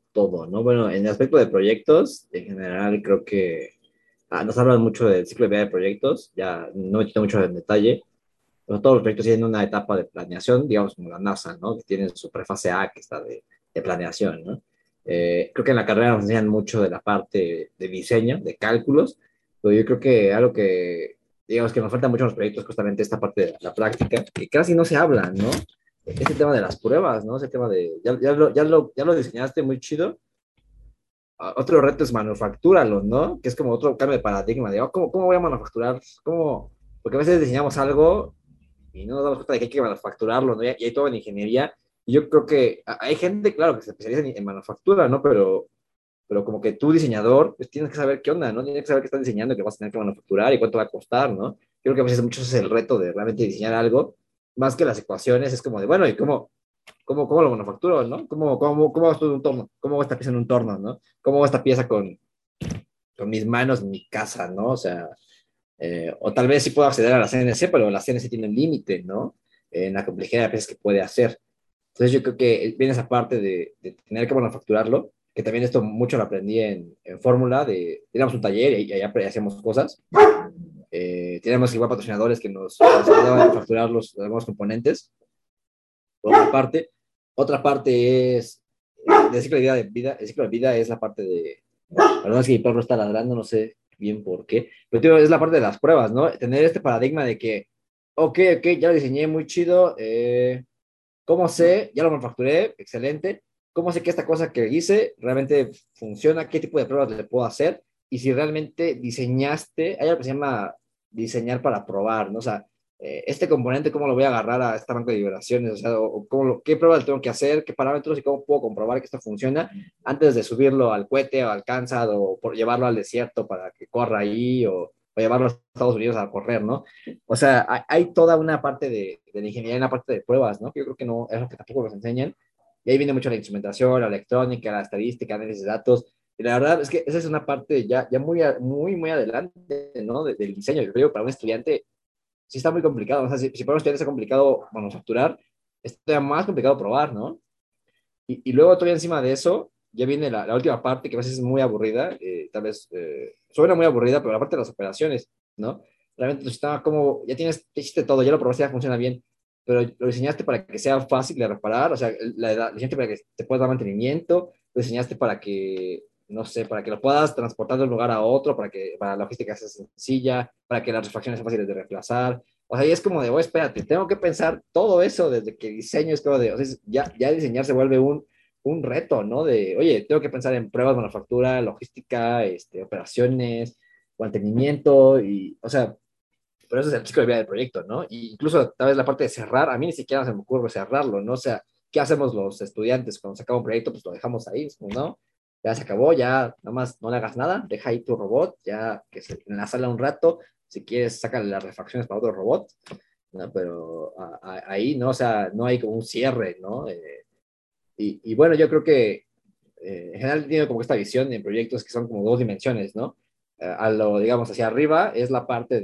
todo, ¿no? Bueno, en el aspecto de proyectos, en general creo que nos hablan mucho del ciclo de vida de proyectos, ya no me quito mucho en detalle, pero todos los proyectos tienen una etapa de planeación, digamos como la NASA, ¿no? Que tiene su prefase A, que está de planeación, ¿no? Creo que en la carrera nos enseñan mucho de la parte de diseño, de cálculos, pero yo creo que algo que, digamos que nos falta mucho en los proyectos, justamente esta parte de la práctica, que casi no se habla, ¿no? Ese tema de las pruebas, ¿no? Ese tema de, ya lo diseñaste muy chido. Otro reto es manufactúralo, ¿no? Que es como otro cambio de paradigma, de, ¿cómo voy a manufacturar? ¿Cómo? Porque a veces diseñamos algo y no nos damos cuenta de que hay que manufacturarlo, ¿no? Y hay todo en ingeniería. Y yo creo que hay gente, claro, que se especializa en manufactura, ¿no? Pero como que tú, diseñador, pues tienes que saber qué onda, ¿no? Tienes que saber qué estás diseñando, qué vas a tener que manufacturar y cuánto va a costar, ¿no? Creo que a veces mucho es el reto de realmente diseñar algo, más que las ecuaciones, es como de, bueno, ¿y cómo lo manufacturo, ¿no? ¿Cómo hago esto en un torno? ¿Cómo hago esta pieza en un torno, ¿no? ¿Cómo hago esta pieza con mis manos en mi casa, ¿no? O sea, o tal vez sí puedo acceder a la CNC, pero la CNC tiene un límite, ¿no? En la complejidad de piezas que puede hacer. Entonces yo creo que viene esa parte de tener que manufacturarlo, que también esto mucho lo aprendí en Fórmula, teníamos un taller y allá hacíamos cosas. Teníamos igual patrocinadores que nos ayudaban a manufacturar los nuevos componentes, por una parte. Otra parte es de ciclo de vida. El ciclo de vida es la parte de... La verdad es que mi perro está ladrando, no sé bien por qué. Pero tío, es la parte de las pruebas, ¿no? Tener este paradigma de que, ok, ya lo diseñé muy chido, ¿cómo sé? Ya lo manufacturé, excelente. ¿Cómo sé que esta cosa que hice realmente funciona? ¿Qué tipo de pruebas le puedo hacer? Y si realmente diseñaste, hay algo que se llama diseñar para probar, ¿no? O sea, este componente, ¿cómo lo voy a agarrar a esta banca de vibraciones? O sea, ¿qué pruebas tengo que hacer? ¿Qué parámetros y cómo puedo comprobar que esto funciona antes de subirlo al cohete o al Kansas o por llevarlo al desierto para que corra ahí o llevarlo a Estados Unidos a correr, ¿no? O sea, hay toda una parte de la ingeniería en la parte de pruebas, ¿no? Que yo creo que no es lo que tampoco nos enseñan. Y ahí viene mucho la instrumentación, la electrónica, la estadística, análisis de datos. Y la verdad es que esa es una parte ya muy adelante, ¿no? Del diseño. Yo creo para un estudiante sí está muy complicado. O sea, si para un estudiante está complicado manufacturar, está más complicado probar, ¿no? Y luego todavía encima de eso, ya viene la última parte que a veces es muy aburrida, tal vez suena muy aburrida, pero la parte de las operaciones, ¿no? Realmente tu sistema como, ya hiciste todo, ya lo probaste, ya funciona bien, pero lo diseñaste para que sea fácil de reparar, o sea, lo diseñaste para que te puedas dar mantenimiento, lo diseñaste para que, no sé, para que lo puedas transportar de un lugar a otro, para la logística sea sencilla, para que las refacciones sean fáciles de reemplazar. O sea, y es como de, oh, espérate, tengo que pensar todo eso desde que diseño, es como de, o sea, ya diseñar se vuelve un reto, ¿no? De, oye, tengo que pensar en pruebas, manufactura, logística, operaciones, mantenimiento, y, o sea, pero eso es el ciclo de vida del proyecto, ¿no? Y incluso tal vez la parte de cerrar, a mí ni siquiera se me ocurre cerrarlo, ¿no? O sea, ¿qué hacemos los estudiantes cuando se acaba un proyecto? Pues lo dejamos ahí, ¿no? Ya se acabó, ya nada más no le hagas nada, deja ahí tu robot, ya que se en la sala un rato, si quieres, sácale las refacciones para otro robot, ¿no? Pero ahí, ¿no? O sea, no hay como un cierre, ¿no? Y bueno, yo creo que en general tiene como esta visión en proyectos que son como dos dimensiones, ¿no? A lo, digamos, hacia arriba es la parte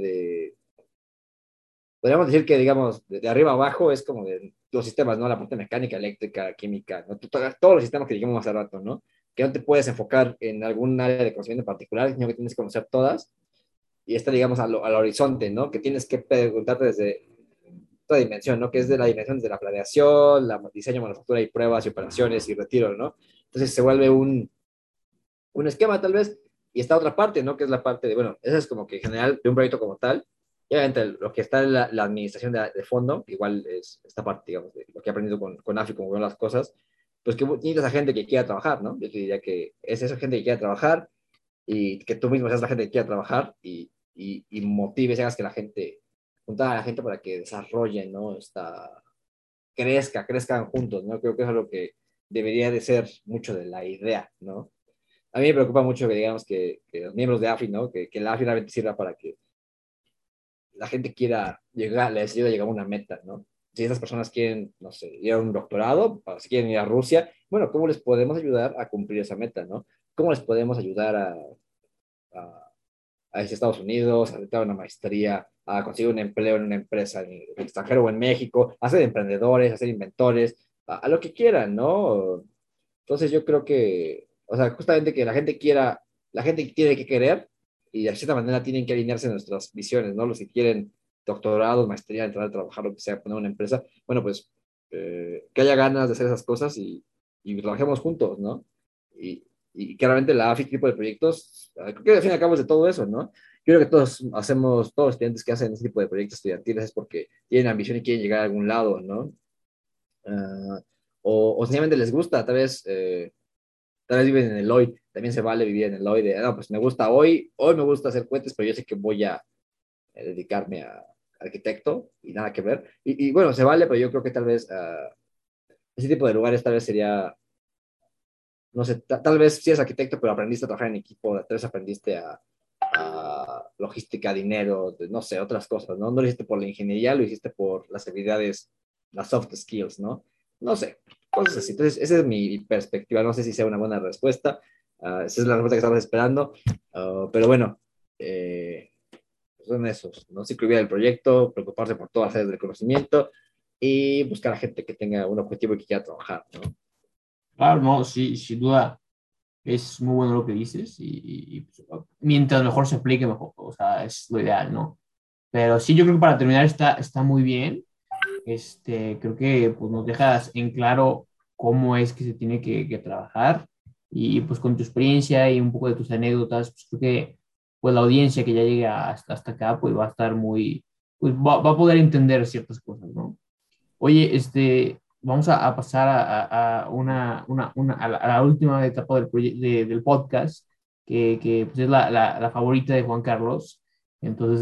podríamos decir que, digamos, de arriba abajo es como de los sistemas, ¿no? La parte mecánica, eléctrica, química, ¿no? Todos los sistemas que dijimos hace rato, ¿no? Que no te puedes enfocar en algún área de conocimiento en particular, sino que tienes que conocer todas. Y está, digamos, al horizonte, ¿no? Que tienes que preguntarte desde otra dimensión, ¿no? Que es de la dimensión de la planeación, la diseño, manufactura y pruebas y operaciones y retiro, ¿no? Entonces se vuelve un esquema tal vez, y está otra parte, ¿no? Que es la parte de, bueno, eso es como que en general de un proyecto como tal, y obviamente lo que está en la administración de fondo, igual es esta parte, digamos, de lo que he aprendido con AFI, como veo las cosas, pues que necesitas a gente que quiera trabajar, ¿no? Yo te diría que es esa gente que quiera trabajar y que tú mismo seas la gente que quiera trabajar y motives y hagas que la gente, juntar a la gente para que desarrollen, ¿no? Crezcan juntos, ¿no? Creo que eso es lo que debería de ser mucho de la idea, ¿no? A mí me preocupa mucho que digamos que los miembros de AFI, ¿no? Que la AFI realmente sirva para que la gente quiera llegar, les ayude a llegar a una meta, ¿no? Si esas personas quieren, no sé, ir a un doctorado, o si quieren ir a Rusia, bueno, ¿cómo les podemos ayudar a cumplir esa meta, ¿no? ¿Cómo les podemos ayudar a, a irse a Estados Unidos, a hacer una maestría, a conseguir un empleo en una empresa en el extranjero o en México, a ser emprendedores, a ser inventores, a lo que quieran, ¿no? Entonces yo creo que, o sea, justamente que la gente tiene que querer y de cierta manera tienen que alinearse nuestras visiones, ¿no? Los que quieren doctorados, maestría, entrar a trabajar, lo que sea, poner una empresa, bueno, pues que haya ganas de hacer esas cosas y trabajemos juntos, ¿no? Y, y claramente la AFI, tipo de proyectos, creo que al fin y al cabo es de todo eso, ¿no? Yo creo que todos los estudiantes que hacen ese tipo de proyectos estudiantiles es porque tienen ambición y quieren llegar a algún lado, ¿no? Ah, o sencillamente les gusta, tal vez viven en el hoy, también se vale vivir en el hoy de, no, pues me gusta hoy me gusta hacer cohetes, pero yo sé que voy a dedicarme a arquitecto y nada que ver. Y bueno, se vale, pero yo creo que tal vez ese tipo de lugares tal vez sería, no sé, tal vez si eres arquitecto, pero aprendiste a trabajar en equipo, tal vez aprendiste a logística, dinero, no sé, otras cosas, ¿no? No lo hiciste por la ingeniería, lo hiciste por las habilidades, las soft skills, ¿no? No sé, cosas así. Entonces, esa es mi perspectiva. No sé si sea una buena respuesta. Esa es la respuesta que estamos esperando. Pero bueno, son esos, ¿no? Ciclovía del proyecto, preocuparse por todas las áreas del conocimiento y buscar a gente que tenga un objetivo y que quiera trabajar, ¿no? Claro, no, sí, sin duda es muy bueno lo que dices pues, mientras mejor se aplique, mejor, o sea, es lo ideal, ¿no? Pero sí, yo creo que para terminar está muy bien. Creo que pues, nos dejas en claro cómo es que se tiene que trabajar y pues con tu experiencia y un poco de tus anécdotas, pues creo que pues la audiencia que ya llegue hasta acá pues va a estar muy, pues va a poder entender ciertas cosas, ¿no? Oye, vamos a pasar a a la última etapa del podcast, que pues es la favorita de Juan Carlos. Entonces,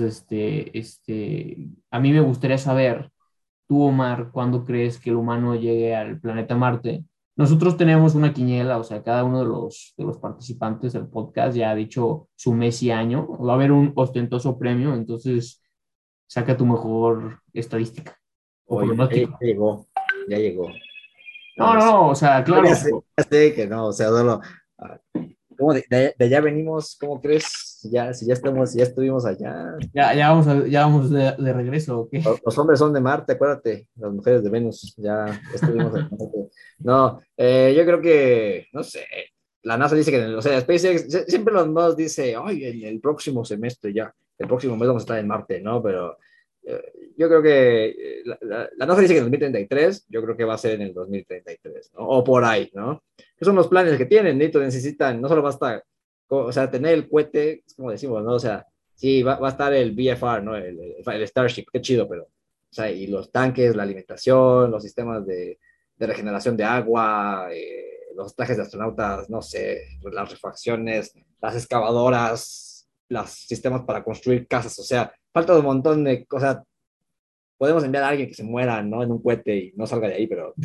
a mí me gustaría saber, tú, Omar, ¿cuándo crees que el humano llegue al planeta Marte? Nosotros tenemos una quiniela, o sea, cada uno de los participantes del podcast ya ha dicho su mes y año. Va a haber un ostentoso premio, entonces saca tu mejor estadística o Oye, pronóstico. ya llegó. No, No, no no, sé. no, o sea, No, claro, ya sé que no, o sea, solo, ah, ¿cómo de allá venimos? ¿Cómo crees? Ya, si ya estamos, si ya estuvimos allá. ya vamos de regreso, ¿ok? Los hombres son de Marte, acuérdate, las mujeres de Venus, ya estuvimos en Marte. No, yo creo que, no sé, la NASA dice que, o sea, SpaceX siempre los más dice, ay, en el próximo semestre ya, el próximo mes vamos a estar en Marte, ¿no? Pero yo creo que la NASA dice que en 2033, yo creo que va a ser en el 2033, ¿no? O por ahí, ¿no? Que son los planes que tienen, necesitan, no solo basta, o sea, tener el cohete, es como decimos, ¿no? O sea, sí, va a estar el BFR, ¿no? El Starship, qué chido, pero, o sea, y los tanques, la alimentación, los sistemas de regeneración de agua, los trajes de astronautas, no sé, las refacciones, las excavadoras, los sistemas para construir casas, o sea, falta un montón de cosas. Podemos enviar a alguien que se muera, ¿no? En un cohete y no salga de ahí, pero,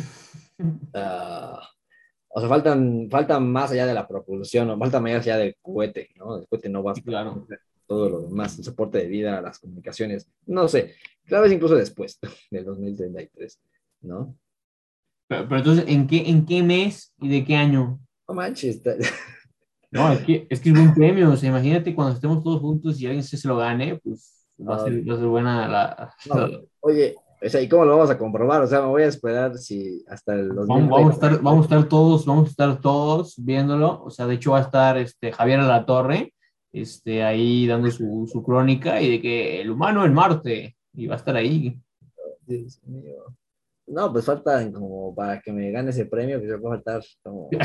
uh, o sea, faltan más allá de la propulsión, o falta más allá del cohete, ¿no? El cohete no Sí, basta. claro. Todo lo demás, el soporte de vida, las comunicaciones, no sé, cada vez incluso después del 2033, ¿no? Pero entonces, ¿en qué mes y de qué año? No manches, No, es que es buen premio, o sea, imagínate cuando estemos todos juntos y alguien se lo gane, pues uh, va a ser buena la... no, oye, o sea, ¿y cómo lo vamos a comprobar? O sea, me voy a esperar si hasta el Vamos 2030. vamos a estar todos viéndolo, o sea, de hecho va a estar Javier Alatorre, ahí dando su crónica y de que el humano en Marte, y va a estar ahí. Dios mío. No, pues faltan como para que me gane ese premio, pues va a faltar como,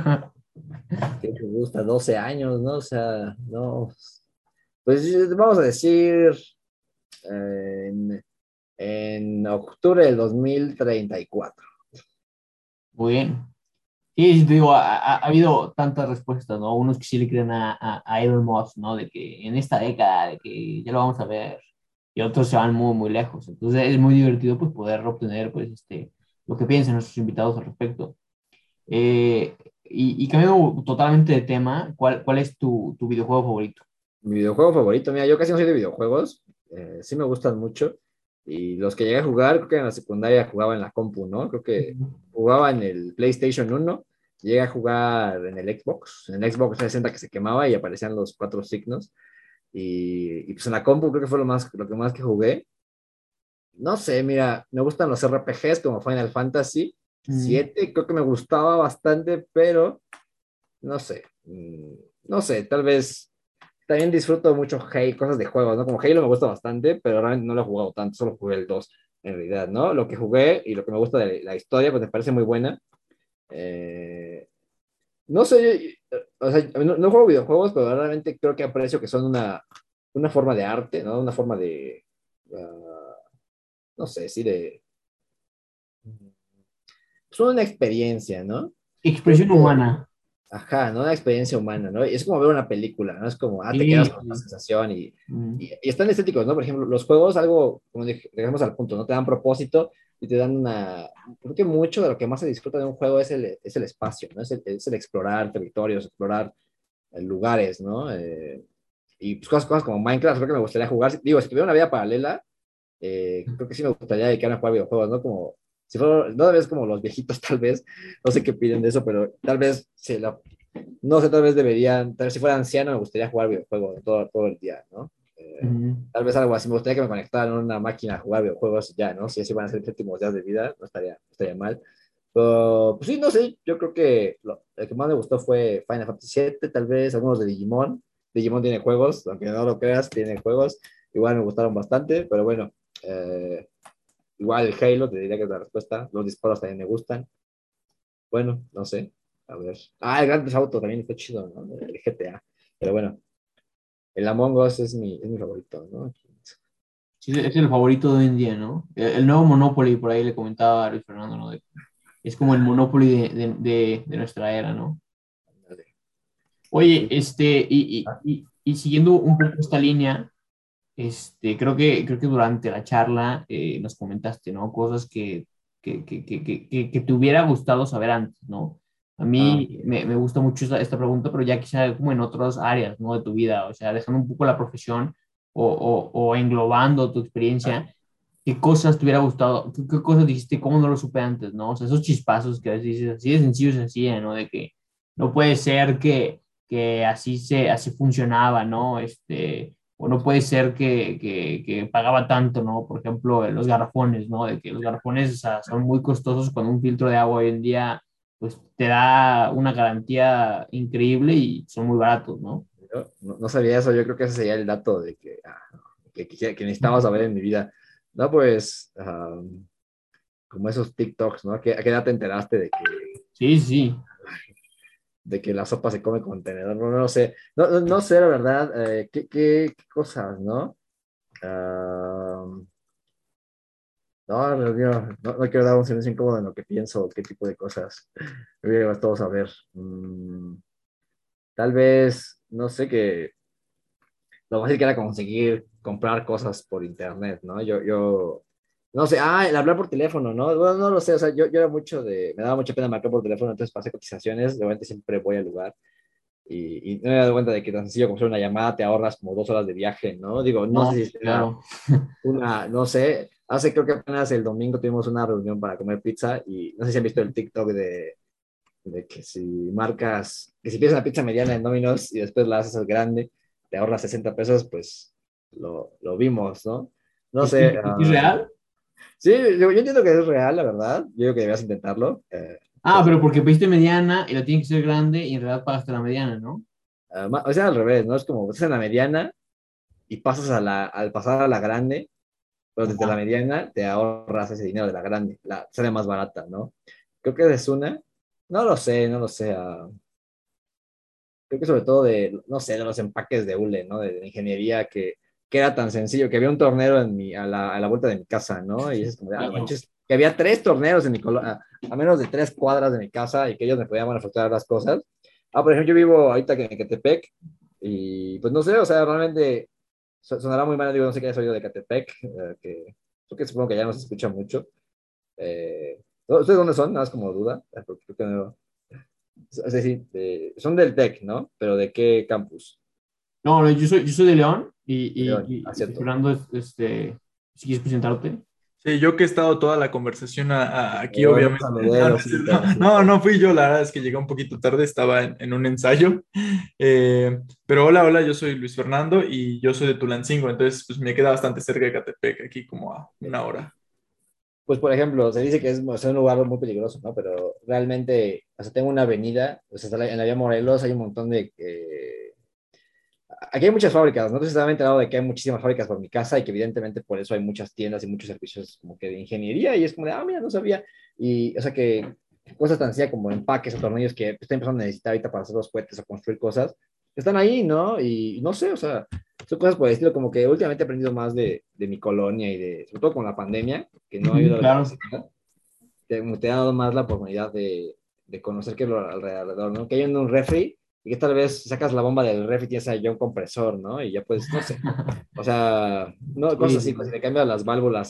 que me gusta, 12 años, ¿no? O sea, no, pues vamos a decir, eh, en octubre del 2034. Muy bien. Sí, sí, te digo, ha habido tantas respuestas, ¿no? Unos que sí le creen a Elon Musk, ¿no? De que en esta década, de que ya lo vamos a ver, y otros se van muy, muy lejos. Entonces es muy divertido, pues, poder obtener, pues, lo que piensan nuestros invitados al respecto. Y cambiando totalmente de tema, ¿cuál es tu videojuego favorito? Mi videojuego favorito, mira, yo casi no soy de videojuegos, sí me gustan mucho, y los que llegué a jugar, creo que en la secundaria jugaba en la compu, ¿no? Creo que jugaba en el PlayStation 1, llegué a jugar en el Xbox 360 que se quemaba y aparecían los cuatro signos, y pues en la compu creo que fue lo que más que jugué. No sé, mira, me gustan los RPGs como Final Fantasy, Mm. 7 creo que me gustaba bastante, pero no sé. No sé, tal vez también disfruto mucho Halo, cosas de juegos, ¿no? Como Halo me gusta bastante, pero realmente no lo he jugado tanto, solo jugué el 2 en realidad, ¿no? Lo que jugué y lo que me gusta de la historia, pues me parece muy buena. Eh, no sé, o sea, no juego videojuegos, pero realmente creo que aprecio que son una forma de arte, ¿no? Una forma de, no sé, sí, de, son una experiencia, ¿no? Creo Expresión que, humana. ajá, ¿no? Una experiencia humana, ¿no? Y es como ver una película, ¿no? Es como, te Sí, quedas con la sí. sensación Mm. y están estéticos, ¿no? Por ejemplo, los juegos, algo, como dejamos al punto, ¿no? Te dan propósito y te dan creo que mucho de lo que más se disfruta de un juego es el espacio, ¿no? Es el explorar territorios, explorar lugares, ¿no? Y pues cosas como Minecraft, creo que me gustaría jugar. Digo, si tuviera una vida paralela, creo que sí me gustaría dedicarme a jugar videojuegos, ¿no? Como, si fuera, no tal vez como los viejitos, tal vez, no sé qué piden de eso, pero tal vez, no sé, tal vez deberían, tal vez si fuera anciano me gustaría jugar videojuegos todo el día, ¿no? Ujú. Tal vez algo así, me gustaría que me conectaran a una máquina a jugar videojuegos y ya, ¿no? Si así van a ser los últimos días de vida, no estaría mal. Pero, pues sí, no sé, yo creo que el que más me gustó fue Final Fantasy VII, tal vez, algunos de Digimon. Digimon tiene juegos, aunque no lo creas, tiene juegos. Igual me gustaron bastante, pero bueno, eh, igual el Halo, te diría que es la respuesta. Los disparos también me gustan. Bueno, no sé, a ver. El Grand Theft Auto también está chido, ¿no? El GTA. Pero bueno, el Among Us es mi favorito, ¿no? Sí, es el favorito de hoy en día, ¿no? El nuevo Monopoly, por ahí le comentaba a Luis Fernando, ¿no? Es como el Monopoly de nuestra era, ¿no? Oye, y siguiendo un poco esta línea, creo que durante la charla nos comentaste, ¿no? Cosas que te hubiera gustado saber antes, ¿no? A Ah, mí me gusta mucho esta pregunta, pero ya quizá como en otras áreas, ¿no? De tu vida, o sea, dejando un poco la profesión o englobando tu experiencia, ¿qué cosas te hubiera gustado? ¿Qué cosas dijiste? ¿Cómo no lo supe antes, no? O sea, esos chispazos que a veces dices, así de sencillo, sencilla, ¿no? De que no puede ser que así funcionaba, ¿no? O no puede ser que pagaba tanto, ¿no? Por ejemplo, los garrafones, ¿no? De que los garrafones, o sea, son muy costosos cuando un filtro de agua hoy en día, pues te da una garantía increíble y son muy baratos, ¿no? yo no sabía eso, yo creo que ese sería el dato de que necesitaba saber en mi vida. No, pues, como esos TikToks, ¿no? ¿A qué edad te enteraste Sí, sí. de que la sopa se come con tenedor? No, no sé, no sé la verdad, qué cosas, ¿no? Ah, no, Dios mío, no quiero dar un silencio incómodo en lo que pienso, qué tipo de cosas. Me hubiera gustado saber. Tal vez, no sé, que lo fácil que era conseguir comprar cosas por internet, ¿no? No sé, el hablar por teléfono, ¿no? Bueno, no lo sé, o sea, yo era me daba mucha pena marcar por teléfono, entonces pasé cotizaciones, de repente siempre voy al lugar y no me he dado cuenta de que tan sencillo como hacer una llamada te ahorras como 2 horas de viaje, ¿no? Digo, no No, sé si sea claro. no sé, creo que apenas el domingo tuvimos una reunión para comer pizza y no sé si han visto el TikTok de que si pides una pizza mediana en Domino's y después la haces grande, te ahorras 60 pesos, pues lo vimos, ¿no? No sé. ¿Es real? Sí, yo entiendo que es real, la verdad. Yo creo que debías intentarlo. Ah, pero porque pediste mediana y la tiene que ser grande y en realidad pagaste la mediana, ¿no? O sea, al revés, ¿no? Es como estás en la mediana y pasas al pasar a la grande, pero desde la Ajá. mediana te ahorras ese dinero de la grande, sale más barata, ¿no? Creo que es una. No lo sé. Creo que sobre todo no sé, de los empaques de hule, ¿no? De ingeniería que era tan sencillo, que había un tornero a la vuelta de mi casa, ¿no? Y es como, no Claro. manches, que había 3 torneros a menos de 3 cuadras de mi casa y que ellos me podían manufacturar las cosas. Por ejemplo, yo vivo ahorita en Ecatepec y pues no sé, o sea, realmente sonará muy mal, digo, no sé qué hayas oído de Ecatepec, supongo que ya no se escucha mucho. ¿Ustedes dónde son? Nada más como duda, porque creo que no. Es decir, son del TEC, ¿no? Pero ¿de qué campus? No, no, yo soy de León De León, y cierto. Fernando, si quieres presentarte. Sí, yo que he estado toda la conversación aquí, Yo no obviamente. saludé, No, no, lo es siento, lo cierto. No, siento. no fui yo, la verdad es que llegué un poquito tarde, estaba en un ensayo. Pero hola, hola, yo soy Luis Fernando y yo soy de Tulancingo, entonces pues me queda bastante cerca de Catepec, aquí como a una hora. Pues, por ejemplo, se dice que es, o sea, un lugar muy peligroso, ¿no? Pero realmente, o sea, tengo una avenida, o sea, en la vía Morelos hay un montón de... aquí hay muchas fábricas, ¿no? Entonces estaba enterado de que hay muchísimas fábricas por mi casa y que evidentemente por eso hay muchas tiendas y muchos servicios como que de ingeniería y es como de, ah, mira, no sabía. Y, o sea, que cosas tan sencillas como empaques o tornillos que estoy empezando a necesitar ahorita para hacer los cohetes o construir cosas, están ahí, ¿no? Y no sé, o sea, son cosas por el estilo, como que últimamente he aprendido más de mi colonia y de, sobre todo con la pandemia, que no ha habido la Claro. universidad, te ha dado más la oportunidad de conocer qué es lo alrededor, ¿no? Que hay un refri y que tal vez sacas la bomba del refri y tienes ahí ya un compresor, ¿no? Y ya pues, no sé. O sea, no, cosas Sí, así, sí, pues si sí. le cambias las válvulas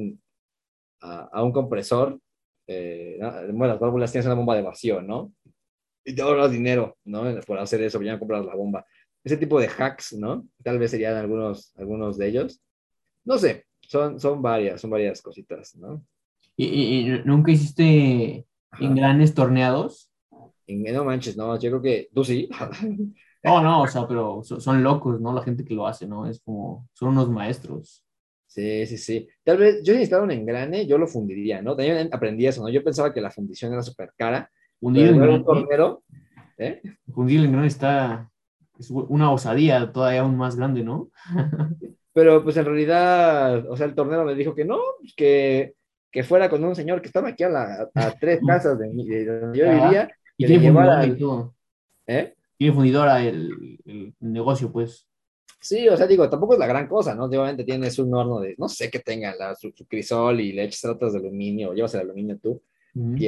a un compresor, bueno, las válvulas tienes una bomba de vacío, ¿no? Y te ahorras dinero, ¿no? Por hacer eso, ya no compras la bomba. Ese tipo de hacks, ¿no? Tal vez serían algunos de ellos. No sé, son varias cositas, ¿no? ¿Y nunca hiciste Ajá. engranes torneados? No manches, no, yo creo que tú sí. No, no, o sea, pero son locos, ¿no? La gente que lo hace, ¿no? Es como, son unos maestros. Sí, sí, sí. Tal vez yo si necesitara un engrane, yo lo fundiría, ¿no? También aprendí eso, ¿no? Yo pensaba que la fundición era súper cara, pero Fundir al el ver un engrane, tornero, ¿eh? fundir el engrane es una osadía todavía aún más grande, ¿no? Pero pues en realidad, o sea, el tornero me dijo que no, pues, que fuera con un señor que estaba aquí a 3 casas de donde yo Ajá. vivía, Y que le tiene llevara fundidora y al, todo. ¿eh? Tiene fundidora el negocio, pues. Sí, o sea, digo, tampoco es la gran cosa, ¿no? Obviamente tienes un horno de, no sé qué tenga, su crisol y le echas tratas de aluminio, o llevas el aluminio tú, Ujú.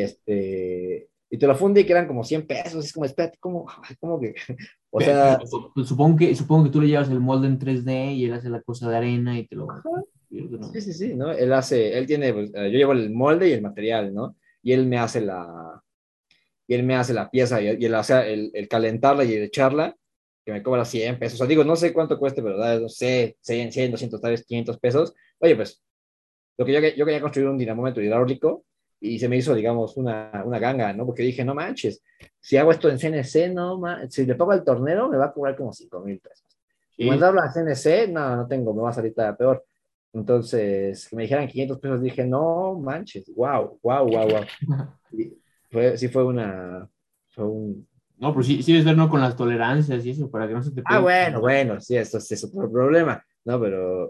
y te lo funde y que eran como 100 pesos, es como, espérate, ¿cómo que? O sea, Pues supongo que tú le llevas el molde en 3D y él hace la cosa de arena y te lo... sí, sí, sí, ¿no? Él tiene, pues, yo llevo el molde y el material, ¿no? Y él me hace la pieza y él hace el calentarla y el echarla, que me cobra 100 pesos. O sea, digo, no sé cuánto cueste, pero no sé, 100, 200, tal vez 500 pesos. Oye, pues, lo que yo quería construir un dinamómetro hidráulico y se me hizo, digamos, una ganga, ¿no? Porque dije, no manches, si hago esto en CNC, no si le pago al tornero, me va a cobrar como 5,000 pesos. Y Sí, mandarlo a CNC, no, no tengo, me va a salir todavía peor. Entonces, que me dijeran 500 pesos, dije, no manches, wow, wow, wow, wow. Y sí fue un... no, pero sí, sí debes ver, ¿no? Con las tolerancias y eso, para que no se te Ah, pegue. bueno, bueno, sí, esto es otro problema, ¿no? Pero...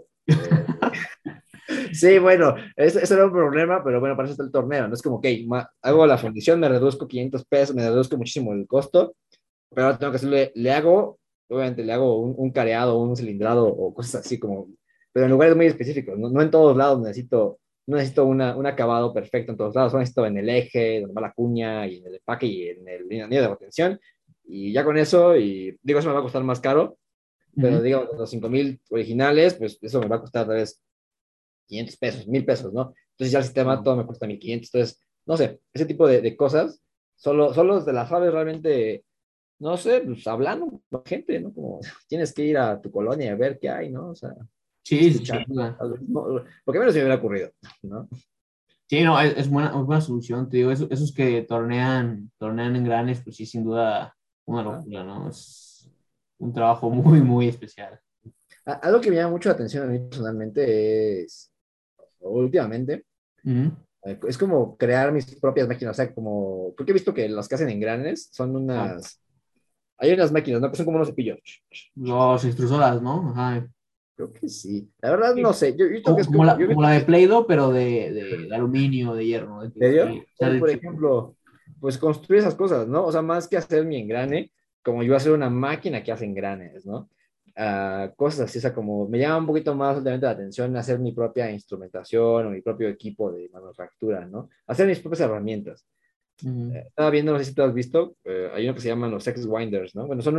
sí, bueno, eso era un problema, pero bueno, para eso está el torneo. No es como, ok, hago la fundición, me reduzco 500 pesos, me reduzco muchísimo el costo, pero ahora tengo que hacerle, obviamente le hago un careado, un cilindrado o cosas así como, pero en lugares muy específicos, no en todos lados no necesito un acabado perfecto en todos lados, solo necesito en el eje, donde va la cuña, y en el empaque y en el anillo de retención, y ya con eso, y digo, eso me va a costar más caro, pero Ujú. digo, los 5,000 originales, pues eso me va a costar tal vez 500 pesos, 1,000 pesos, ¿no? Entonces ya el sistema todo me cuesta 1,500. Entonces, no sé, ese tipo de cosas, solo de las sabes realmente, no sé, pues hablando con la gente, ¿no? Como tienes que ir a tu colonia a ver qué hay, ¿no? O sea, Sí, sí, escuchar, sin duda. porque menos se me hubiera ocurrido, ¿no? Sí, no, es buena solución, te digo, esos que tornean en granes, pues sí, sin duda, una Ajá. locura, ¿no? Es un trabajo muy, muy especial. Algo que me llama mucho la atención a mí personalmente últimamente, Ujú. es como crear mis propias máquinas, o sea, como, porque he visto que las que hacen en granes Ah, hay unas máquinas, ¿no? Que son como unos cepillos. los extrusoras, ¿no? Ajá. Creo que sí. La verdad no Sí. sé. Yo he visto que Como, es como como, la, yo he como visto la de que, Play-Doh, pero de aluminio, de hierro, ¿no? ¿en serio? O sea, Oye, de por chip. ejemplo, pues construir esas cosas, ¿no? O sea, más que hacer mi engrane, como yo hacer una máquina que hace engranes, ¿no? Cosas así, o sea, como me llama un poquito más últimamente la atención hacer mi propia instrumentación o mi propio equipo de manufactura, ¿no? Hacer mis propias herramientas. Ujú. Estaba viendo, no sé si tú has visto, hay uno que se llaman los X-Winders, ¿no? Bueno,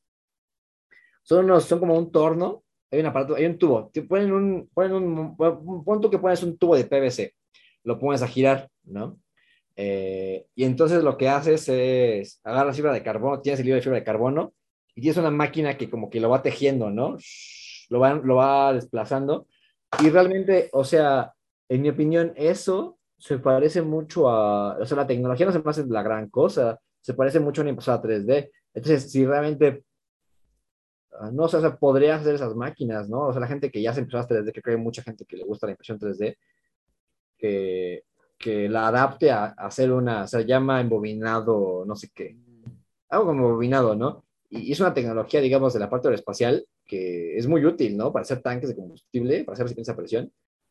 son como un torno, hay un aparato, hay un tubo, pon tú que pones un tubo de PVC, lo pones a girar, ¿no? Y entonces lo que haces es agarras fibra de carbono, tienes el hilo de fibra de carbono y tienes una máquina que como que lo va tejiendo, ¿no? Lo va desplazando y realmente, o sea, en mi opinión, eso se parece mucho o sea, la tecnología no se me hace la gran cosa, se parece mucho a una impresora 3D. Entonces, si realmente no sé, o sea, podrías hacer esas máquinas, ¿no? O sea, la gente que ya se empezó a 3D, que creo que hay mucha gente que le gusta la impresión 3D, que la adapte a hacer se llama embobinado, no sé qué, algo como embobinado, ¿no? Y es una tecnología, digamos, de la parte aeroespacial que es muy útil, ¿no? Para hacer tanques de combustible, para hacer resistencia a presión.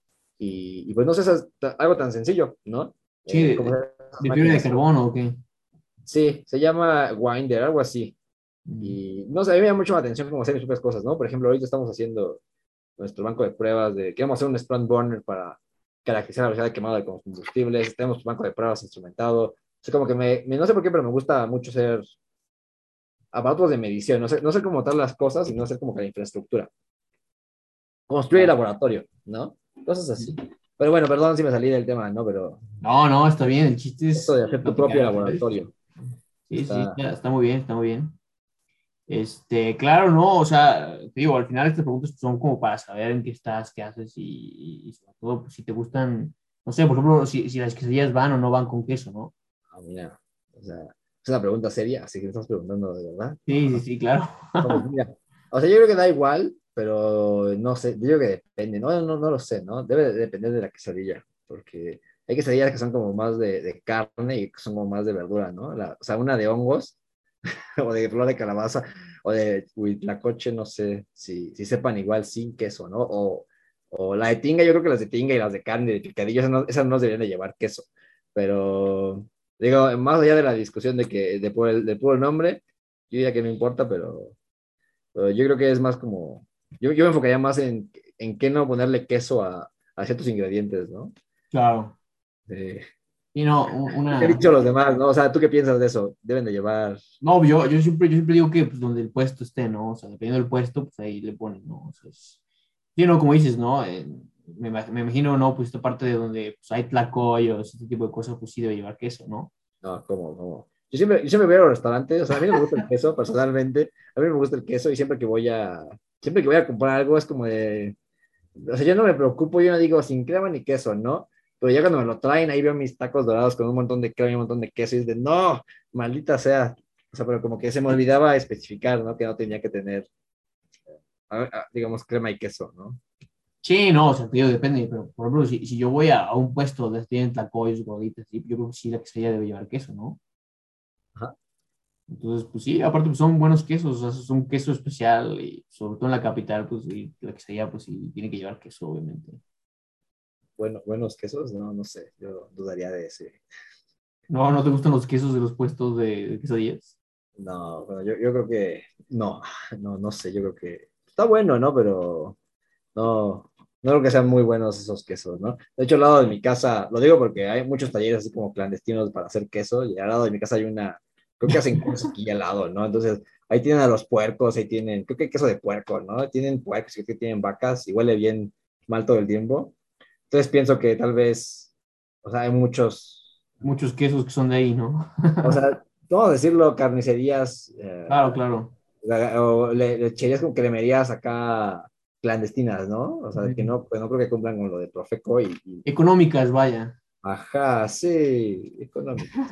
Y pues no sé, algo tan sencillo, ¿no? Sí, Como esas de fibra de máquinas. carbono o qué. Sí, se llama Winder, algo así. Mm. Y no sé, a mí me llama mucho la atención cómo hacer mis propias cosas, ¿no? Por ejemplo, ahorita estamos haciendo nuestro banco de pruebas queremos hacer un Splunk burner para caracterizar la velocidad de quemado de combustibles, tenemos un banco de pruebas instrumentado. O sea, como que no sé por qué, pero me gusta mucho ser aparatos de medición, no sé cómo tal las cosas y no sé cómo que la infraestructura. Construir el laboratorio, ¿no? Cosas así. Pero bueno, perdón si me salí del tema, ¿no? Pero No, no, está bien. El chiste esto es de hacer tu propio platicar, ¿sabes? laboratorio Sí, sí, está... está muy bien, está muy bien. Claro, no, o sea, te digo, al final estas preguntas son como para saber en qué estás, qué haces y sobre todo pues, si te gustan, no sé, por ejemplo, si las quesadillas van o no van con queso, ¿no? Mira, o sea, es una pregunta seria, así que me estás preguntando de verdad. Sí, sí, sí, claro. No, pues mira, o sea, yo creo que da igual, pero no sé, yo creo que depende, no lo sé, ¿no? Debe de depender de la quesadilla, porque hay quesadillas que son como más de carne y que son como más de verdura, ¿no? O sea, una de hongos, o de flor de calabaza, o de huitlacoche, no sé si sepan igual sin queso, ¿no? O la de tinga, yo creo que las de tinga y las de carne, de picadillo, esas no deberían de llevar queso, pero digo, más allá de la discusión de puro nombre, yo diría que no importa, pero yo creo que es más como, yo me enfocaría más en qué no ponerle queso a ciertos ingredientes, ¿no? Claro. Eh, Y no, ¿Qué han dicho los demás, no? O sea, ¿tú qué piensas de eso? Deben de llevar... no, yo siempre digo que pues, donde el puesto esté, ¿no? O sea, dependiendo del puesto, pues ahí le ponen, ¿no? O sea, sí, no, como dices, ¿no? Me imagino, ¿no? Pues esta parte de donde pues, hay tlacoyos, este tipo de cosas, pues sí debe llevar queso, ¿no? No, ¿cómo? Yo siempre voy a los restaurantes, o sea, a mí no me gusta el queso, personalmente, a mí no me gusta el queso y siempre que voy a comprar algo es como de, o sea, yo no me preocupo, yo no digo sin crema ni queso, ¿no? Pero ya cuando me lo traen, ahí veo mis tacos dorados con un montón de crema y un montón de queso y es de, no, maldita sea. O sea, pero como que se me olvidaba especificar, ¿no? Que no tenía que tener, digamos, crema y queso, ¿no? Sí, no, o sea, te digo, depende, pero por ejemplo, si yo voy a un puesto donde tienen tlacoyos, gorditas, ¿sí? Yo creo que sí, la quesadilla debe llevar queso, ¿no? Ajá. Entonces, pues sí, aparte pues son buenos quesos, o sea, es un queso especial y sobre todo en la capital, pues sí, la quesadilla, pues sí, tiene que llevar queso, obviamente. Bueno, buenos quesos, no sé, yo dudaría de ese. No, ¿no te gustan los quesos de los puestos de quesadillas? No, bueno, yo creo que, no sé, yo creo que está bueno, ¿no? Pero no creo que sean muy buenos esos quesos, ¿no? De hecho, al lado de mi casa, lo digo porque hay muchos talleres así como clandestinos para hacer queso, y al lado de mi casa creo que hacen queso aquí al lado, ¿no? Entonces, ahí tienen a los puercos, ahí tienen, creo que hay queso de puerco, ¿no? Tienen puercos, creo que tienen vacas, y huele bien mal todo el tiempo. Entonces, pienso que tal vez, o sea, hay muchos, Muchos quesos que son de ahí, ¿no? o sea, vamos a decirlo, carnicerías, Claro, claro. o lecherías con cremerías acá clandestinas, ¿no? O sea, que no creo que cumplan con lo de Profeco Económicas, vaya. ajá, sí, económicas.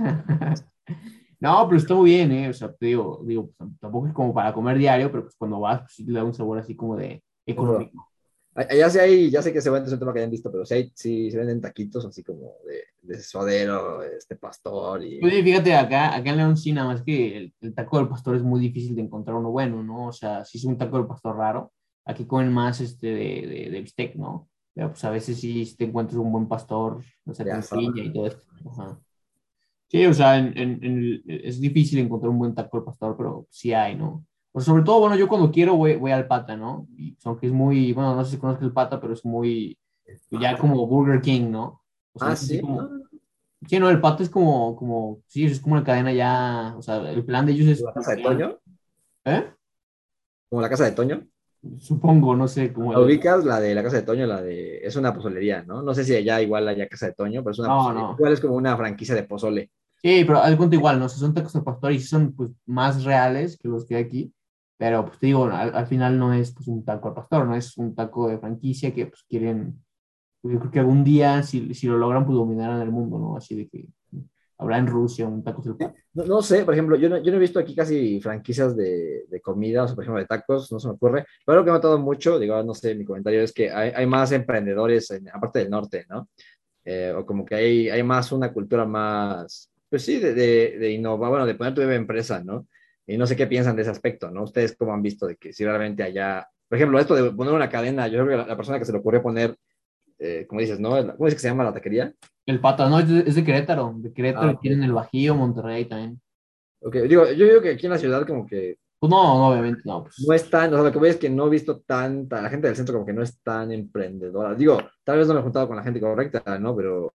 No, pero está muy bien, ¿eh? O sea, te digo, pues, tampoco es como para comer diario, pero pues cuando vas, pues sí le da un sabor así como de Eso. económico. Ya sé que se vende, es un tema que hayan visto, pero sí se venden taquitos así como de suadero, pastor Oye, fíjate, acá en León sí, nada más que el taco del pastor es muy difícil de encontrar uno bueno, ¿no? O sea, si es un taco del pastor raro, aquí comen más de bistec, ¿no? Pero pues a veces sí si te encuentras un buen pastor, o sea, de con asada. piña y todo esto. Ajá. Sí, o sea, es difícil encontrar un buen taco del pastor, pero sí hay, ¿no? Pues sobre todo, bueno, yo cuando quiero voy al Pata, ¿no? Y pues, aunque es muy, bueno, no sé si conozco el Pata, pero es muy, ya Pata. como Burger King, ¿no? O sea, Ah, no es así sí, como, sí, no, el Pata es sí, es como una cadena ya, o sea, el plan de ellos es, la casa de Toño, ¿eh? como la casa de Toño. Supongo, no sé, como ¿La ubicas? La de la casa de Toño, es una pozolería, ¿no? No sé si allá igual haya casa de Toño, pero es una no, pozolería. no. Igual es como una franquicia de pozole. Sí, pero al cuento igual, ¿no? O sea, son tacos al pastor y sí son pues más reales que los que hay aquí, pero pues te digo, al final no es pues un taco al pastor, no es un taco de franquicia que pues quieren, pues, yo creo que algún día si lo logran pues dominarán el mundo, ¿no? Así de que habrá en Rusia un taco del pato. No sé, por ejemplo, yo no he visto aquí casi franquicias de comida, o sea, por ejemplo, de tacos, no se me ocurre. Pero lo que me ha notado mucho, digo, no sé, mi comentario es que hay más emprendedores, aparte del norte, ¿no? o como que hay más una cultura más, pues sí, de innovar, bueno, de poner tu propia empresa, ¿no? Y no sé qué piensan de ese aspecto, ¿no? Ustedes cómo han visto de que si realmente allá, por ejemplo, esto de poner una cadena, yo creo que la persona que se le ocurrió poner, como dices, ¿no? ¿Cómo dices que se llama la taquería? El Pata, no, es de Querétaro Ah, y ok. tienen el Bajío, Monterrey también. Ok, digo, yo digo que aquí en la ciudad como que Pues no, no, obviamente, no, no pues. es tan, o sea, lo que voy es que no he visto tanta, la gente del centro como que no es tan emprendedora. Digo, tal vez no me he juntado con la gente correcta, ¿no? Pero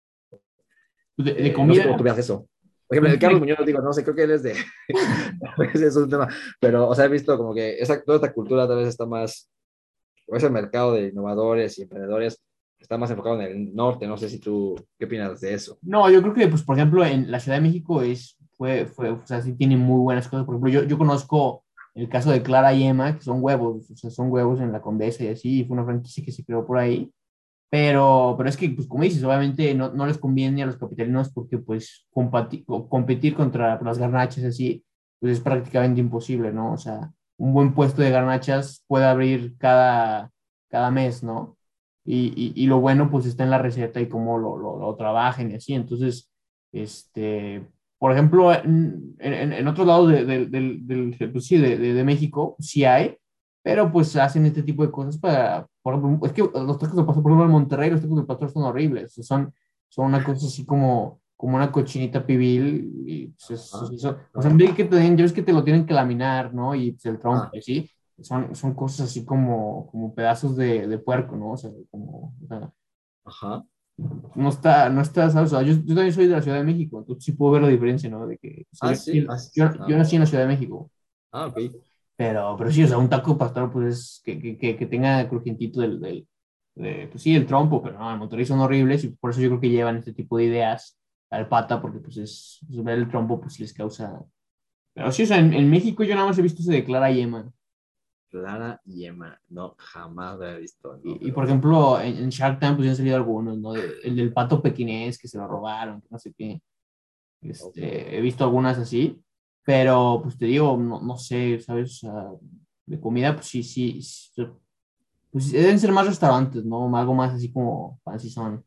De no sé cómo comida, tú veas eso. Por ejemplo, pues, el Carlos Muñoz, digo, no sé, creo que él es de, ese es un tema, pero, o sea, he visto como que toda esta cultura tal vez está más, o ese mercado de innovadores y emprendedores está más enfocado en el norte, no sé si tú, ¿qué opinas de eso? no, yo creo que, pues, por ejemplo, en la Ciudad de México o sea, sí tiene muy buenas cosas. Por ejemplo, yo conozco el caso de Clara y Emma, que son huevos, o sea, son huevos en la Condesa y así, y fue una franquicia que se creó por ahí. Pero es que, pues, como dices, obviamente no les conviene a los capitalinos porque, pues, competir contra las garnachas así, pues es prácticamente imposible, ¿no? O sea, un buen puesto de garnachas puede abrir cada mes, ¿no? Y lo bueno, pues, está en la receta y cómo lo trabajen y así. Entonces, este, por ejemplo, en otros lados pues, sí, de México, sí hay, pero pues hacen este tipo de cosas para, por ejemplo, es que los tacos de pastor, por ejemplo, en Monterrey, los tacos de pastor son horribles, son una cosa así como una cochinita pibil, y pues, Ah, o sea, no. en vez de que ya ves que te lo tienen que laminar, ¿no? Y pues, el trompo, Ah, así, son cosas así como pedazos de puerco, ¿no? O sea, o sea, ajá. no está, ¿sabes? O sea, yo también soy de la Ciudad de México, entonces sí puedo ver la diferencia, ¿no? De que, o sea, Ah, sí. yo nací en la Ciudad de México. Ok. Pero sí, o sea, un taco pastor, pues es que tenga crujientito pues sí, el trompo, pero no, en Monterrey son horribles y por eso yo creo que llevan este tipo de ideas al pata, porque pues ver el trompo, pues sí les causa. Pero sí, o sea, en México yo nada más he visto ese de Clara Yema. Clara y Emma, no, jamás lo he visto, no, Y por ejemplo, en Shark Tank, pues ya han salido algunos, ¿no? El del pato pequinés que se lo robaron, que no sé qué. ok. He visto algunas así, pero pues te digo, no sé, ¿sabes? O sea, de comida, pues sí, sí, pues deben ser más restaurantes, ¿no? Algo más así como fancy son.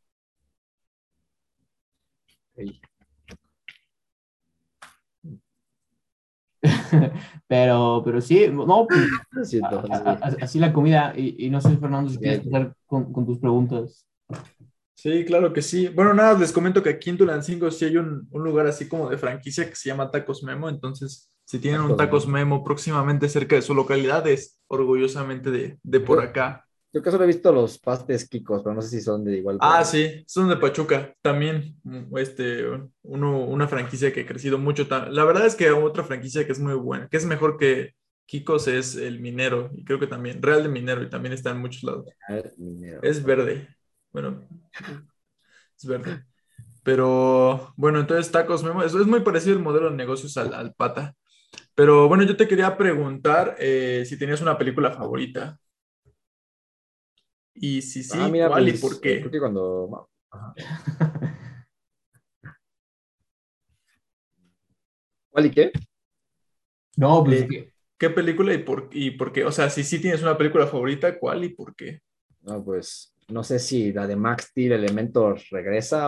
Pero sí, no, pues Lo siento, sí. así la comida. Y no sé, Fernando, si Ok, quieres ok. pasar con tus preguntas. Sí, claro que sí. Bueno, nada, les comento que aquí en Tulancingo sí hay un lugar así como de franquicia que se llama Tacos Memo. Entonces, si tienen un Tacos Tacos Memo. Memo próximamente cerca de su localidad, es orgullosamente de por Creo, acá. creo que solo he visto los pastes Kikos, pero no sé si son de igual por Ah, allá. sí, son de Pachuca. También, una franquicia que ha crecido mucho. La verdad es que otra franquicia que es muy buena, que es mejor que Kikos, es el Minero. Y creo que también, Real de Minero, y también está en muchos lados. A ver, minero. Es verde. Bueno, es verde. Pero bueno, entonces Tacos Memo, eso es muy parecido el modelo de negocios al Pata. Pero bueno, yo te quería preguntar si tenías una película favorita. Y si Ah, sí, mira, ¿cuál y por pues creo qué? que cuando... Ajá. ¿Cuál y qué? No, pues es Eh, que, ¿Qué película y por qué? O sea, si sí tienes una película favorita, ¿cuál y por qué? No, pues no sé si la de Max Steel Elementor regresa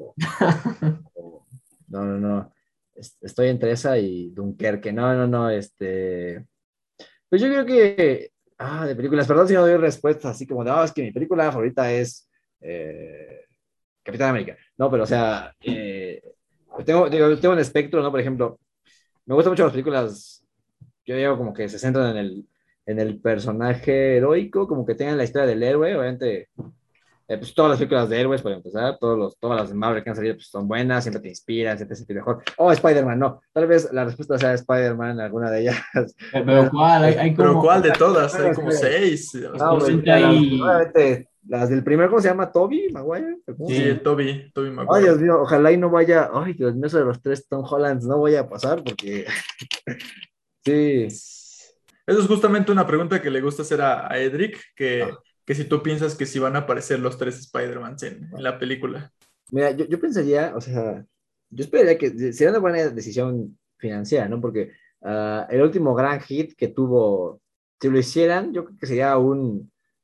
no, no, no. Estoy entre esa y Dunkerque. No, no, no. Pues yo creo que. De películas, perdón si no doy respuestas así como de, es que mi película favorita es eh, Capitán América. No, pero o sea, tengo un espectro, ¿no? Por ejemplo, me gustan mucho las películas, yo digo como que se centran en el personaje heroico, como que tengan la historia del héroe, obviamente. Pues todas las películas de héroes, por empezar, todas las de Marvel que han salido pues, son buenas, siempre te inspiran, siempre te sientes mejor. Spider-Man, no. Tal vez la respuesta sea Spider-Man, alguna de ellas. pero Pero, ¿cuál? Hay, pues, hay Pero como, ¿cuál de todas? bueno, Hay como Spider-Man. seis. O sea, No, pues actualmente mira, hay, obviamente, las del primer, ¿cómo se llama? ¿Toby Maguire? ¿Cómo se sí, sí, llama? el Toby Ay, Maguire. Dios mío, ojalá y no vaya. Ay, Dios mío, eso de los tres Tom Hollands no voy a pasar porque sí. Eso es justamente una pregunta que le gusta hacer a Edric, Ah, que si tú piensas que si van a aparecer los tres Spider-Mans en la película. mira, yo pensaría, o sea, yo esperaría que sería una buena decisión financiera, ¿no? Porque el último gran hit que tuvo, si lo hicieran, yo creo que sería un.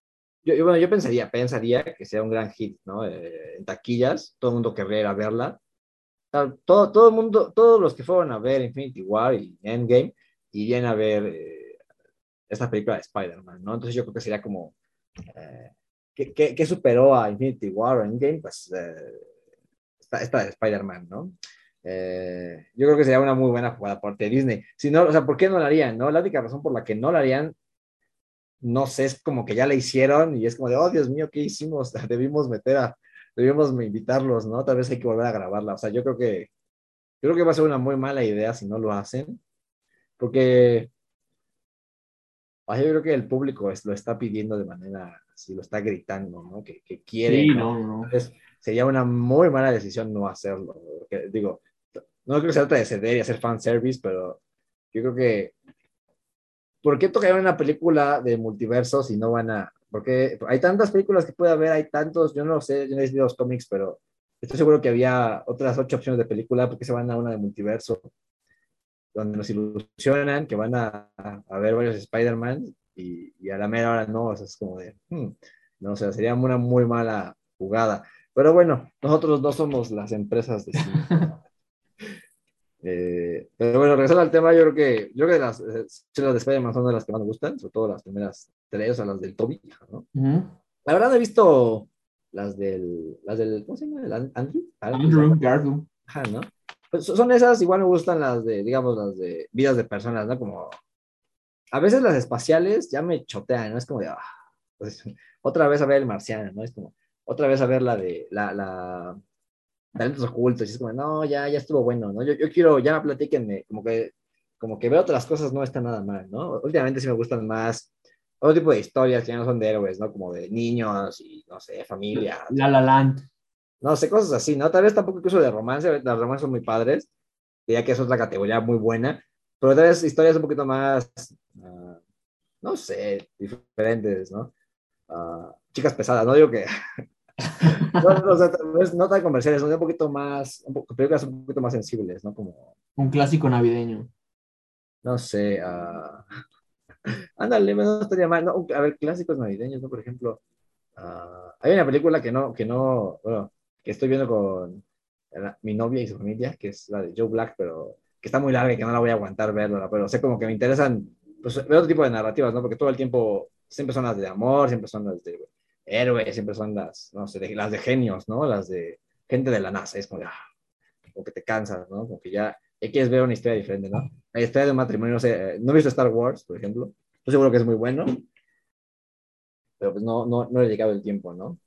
bueno, yo pensaría que sea un gran hit, ¿no? En taquillas, todo el mundo querría ir a verla. Todo el mundo, todos los que fueron a ver Infinity War y Endgame, irían a ver esta película de Spider-Man, ¿no? Entonces yo creo que sería como, eh, ¿qué superó a Infinity War o Endgame? Pues esta de Spider-Man, ¿no? Yo creo que sería una muy buena jugada por parte de Disney. Si no, o sea, ¿por qué no la harían, no? La única razón por la que no la harían, no sé, es como que ya la hicieron y es como de, oh, Dios mío, ¿qué hicimos? Debimos invitarlos, ¿no? Tal vez hay que volver a grabarla. O sea, yo creo que va a ser una muy mala idea si no lo hacen, porque yo creo que el público lo está pidiendo de manera, así lo está gritando, ¿no? Que quiere, Sí, ¿no? no, no. Entonces, sería una muy mala decisión no hacerlo. Porque, digo, no creo que se trata de ceder y hacer fanservice, pero yo creo que, ¿por qué tocarían una película de multiverso si no van a... Porque hay tantas películas que puede haber, hay tantos, yo no sé, yo no he leído los cómics, pero estoy seguro que había otras 8 opciones de película, porque se van a una de multiverso, donde nos ilusionan que van a ver varios Spider-Man y a la mera hora no, o sea, es como de, no, o sea, sería una muy mala jugada. Pero bueno, nosotros no somos las empresas de cine. Pero bueno, regresando al tema, yo creo que las de Spider-Man son de las que más me gustan, sobre todo las primeras tres, o sea, las del Toby, ¿no? Ujú. La verdad he visto las del, ¿cómo se llama? Andrew, Andrew Garfield. ajá, ¿no? Pues son esas, igual me gustan las de, digamos, las de vidas de personas, ¿no? Como, a veces las espaciales ya me chotean, ¿no? Es como de, pues, otra vez a ver el marciano, ¿no? Es como, otra vez a ver la de, la talentos ocultos, y es como, no, ya estuvo bueno, ¿no? Yo quiero, ya platíquenme, como que veo otras cosas, no está nada mal, ¿no? Últimamente sí me gustan más otro tipo de historias que ya no son de héroes, ¿no? Como de niños y, no sé, familia, La La Land. no sé, cosas así, ¿no? Tal vez tampoco incluso de romance, las romances son muy padres, diría que eso es la categoría muy buena, pero tal vez historias un poquito más, ah, no sé, diferentes, ¿no? Chicas pesadas, no digo que, no, no, o sea, tal vez no tan comerciales, son un poquito más, películas un poquito más sensibles, ¿no? Como, Un clásico navideño. no sé, ándale, no estaría mal, no, a ver, clásicos navideños, ¿no? Por ejemplo, hay una película bueno, que estoy viendo con mi novia y su familia, que es la de Joe Black, pero que está muy larga y que no la voy a aguantar verla, pero sé como que me interesan, pues, ver otro tipo de narrativas, ¿no? Porque todo el tiempo siempre son las de amor, siempre son las de héroes, siempre son las, no sé, las de genios, ¿no? Las de gente de la NASA, es como, como que te cansas, ¿no? Como que ya quieres ver una historia diferente, ¿no? La historia de un matrimonio, no sé, no he visto Star Wars, por ejemplo, estoy seguro que es muy bueno, pero pues no le he llegado el tiempo, ¿no?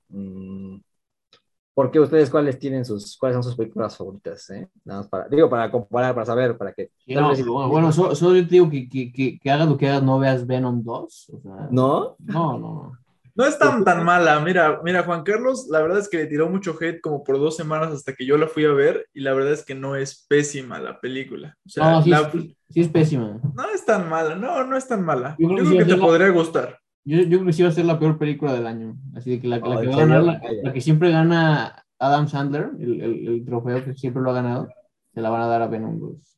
¿Por qué ustedes cuáles son sus películas favoritas, eh? Nada más para comparar, para saber, para que Sí, tal no, vez si pero bueno, solo yo te digo que hagas lo que hagas, no veas Venom 2. O sea, no, no, no. No es ¿por tan, qué tan no? mala. Mira, Juan Carlos, la verdad es que le tiró mucho hate como por 2 semanas hasta que yo la fui a ver y la verdad es que no es pésima la película. O sea, No, sí es pésima. no es tan mala, no es tan mala. Yo creo Yo que sí creo va a que te ser podría gustar. yo creo que sí va a ser la peor película del año. Así de que la Oh, que ¿en va a ganar, serio? la que siempre gana Adam Sandler, el trofeo que siempre lo ha ganado, se la van a dar a Venom 2.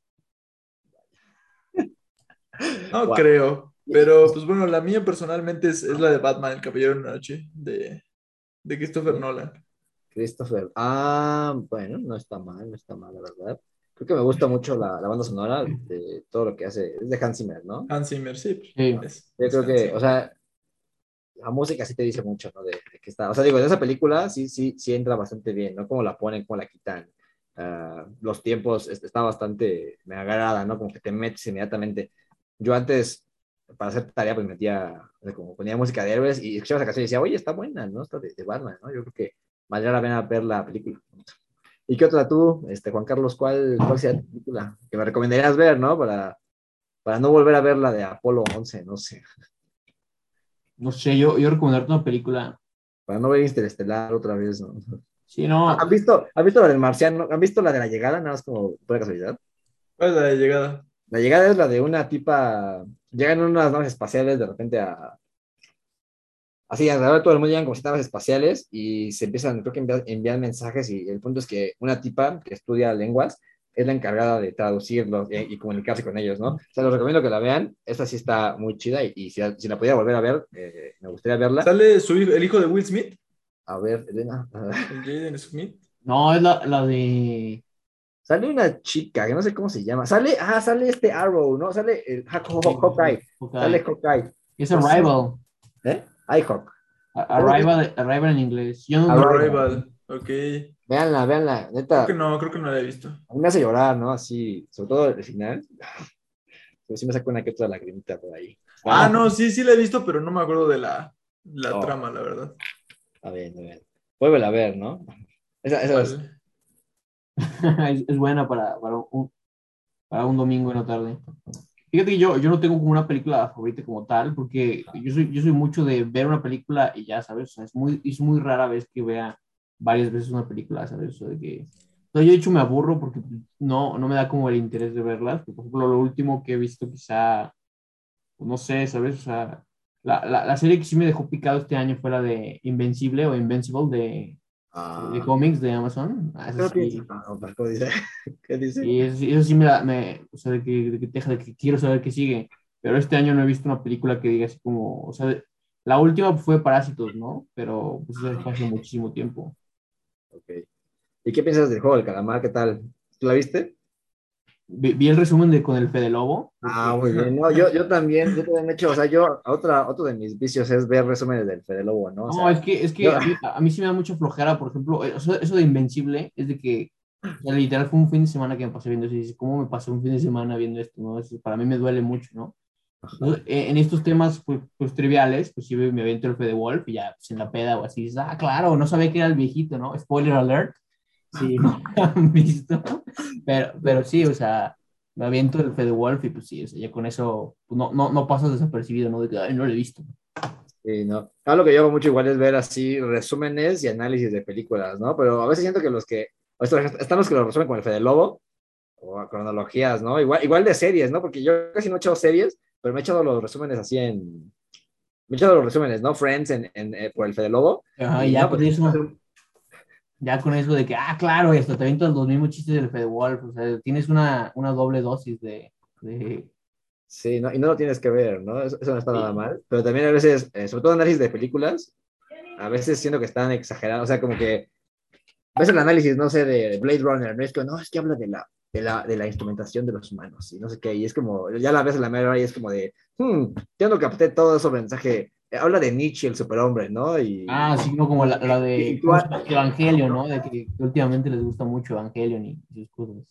No Wow. creo. Pero pues bueno, la mía personalmente es la de Batman, el Caballero de la Noche, de Christopher Nolan. Christopher. Bueno, no está mal, no está mal, la verdad. Creo que me gusta mucho la banda sonora de todo lo que hace. Es de Hans Zimmer, ¿no? Hans Zimmer, sí, Sí. Yo es creo Hans que, o Zimmer. sea, la música sí te dice mucho, ¿no? De que está. O sea, digo, en esa película sí entra bastante bien, ¿no? Cómo la ponen, cómo la quitan. Los tiempos, está bastante, me agrada, ¿no? Como que te metes inmediatamente. Yo antes, para hacer tarea, pues metía, o sea, como ponía música de héroes y escuchaba esa canción y decía, oye, está buena, ¿no? Está de Batman, ¿no? Yo creo que valdría la pena ver la película. ¿Y qué otra tú, Juan Carlos, cuál sería tu película que me recomendarías ver, ¿no? Para no volver a ver la de Apolo 11, no sé. No sé, yo recomendarte una película. Para no ver Interestelar otra vez, ¿no? Sí, no, ¿Han visto la del marciano? ¿Han visto la de la llegada? Nada más como por casualidad. ¿Cuál es la de llegada? La llegada es la de una tipa. Llegan unas naves espaciales de repente así, alrededor de todo el mundo llegan como si naves espaciales y se empiezan, creo que envían mensajes y el punto es que una tipa que estudia lenguas es la encargada de traducirlos y comunicarse con ellos, ¿no? O sea, les recomiendo que la vean. Esta sí está muy chida y si la pudiera volver a ver, me gustaría verla. ¿Sale su hijo, el hijo de Will Smith? A ver, Elena. ¿El Jaden Smith? No, es la de... Sale una chica, que no sé cómo se llama. Sale este Arrow, ¿no? Sale el Hawkeye. Sale Hawkeye. Es No sé. Arrival. iHawk. Arrival en inglés. Yo no, Arrival. Ok. Véanla, neta. Creo que no la he visto. A mí me hace llorar, ¿no? Así, sobre todo el final. Pues sí me saca una que otra lagrimita por ahí. No, sí la he visto, pero no me acuerdo de la Oh. trama, la verdad. A ver. Vuélvela a ver, ¿no? Esa es. ¿Cuál? es buena para un domingo en la tarde. Fíjate que yo no tengo como una película favorita como tal, porque yo soy mucho de ver una película y ya, ¿sabes? O sea, es muy rara vez que vea varias veces una película, ¿sabes? O de que... No, yo de hecho me aburro porque no me da como el interés de verlas. Por ejemplo, lo último que he visto quizá, no sé, ¿sabes? O sea, la serie que sí me dejó picado este año fue la de Invencible o Invincible de cómics de Amazon. Esa sí. ¿Cómo dice? ¿Qué dice? Y eso sí o sea, de que quiero saber qué sigue. Pero este año no he visto una película que diga así como, o sea, la última fue Parásitos, ¿no? Pero pues eso fue hace muchísimo tiempo. Ok. ¿Y qué piensas del juego del calamar? ¿Qué tal? ¿Tú la viste? Vi el resumen con el Fede Lobo. Muy bien. No, yo también he hecho, o sea, otro de mis vicios es ver resúmenes del Fede Lobo, ¿no? O No, sea, es que a mí sí me da mucha flojera, por ejemplo, eso de Invencible es de que, o sea, literal fue un fin de semana que me pasé viendo eso y dices, ¿cómo me pasé un fin de semana viendo esto, no? Para mí me duele mucho, ¿no? Entonces, en estos temas pues, triviales, pues sí me aviento el Fede Wolf y ya pues, en la peda o así, dices, claro, no sabía que era el viejito, ¿no? Spoiler alert, sí, no lo han visto, pero sí, o sea, me aviento el Fede Wolf y pues sí, o sea, ya con eso pues, no pasas desapercibido, ¿no? De que, ay, no lo he visto. sí, ¿no? Lo que yo hago mucho igual es ver así resúmenes y análisis de películas, ¿no? Pero a veces siento que o sea, están los que lo resumen con el Fede Lobo o a cronologías, ¿no? Igual de series, ¿no? Porque yo casi no he echado series, pero me he echado los resúmenes así me he echado los resúmenes, ¿no? Friends por el Fede Lobo. Ajá, Y y ya no, con pues, eso, ya con eso de que, claro, esto, te avientas los mismos chistes del Fede Wolf, o sea, tienes una doble dosis de... sí, ¿no? Y no lo tienes que ver, ¿no? Eso no está nada Sí. mal. Pero también a veces, sobre todo análisis de películas, a veces siento que están exagerados. O sea, como que ves el análisis, no sé, de Blade Runner, ¿no? Es que habla de la instrumentación de los humanos y no sé qué. Y es como, ya la ves en la mera hora y es como de, yo no capté todo ese mensaje. Habla de Nietzsche, el superhombre, ¿no? Sí, no como la Y de tú, ¿cómo se llama? Evangelio, ¿no? De que últimamente les gusta mucho Evangelion y sus cosas.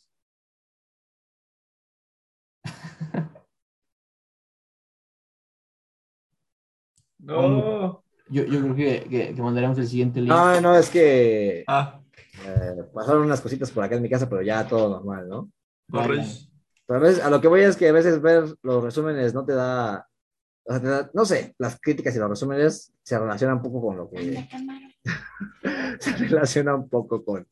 Oye, No. yo creo que mandaremos el siguiente link. no, es que Ah, pasaron unas cositas por acá en mi casa, pero ya todo normal, ¿no? Ya, ya. Torres. Pero a veces, a lo que voy es que a veces ver los resúmenes no te da, o sea, no sé, las críticas y los resúmenes se relacionan un poco con lo que se relaciona un poco con,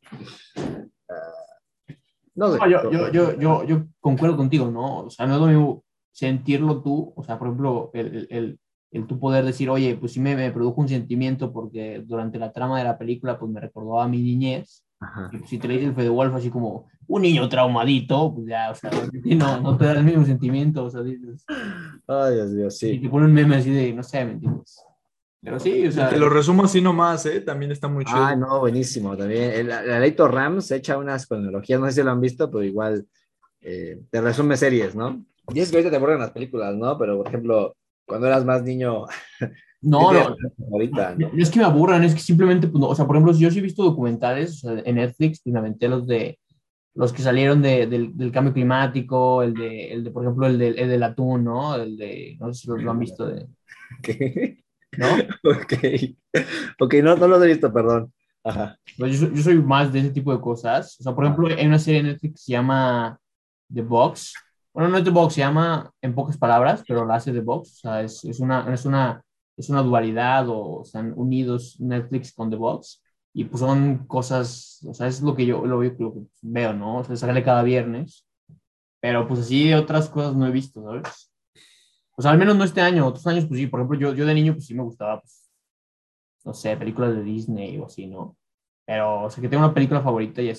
no sé. No, yo concuerdo contigo, ¿no? O sea, no es lo mismo sentirlo tú, o sea, por ejemplo, el tú poder decir, oye, pues sí me produjo un sentimiento porque durante la trama de la película, pues me recordó a mi niñez. Ajá. Y pues, si te le dice el Fede Wolf así como un niño traumadito, pues ya, o sea, no te da el mismo sentimiento, o sea, dices, Ay, Dios mío, y sí. te pone un meme así de, no sé, ¿me entiendes? Pero sí, o Y sea, te lo resumo así nomás, ¿eh? También está muy chido. No, buenísimo también. El Aleito Rams echa unas cronologías, no sé si lo han visto, pero igual te resume series, ¿no? Y es que ahorita te aburren las películas, ¿no? Pero, por ejemplo, cuando eras más niño, ¿qué no, tienes no, ahorita, no no? es que me aburran, es que simplemente, pues, no, o sea, por ejemplo, si yo sí he visto documentales, o sea, en Netflix, pues me aventé los que salieron del cambio climático, por ejemplo, el del atún, ¿no? No sé si lo han visto, ¿Qué? ¿no? Ok. Ok, no lo he visto, perdón. Ajá. Pues yo soy más de ese tipo de cosas. O sea, por ejemplo, hay una serie en Netflix que se llama The Box. Bueno, no es The Box, se llama en pocas palabras, pero la hace The Box. O sea, es una dualidad o están unidos Netflix con The Box. Y pues son cosas, o sea, es lo que lo que veo, ¿no? O sea, sale cada viernes. Pero pues así otras cosas no he visto, ¿sabes? O sea, al menos no este año, otros años, pues sí. Por ejemplo, yo de niño, pues sí me gustaba, pues, no sé, películas de Disney o así, ¿no? Pero, o sea, que tengo una película favorita y así,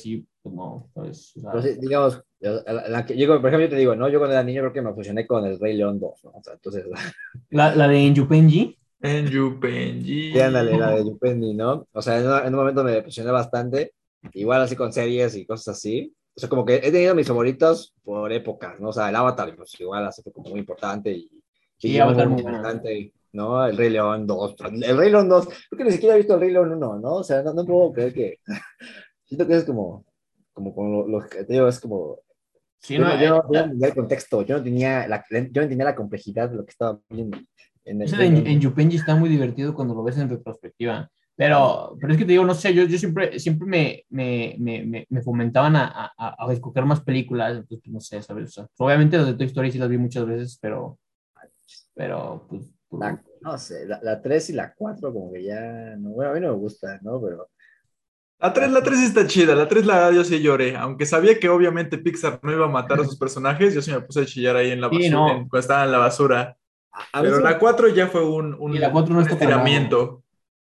pues no, ¿sabes? O sea, Pero sí, digamos, yo, por ejemplo, yo te digo, ¿no? Yo cuando era niño creo que me fusioné con el Rey León 2, ¿no? O sea, entonces, la de Yupenji. En sí, ándale, la Yupenji. de Yupendi, ¿no? O sea, en un momento me fusioné bastante, igual así con series y cosas así. O sea, como que he tenido mis favoritos por épocas, ¿no? O sea, el Avatar, pues igual así fue como muy importante y Sí, Digimon Avatar muy muy buena. importante, ¿no? El Rey León 2, el Rey León 2, creo que ni siquiera he visto el Rey León 1, ¿no? O sea, no puedo creer que, siento que es como lo que te digo, es como, Sí, no, yo no tenía el contexto, yo no tenía la complejidad de lo que estaba viendo. ese en Yupenji está muy divertido cuando lo ves en retrospectiva. Ándale. Pero es que te digo, no sé, yo siempre me fomentaban a escoger más películas, entonces, pues, no sé, ¿sabes? O sea, obviamente las de Toy Story sí las vi muchas veces, pero pues, No sé, la 3 y la 4 como que ya, no, bueno, a mí no me gusta, ¿no? Pero la- La 3 está chida, la 3 la verdad yo sí lloré, aunque sabía que obviamente Pixar no iba a matar a sus personajes, yo sí me puse a chillar ahí en la sí, basura, no, cuando estaban en la basura, a mí pero sí la 4 ya fue y la 4 no un está para nada. estiramiento.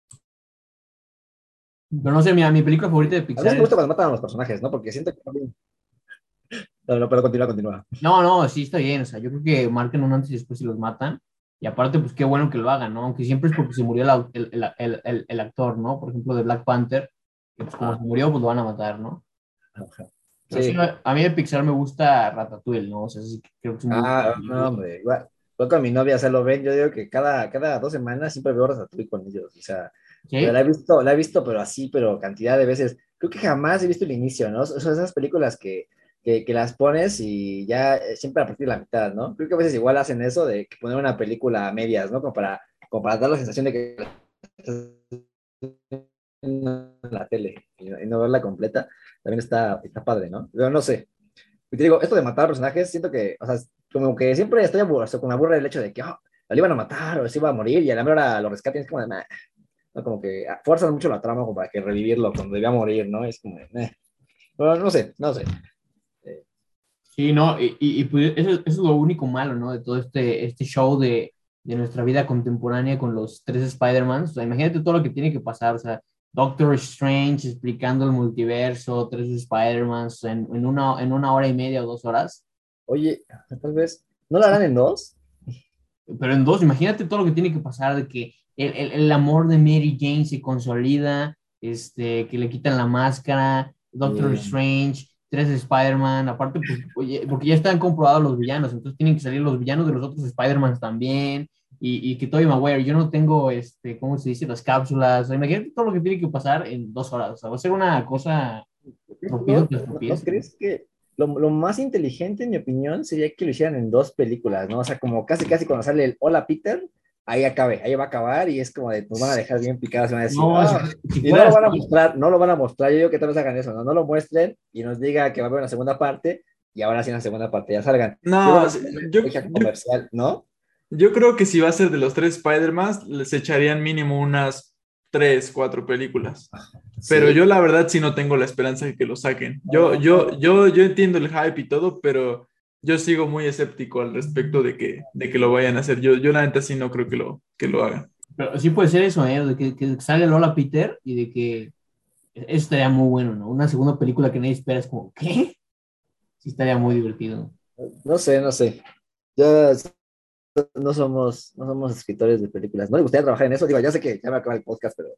Pero no sé, mi película favorita de a mí sí Pixar me gusta es... cuando matan a los personajes, ¿no? Porque siento que... No, no, pero continúa. No, no, sí está bien, o sea, yo creo que marcan un antes y después si los matan, y aparte, pues qué bueno que lo hagan, ¿no? Aunque siempre es porque se murió el actor, ¿no? Por ejemplo, de Black Panther, que pues como Ah, se murió, pues lo van a matar, ¿no? ajá. Pero sí, Sí. a mí de Pixar me gusta Ratatouille, ¿no? O sea, sí que creo que es muy No, divertido. hombre, igual con mi novia, se lo ven, yo digo que cada 2 semanas siempre veo Ratatouille con ellos, o sea, pero ¿Sí? la he visto, pero así, pero cantidad de veces. Creo que jamás he visto el inicio, ¿no? Son esas películas que las pones y ya siempre a partir de la mitad, ¿no? Creo que a veces igual hacen eso de que poner una película a medias, ¿no? Como para dar la sensación de que estás en la tele y no verla completa, también está padre, ¿no? Pero no sé. Y te digo, esto de matar personajes, siento que, o sea, como que siempre estoy aburrido, o sea, como me aburre el hecho de que, lo iban a matar o se iba a morir y a la mera hora lo rescaten, es como de, "Meh", ¿no? Como que fuerzan mucho la trama como para que revivirlo cuando debía morir, ¿no? Es como de, "Meh". Bueno, no sé. Eh, Sí, no, pues eso es lo único malo, ¿no? De todo este show de nuestra vida contemporánea con los tres Spider-Mans. O sea, imagínate todo lo que tiene que pasar, o sea, Doctor Strange explicando el multiverso, tres Spider-Mans en una hora y media o 2 horas. Oye, tal vez, ¿no la harán en dos? Pero en dos, imagínate todo lo que tiene que pasar, de que el amor de Mary Jane se consolida, que le quitan la máscara, Doctor Strange, tres Spider-Man, aparte, pues, oye, porque ya están comprobados los villanos, entonces tienen que salir los villanos de los otros Spider-Man también, y que Tobey Maguire, yo no tengo, ¿cómo se dice? Las cápsulas, o sea, imagínate todo lo que tiene que pasar en 2 horas, o sea, va a ser una cosa tropiezo ¿No, tras no tropiezo. crees que lo más inteligente, en mi opinión, sería que lo hicieran en dos películas, ¿no? O sea, como casi cuando sale el Hola Peter, ahí va a acabar y es como de, nos van a dejar bien picados y van a decir, No, si y no fuera lo van a así, mostrar, no lo van a mostrar, yo digo que tal vez hagan eso, ¿no? No lo muestren y nos diga que va a haber una segunda parte y ahora sí en la segunda parte ya salgan. Yo creo No, que es una estrategia comercial, ¿no? yo creo que si va a ser de los tres Spider-Man, les echarían mínimo unas 3, 4 películas. Pero Sí. yo la verdad sí no tengo la esperanza de que lo saquen. Yo entiendo el hype y todo, pero yo sigo muy escéptico al respecto de que lo vayan a hacer. Yo la neta sí no creo que lo hagan. pero sí puede ser eso, ¿eh? De que sale Lola Peter y de que eso estaría muy bueno, ¿no? Una segunda película que nadie espera es como, ¿qué? Sí, estaría muy divertido. No sé. Ya no somos escritores de películas. ¿No les gustaría trabajar en eso? Digo, ya sé que ya me acaba el podcast, pero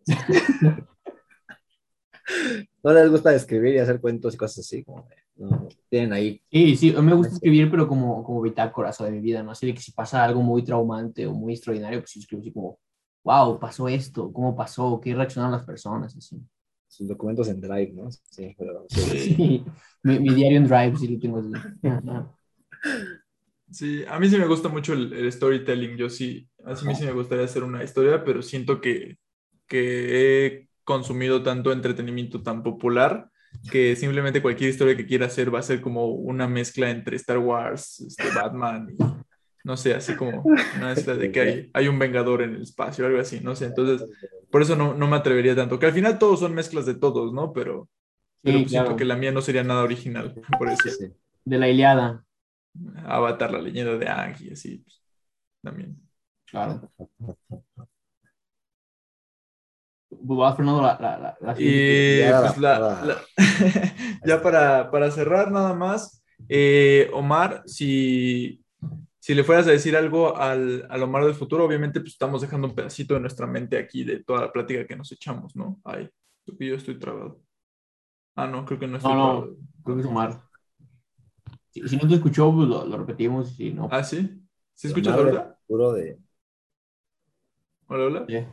no les gusta escribir y hacer cuentos y cosas así, como no, tienen ahí. Sí, sí, a mí me gusta escribir, pero como bitácoras o de mi vida, ¿no? Así de que si pasa algo muy traumante o muy extraordinario, pues sí escribo así como, wow, pasó esto, ¿cómo pasó? ¿Qué reaccionaron las personas? Así. Sus documentos en Drive, ¿no? Sí, pero sí. Sí, Sí, mi diario en Drive sí lo tengo así. Ajá. sí, a mí sí me gusta mucho el storytelling. Yo sí, así a mí sí me gustaría hacer una historia, pero siento que he consumido tanto entretenimiento tan popular que simplemente cualquier historia que quiera hacer va a ser como una mezcla entre Star Wars, Batman y no sé, así como una mezcla de que hay un Vengador en el espacio o algo así, no sé. Entonces, por eso no me atrevería tanto. Que al final todos son mezclas de todos, ¿no? Pero Sí, pues siento que claro, la mía no sería nada original, por eso. Sí. de la Ilíada, Avatar, la leyenda de Aang y así, pues, también. claro. vas, Fernando, la siguiente. Y Ya pues ya para cerrar nada más, Omar, si le fueras a decir algo al Omar del futuro, obviamente pues estamos dejando un pedacito de nuestra mente aquí de toda la plática que nos echamos, ¿no? Ay, creo que yo estoy trabado. Ah, no, creo que no estoy No, trabado. creo que es Omar. Si no te escuchó, pues lo repetimos, y si no, Ah, ¿sí? ¿Sí el escuchas Omar del ahorita? futuro de... Hola, hola. sí.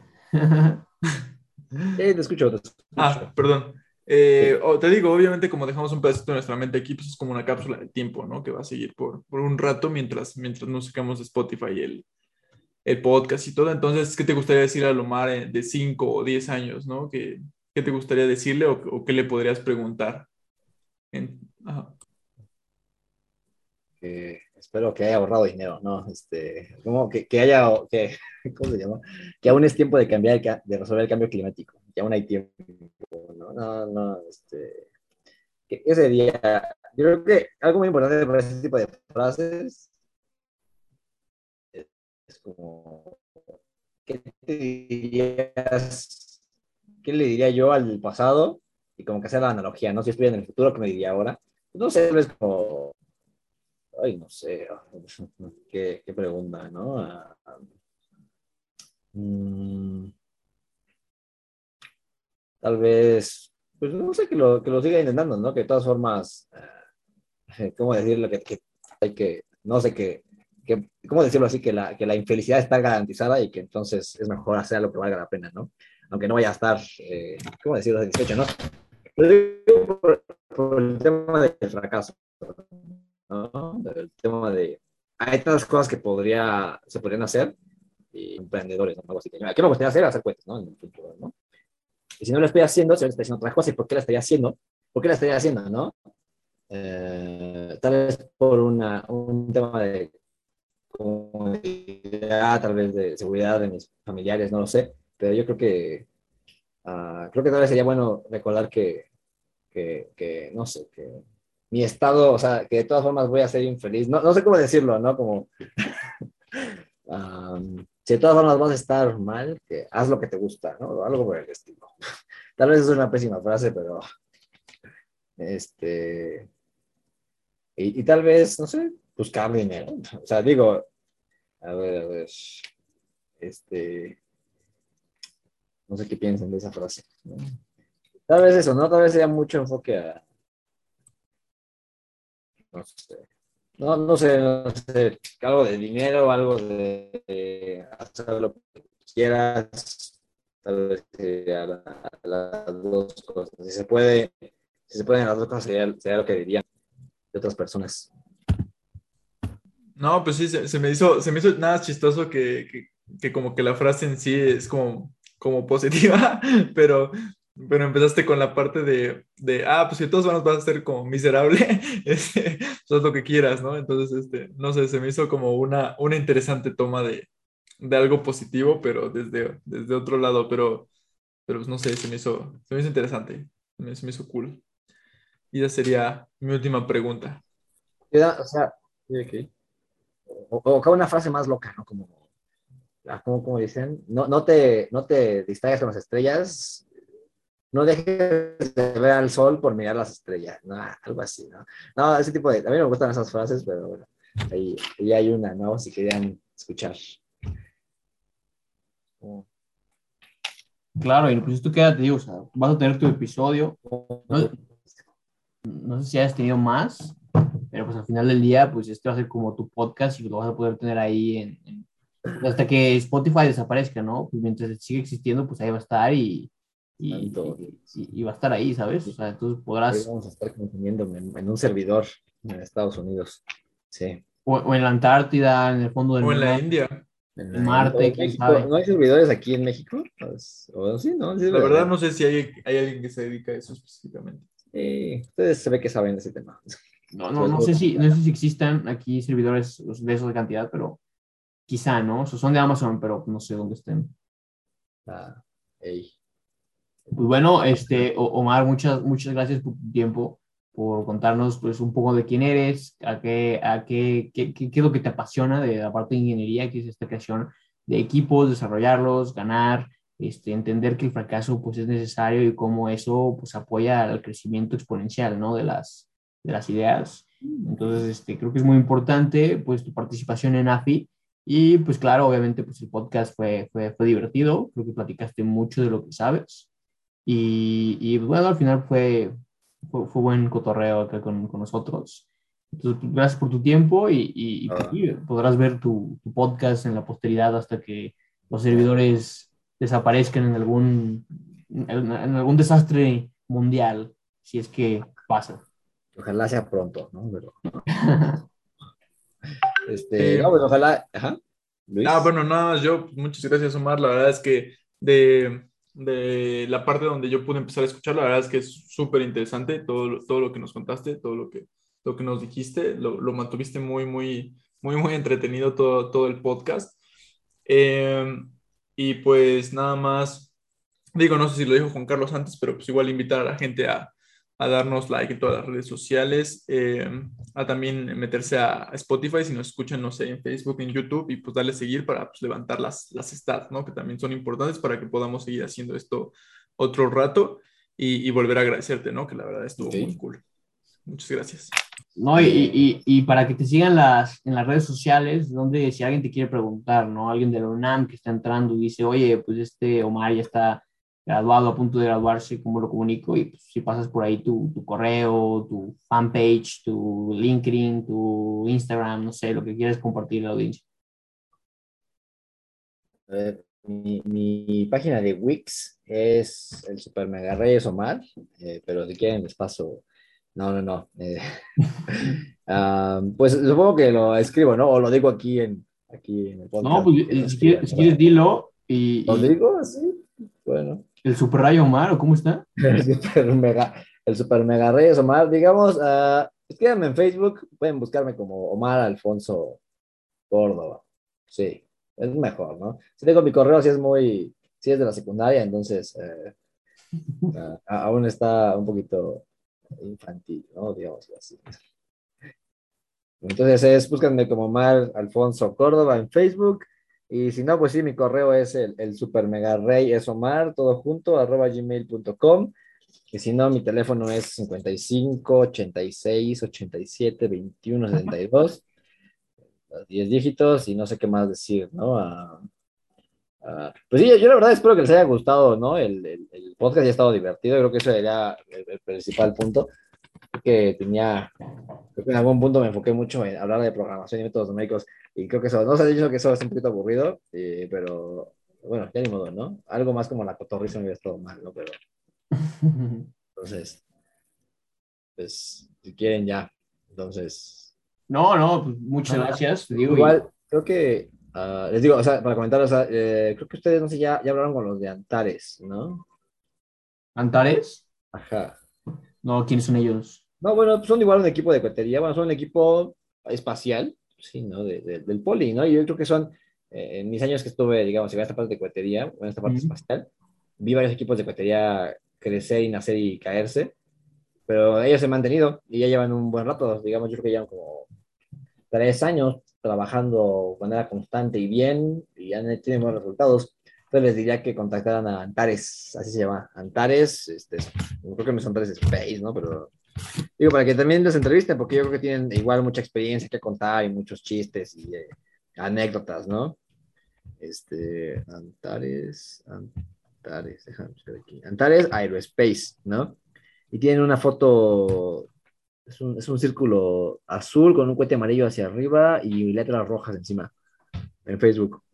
te escucho, te Ah, escucho. perdón. Sí. Te digo, obviamente, como dejamos un pedacito de nuestra mente aquí, pues es como una cápsula de tiempo, ¿no? Que va a seguir por un rato mientras nos sacamos de Spotify el podcast y todo. Entonces, ¿qué te gustaría decir a Lomar de 5 o 10 años, ¿no? ¿Qué te gustaría decirle o qué le podrías preguntar? Ajá. Espero que haya ahorrado dinero, ¿no? Como que haya, ¿cómo se llama? Que aún es tiempo de cambiar, de resolver el cambio climático, que aún hay tiempo, ¿no? No, no, que ese día, yo creo que algo muy importante para ese tipo de frases es como, ¿qué te dirías, qué le diría yo al pasado? Y como que hacer la analogía, ¿no? Si estuviera en el futuro, ¿qué me diría ahora? No sé, es como, ay, no sé, qué pregunta, ¿no? Mm, tal vez, pues no sé, que lo siga intentando, ¿no? Que de todas formas, ¿cómo decirlo? No sé, ¿cómo decirlo así? Que la infelicidad está garantizada y que entonces es mejor hacer lo que valga la pena, ¿no? Aunque no vaya a estar, ¿cómo decirlo? Satisfecho, ¿no? Lo digo por el tema del fracaso, ¿no? El tema de, hay tantas cosas que se podrían hacer y emprendedores, ¿no? Algo así que, ¿qué me gustaría hacer? Hacer cuentas, ¿no? En el futuro, ¿no? Y si no lo estoy haciendo, si no estoy haciendo otra cosa, ¿y por qué la estaría haciendo? ¿Por qué la estaría haciendo, no? Tal vez por un tema de comodidad, tal vez de seguridad de mis familiares, no lo sé, pero yo creo que tal vez sería bueno recordar que no sé, que mi estado, o sea, que de todas formas voy a ser infeliz, no sé cómo decirlo, ¿no? Como, si de todas formas vas a estar mal, que haz lo que te gusta, ¿no? Algo por el estilo. Tal vez es una pésima frase, pero este, y tal vez, no sé, buscar dinero. O sea, digo, a ver, no sé qué piensan de esa frase, ¿no? Tal vez eso, ¿no? Tal vez sea mucho enfoque a, no sé, no sé, algo de dinero, algo de hacer lo que quieras, tal vez las dos cosas. Si se pueden las dos cosas, sería lo que dirían de otras personas. No, pues sí, se me hizo nada chistoso que como que la frase en sí es como positiva, pero empezaste con la parte de pues si todos vas a ser como miserable, pues haz lo que quieras, ¿no? Entonces, no sé, se me hizo como una interesante toma de algo positivo, pero desde otro lado, pero pues no sé, se me hizo interesante, se me hizo cool. Y esa sería mi última pregunta. O sea, sí, ok. O acá una frase más loca, ¿no? Como dicen, no te distraigas con las estrellas, no dejes de ver al sol por mirar las estrellas, no, algo así, ¿no? No, ese tipo a mí me gustan esas frases, pero bueno, ahí hay una, ¿no? Si querían escuchar. Oh, Claro, y pues esto queda, te digo, o sea, vas a tener tu episodio. No, oh, no sé si has tenido más, pero pues al final del día, pues este va a ser como tu podcast y lo vas a poder tener ahí hasta que Spotify desaparezca, ¿no? Pues mientras siga existiendo, pues ahí va a estar tanto, y va a estar ahí, ¿sabes? O sea, entonces ahí podrás, vamos a estar consumiéndome en un servidor en Estados Unidos, sí. o en la Antártida, en el fondo del O en la mar, India. en Marte, En quién México, sabe. ¿no hay servidores aquí en México? Pues, o sí, ¿no? Sí La debe de verdad haber. no sé si hay alguien que se dedica a eso específicamente. Ustedes se ve que saben de ese tema. No, no, Sobre no todo sé si, no sé si existan aquí servidores de esa cantidad, pero quizá, ¿no? O sea, son de Amazon, pero no sé dónde estén. ah, ey. Pues bueno, Omar, muchas gracias por tu tiempo, por contarnos pues un poco de quién eres, qué es lo que te apasiona de la parte de ingeniería, que es esta creación de equipos, desarrollarlos, ganar, entender que el fracaso pues es necesario y cómo eso pues apoya al crecimiento exponencial, ¿no? De las ideas. Entonces, creo que es muy importante pues tu participación en AFI y pues claro, obviamente pues el podcast fue divertido, creo que platicaste mucho de lo que sabes y bueno, al final fue buen cotorreo acá con nosotros. Entonces, pues, gracias por tu tiempo y pues, Ah, sí, podrás ver tu podcast en la posteridad hasta que los servidores desaparezcan en algún desastre mundial, si es que pasa. ojalá sea pronto, ¿no? Pero, Sí. no, pues ojalá, ajá, Luis. Bueno, nada más yo, pues, muchas gracias, Omar. La verdad es que de la parte donde yo pude empezar a escuchar, la verdad es que es súper interesante todo lo que nos contaste, lo que nos dijiste, lo mantuviste muy, muy, muy, muy entretenido todo el podcast. Eh, y pues nada más, digo, no sé si lo dijo Juan Carlos antes, pero pues igual invitar a la gente a darnos like en todas las redes sociales, a también meterse a Spotify si nos escuchan, no sé, en Facebook, en YouTube, y pues darle seguir para pues, levantar las stats, ¿no? Que también son importantes para que podamos seguir haciendo esto otro rato y volver a agradecerte, ¿no? Que la verdad estuvo muy Ok. cool. Muchas gracias. No, y para que te sigan en las redes sociales, donde si alguien te quiere preguntar, ¿no? Alguien de la UNAM que está entrando y dice, oye, pues Omar ya está graduado, a punto de graduarse, ¿cómo lo comunico? Y pues, si pasas por ahí tu correo, tu fanpage, tu LinkedIn, tu Instagram, no sé, lo que quieras compartir a la audiencia. Mi página de Wix es el Super Mega Reyes Omar, pero si quieren les paso. No, no, no. Pues supongo que lo escribo, ¿no? O lo digo aquí en el No, podcast. pues Que lo si quieres, dilo. ¿Lo Y digo así? Bueno. el Super Rayo Omar, ¿o cómo está? El Super Mega Reyes Omar, digamos, escríbanme en Facebook, pueden buscarme como Omar Alfonso Córdoba. Sí, es mejor, ¿no? Si tengo mi correo, sí es de la secundaria, entonces aún está un poquito infantil, ¿no? Digamos así. Entonces búscanme como Omar Alfonso Córdoba en Facebook. Y si no, pues sí, mi correo es el super mega rey es Omar, todo junto, @gmail.com. Y si no, mi teléfono es 55 86 87 21 72, los 10 dígitos, y no sé qué más decir, ¿no? Pues sí, yo la verdad espero que les haya gustado, ¿no? El podcast ya ha estado divertido, creo que eso era el principal punto, creo que en algún punto me enfoqué mucho en hablar de programación y métodos numéricos, y creo que eso, no sé, dicho que eso es un poquito aburrido, pero bueno, ya ni modo, ¿no? Algo más como la cotorrisa me hubiera estado mal, ¿no? Pero entonces, pues, si quieren ya, entonces, No, no, pues muchas ajá. gracias, te digo, y Igual, creo que, les digo, o sea, para comentar, o sea, creo que ustedes, no sé, ya hablaron con los de Antares, ¿no? Antares, Ajá. no, ¿quiénes son ellos? No, bueno, son igual un equipo de cohetería, bueno, son un equipo espacial, sí, ¿no? Del Poli, ¿no? Y yo creo que son, en mis años que estuve, digamos, en esta parte de cohetería, o en esta parte Ujú. espacial, vi varios equipos de cohetería crecer y nacer y caerse, pero ellos se han mantenido y ya llevan un buen rato, digamos, yo creo que llevan como 3 años trabajando de manera constante y bien, y ya tienen buenos resultados. Entonces les diría que contactaran a Antares, así se llama, Antares, creo que no es Antares Space, ¿no? Pero digo, para que también les entrevisten, porque yo creo que tienen igual mucha experiencia que contar y muchos chistes y anécdotas, ¿no? Antares, déjame buscar aquí. Antares Aerospace, ¿no? Y tienen una foto, es un círculo azul con un cohete amarillo hacia arriba y letras rojas encima, en Facebook.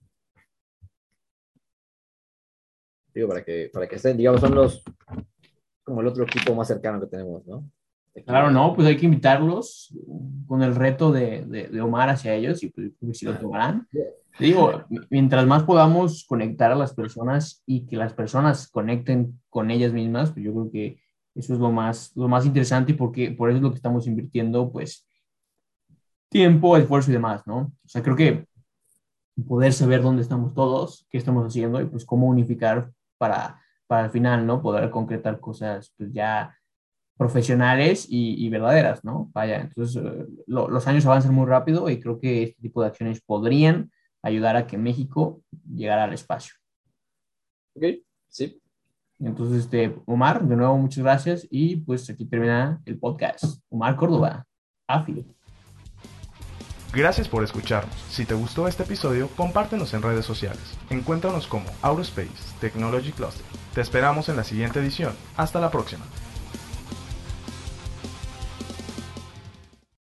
Digo, para que estén, digamos, son como el otro equipo más cercano que tenemos, ¿no? Aquí Claro, no, pues hay que invitarlos con el reto de Omar hacia ellos y pues si lo tomarán. Te digo, mientras más podamos conectar a las personas y que las personas conecten con ellas mismas, pues yo creo que eso es lo más interesante y porque por eso es lo que estamos invirtiendo, pues tiempo, esfuerzo y demás, ¿no? O sea, creo que poder saber dónde estamos todos, qué estamos haciendo y pues cómo unificar para al final, ¿no? Poder concretar cosas pues ya profesionales y verdaderas, ¿no? Vaya, entonces los años avanzan muy rápido y creo que este tipo de acciones podrían ayudar a que México llegara al espacio. Ok, sí. Entonces, Omar, de nuevo, muchas gracias y pues aquí termina el podcast. Omar Córdoba, AFI. Gracias por escucharnos. Si te gustó este episodio, compártenos en redes sociales. Encuéntranos como Aurospace Technology Cluster. Te esperamos en la siguiente edición. Hasta la próxima.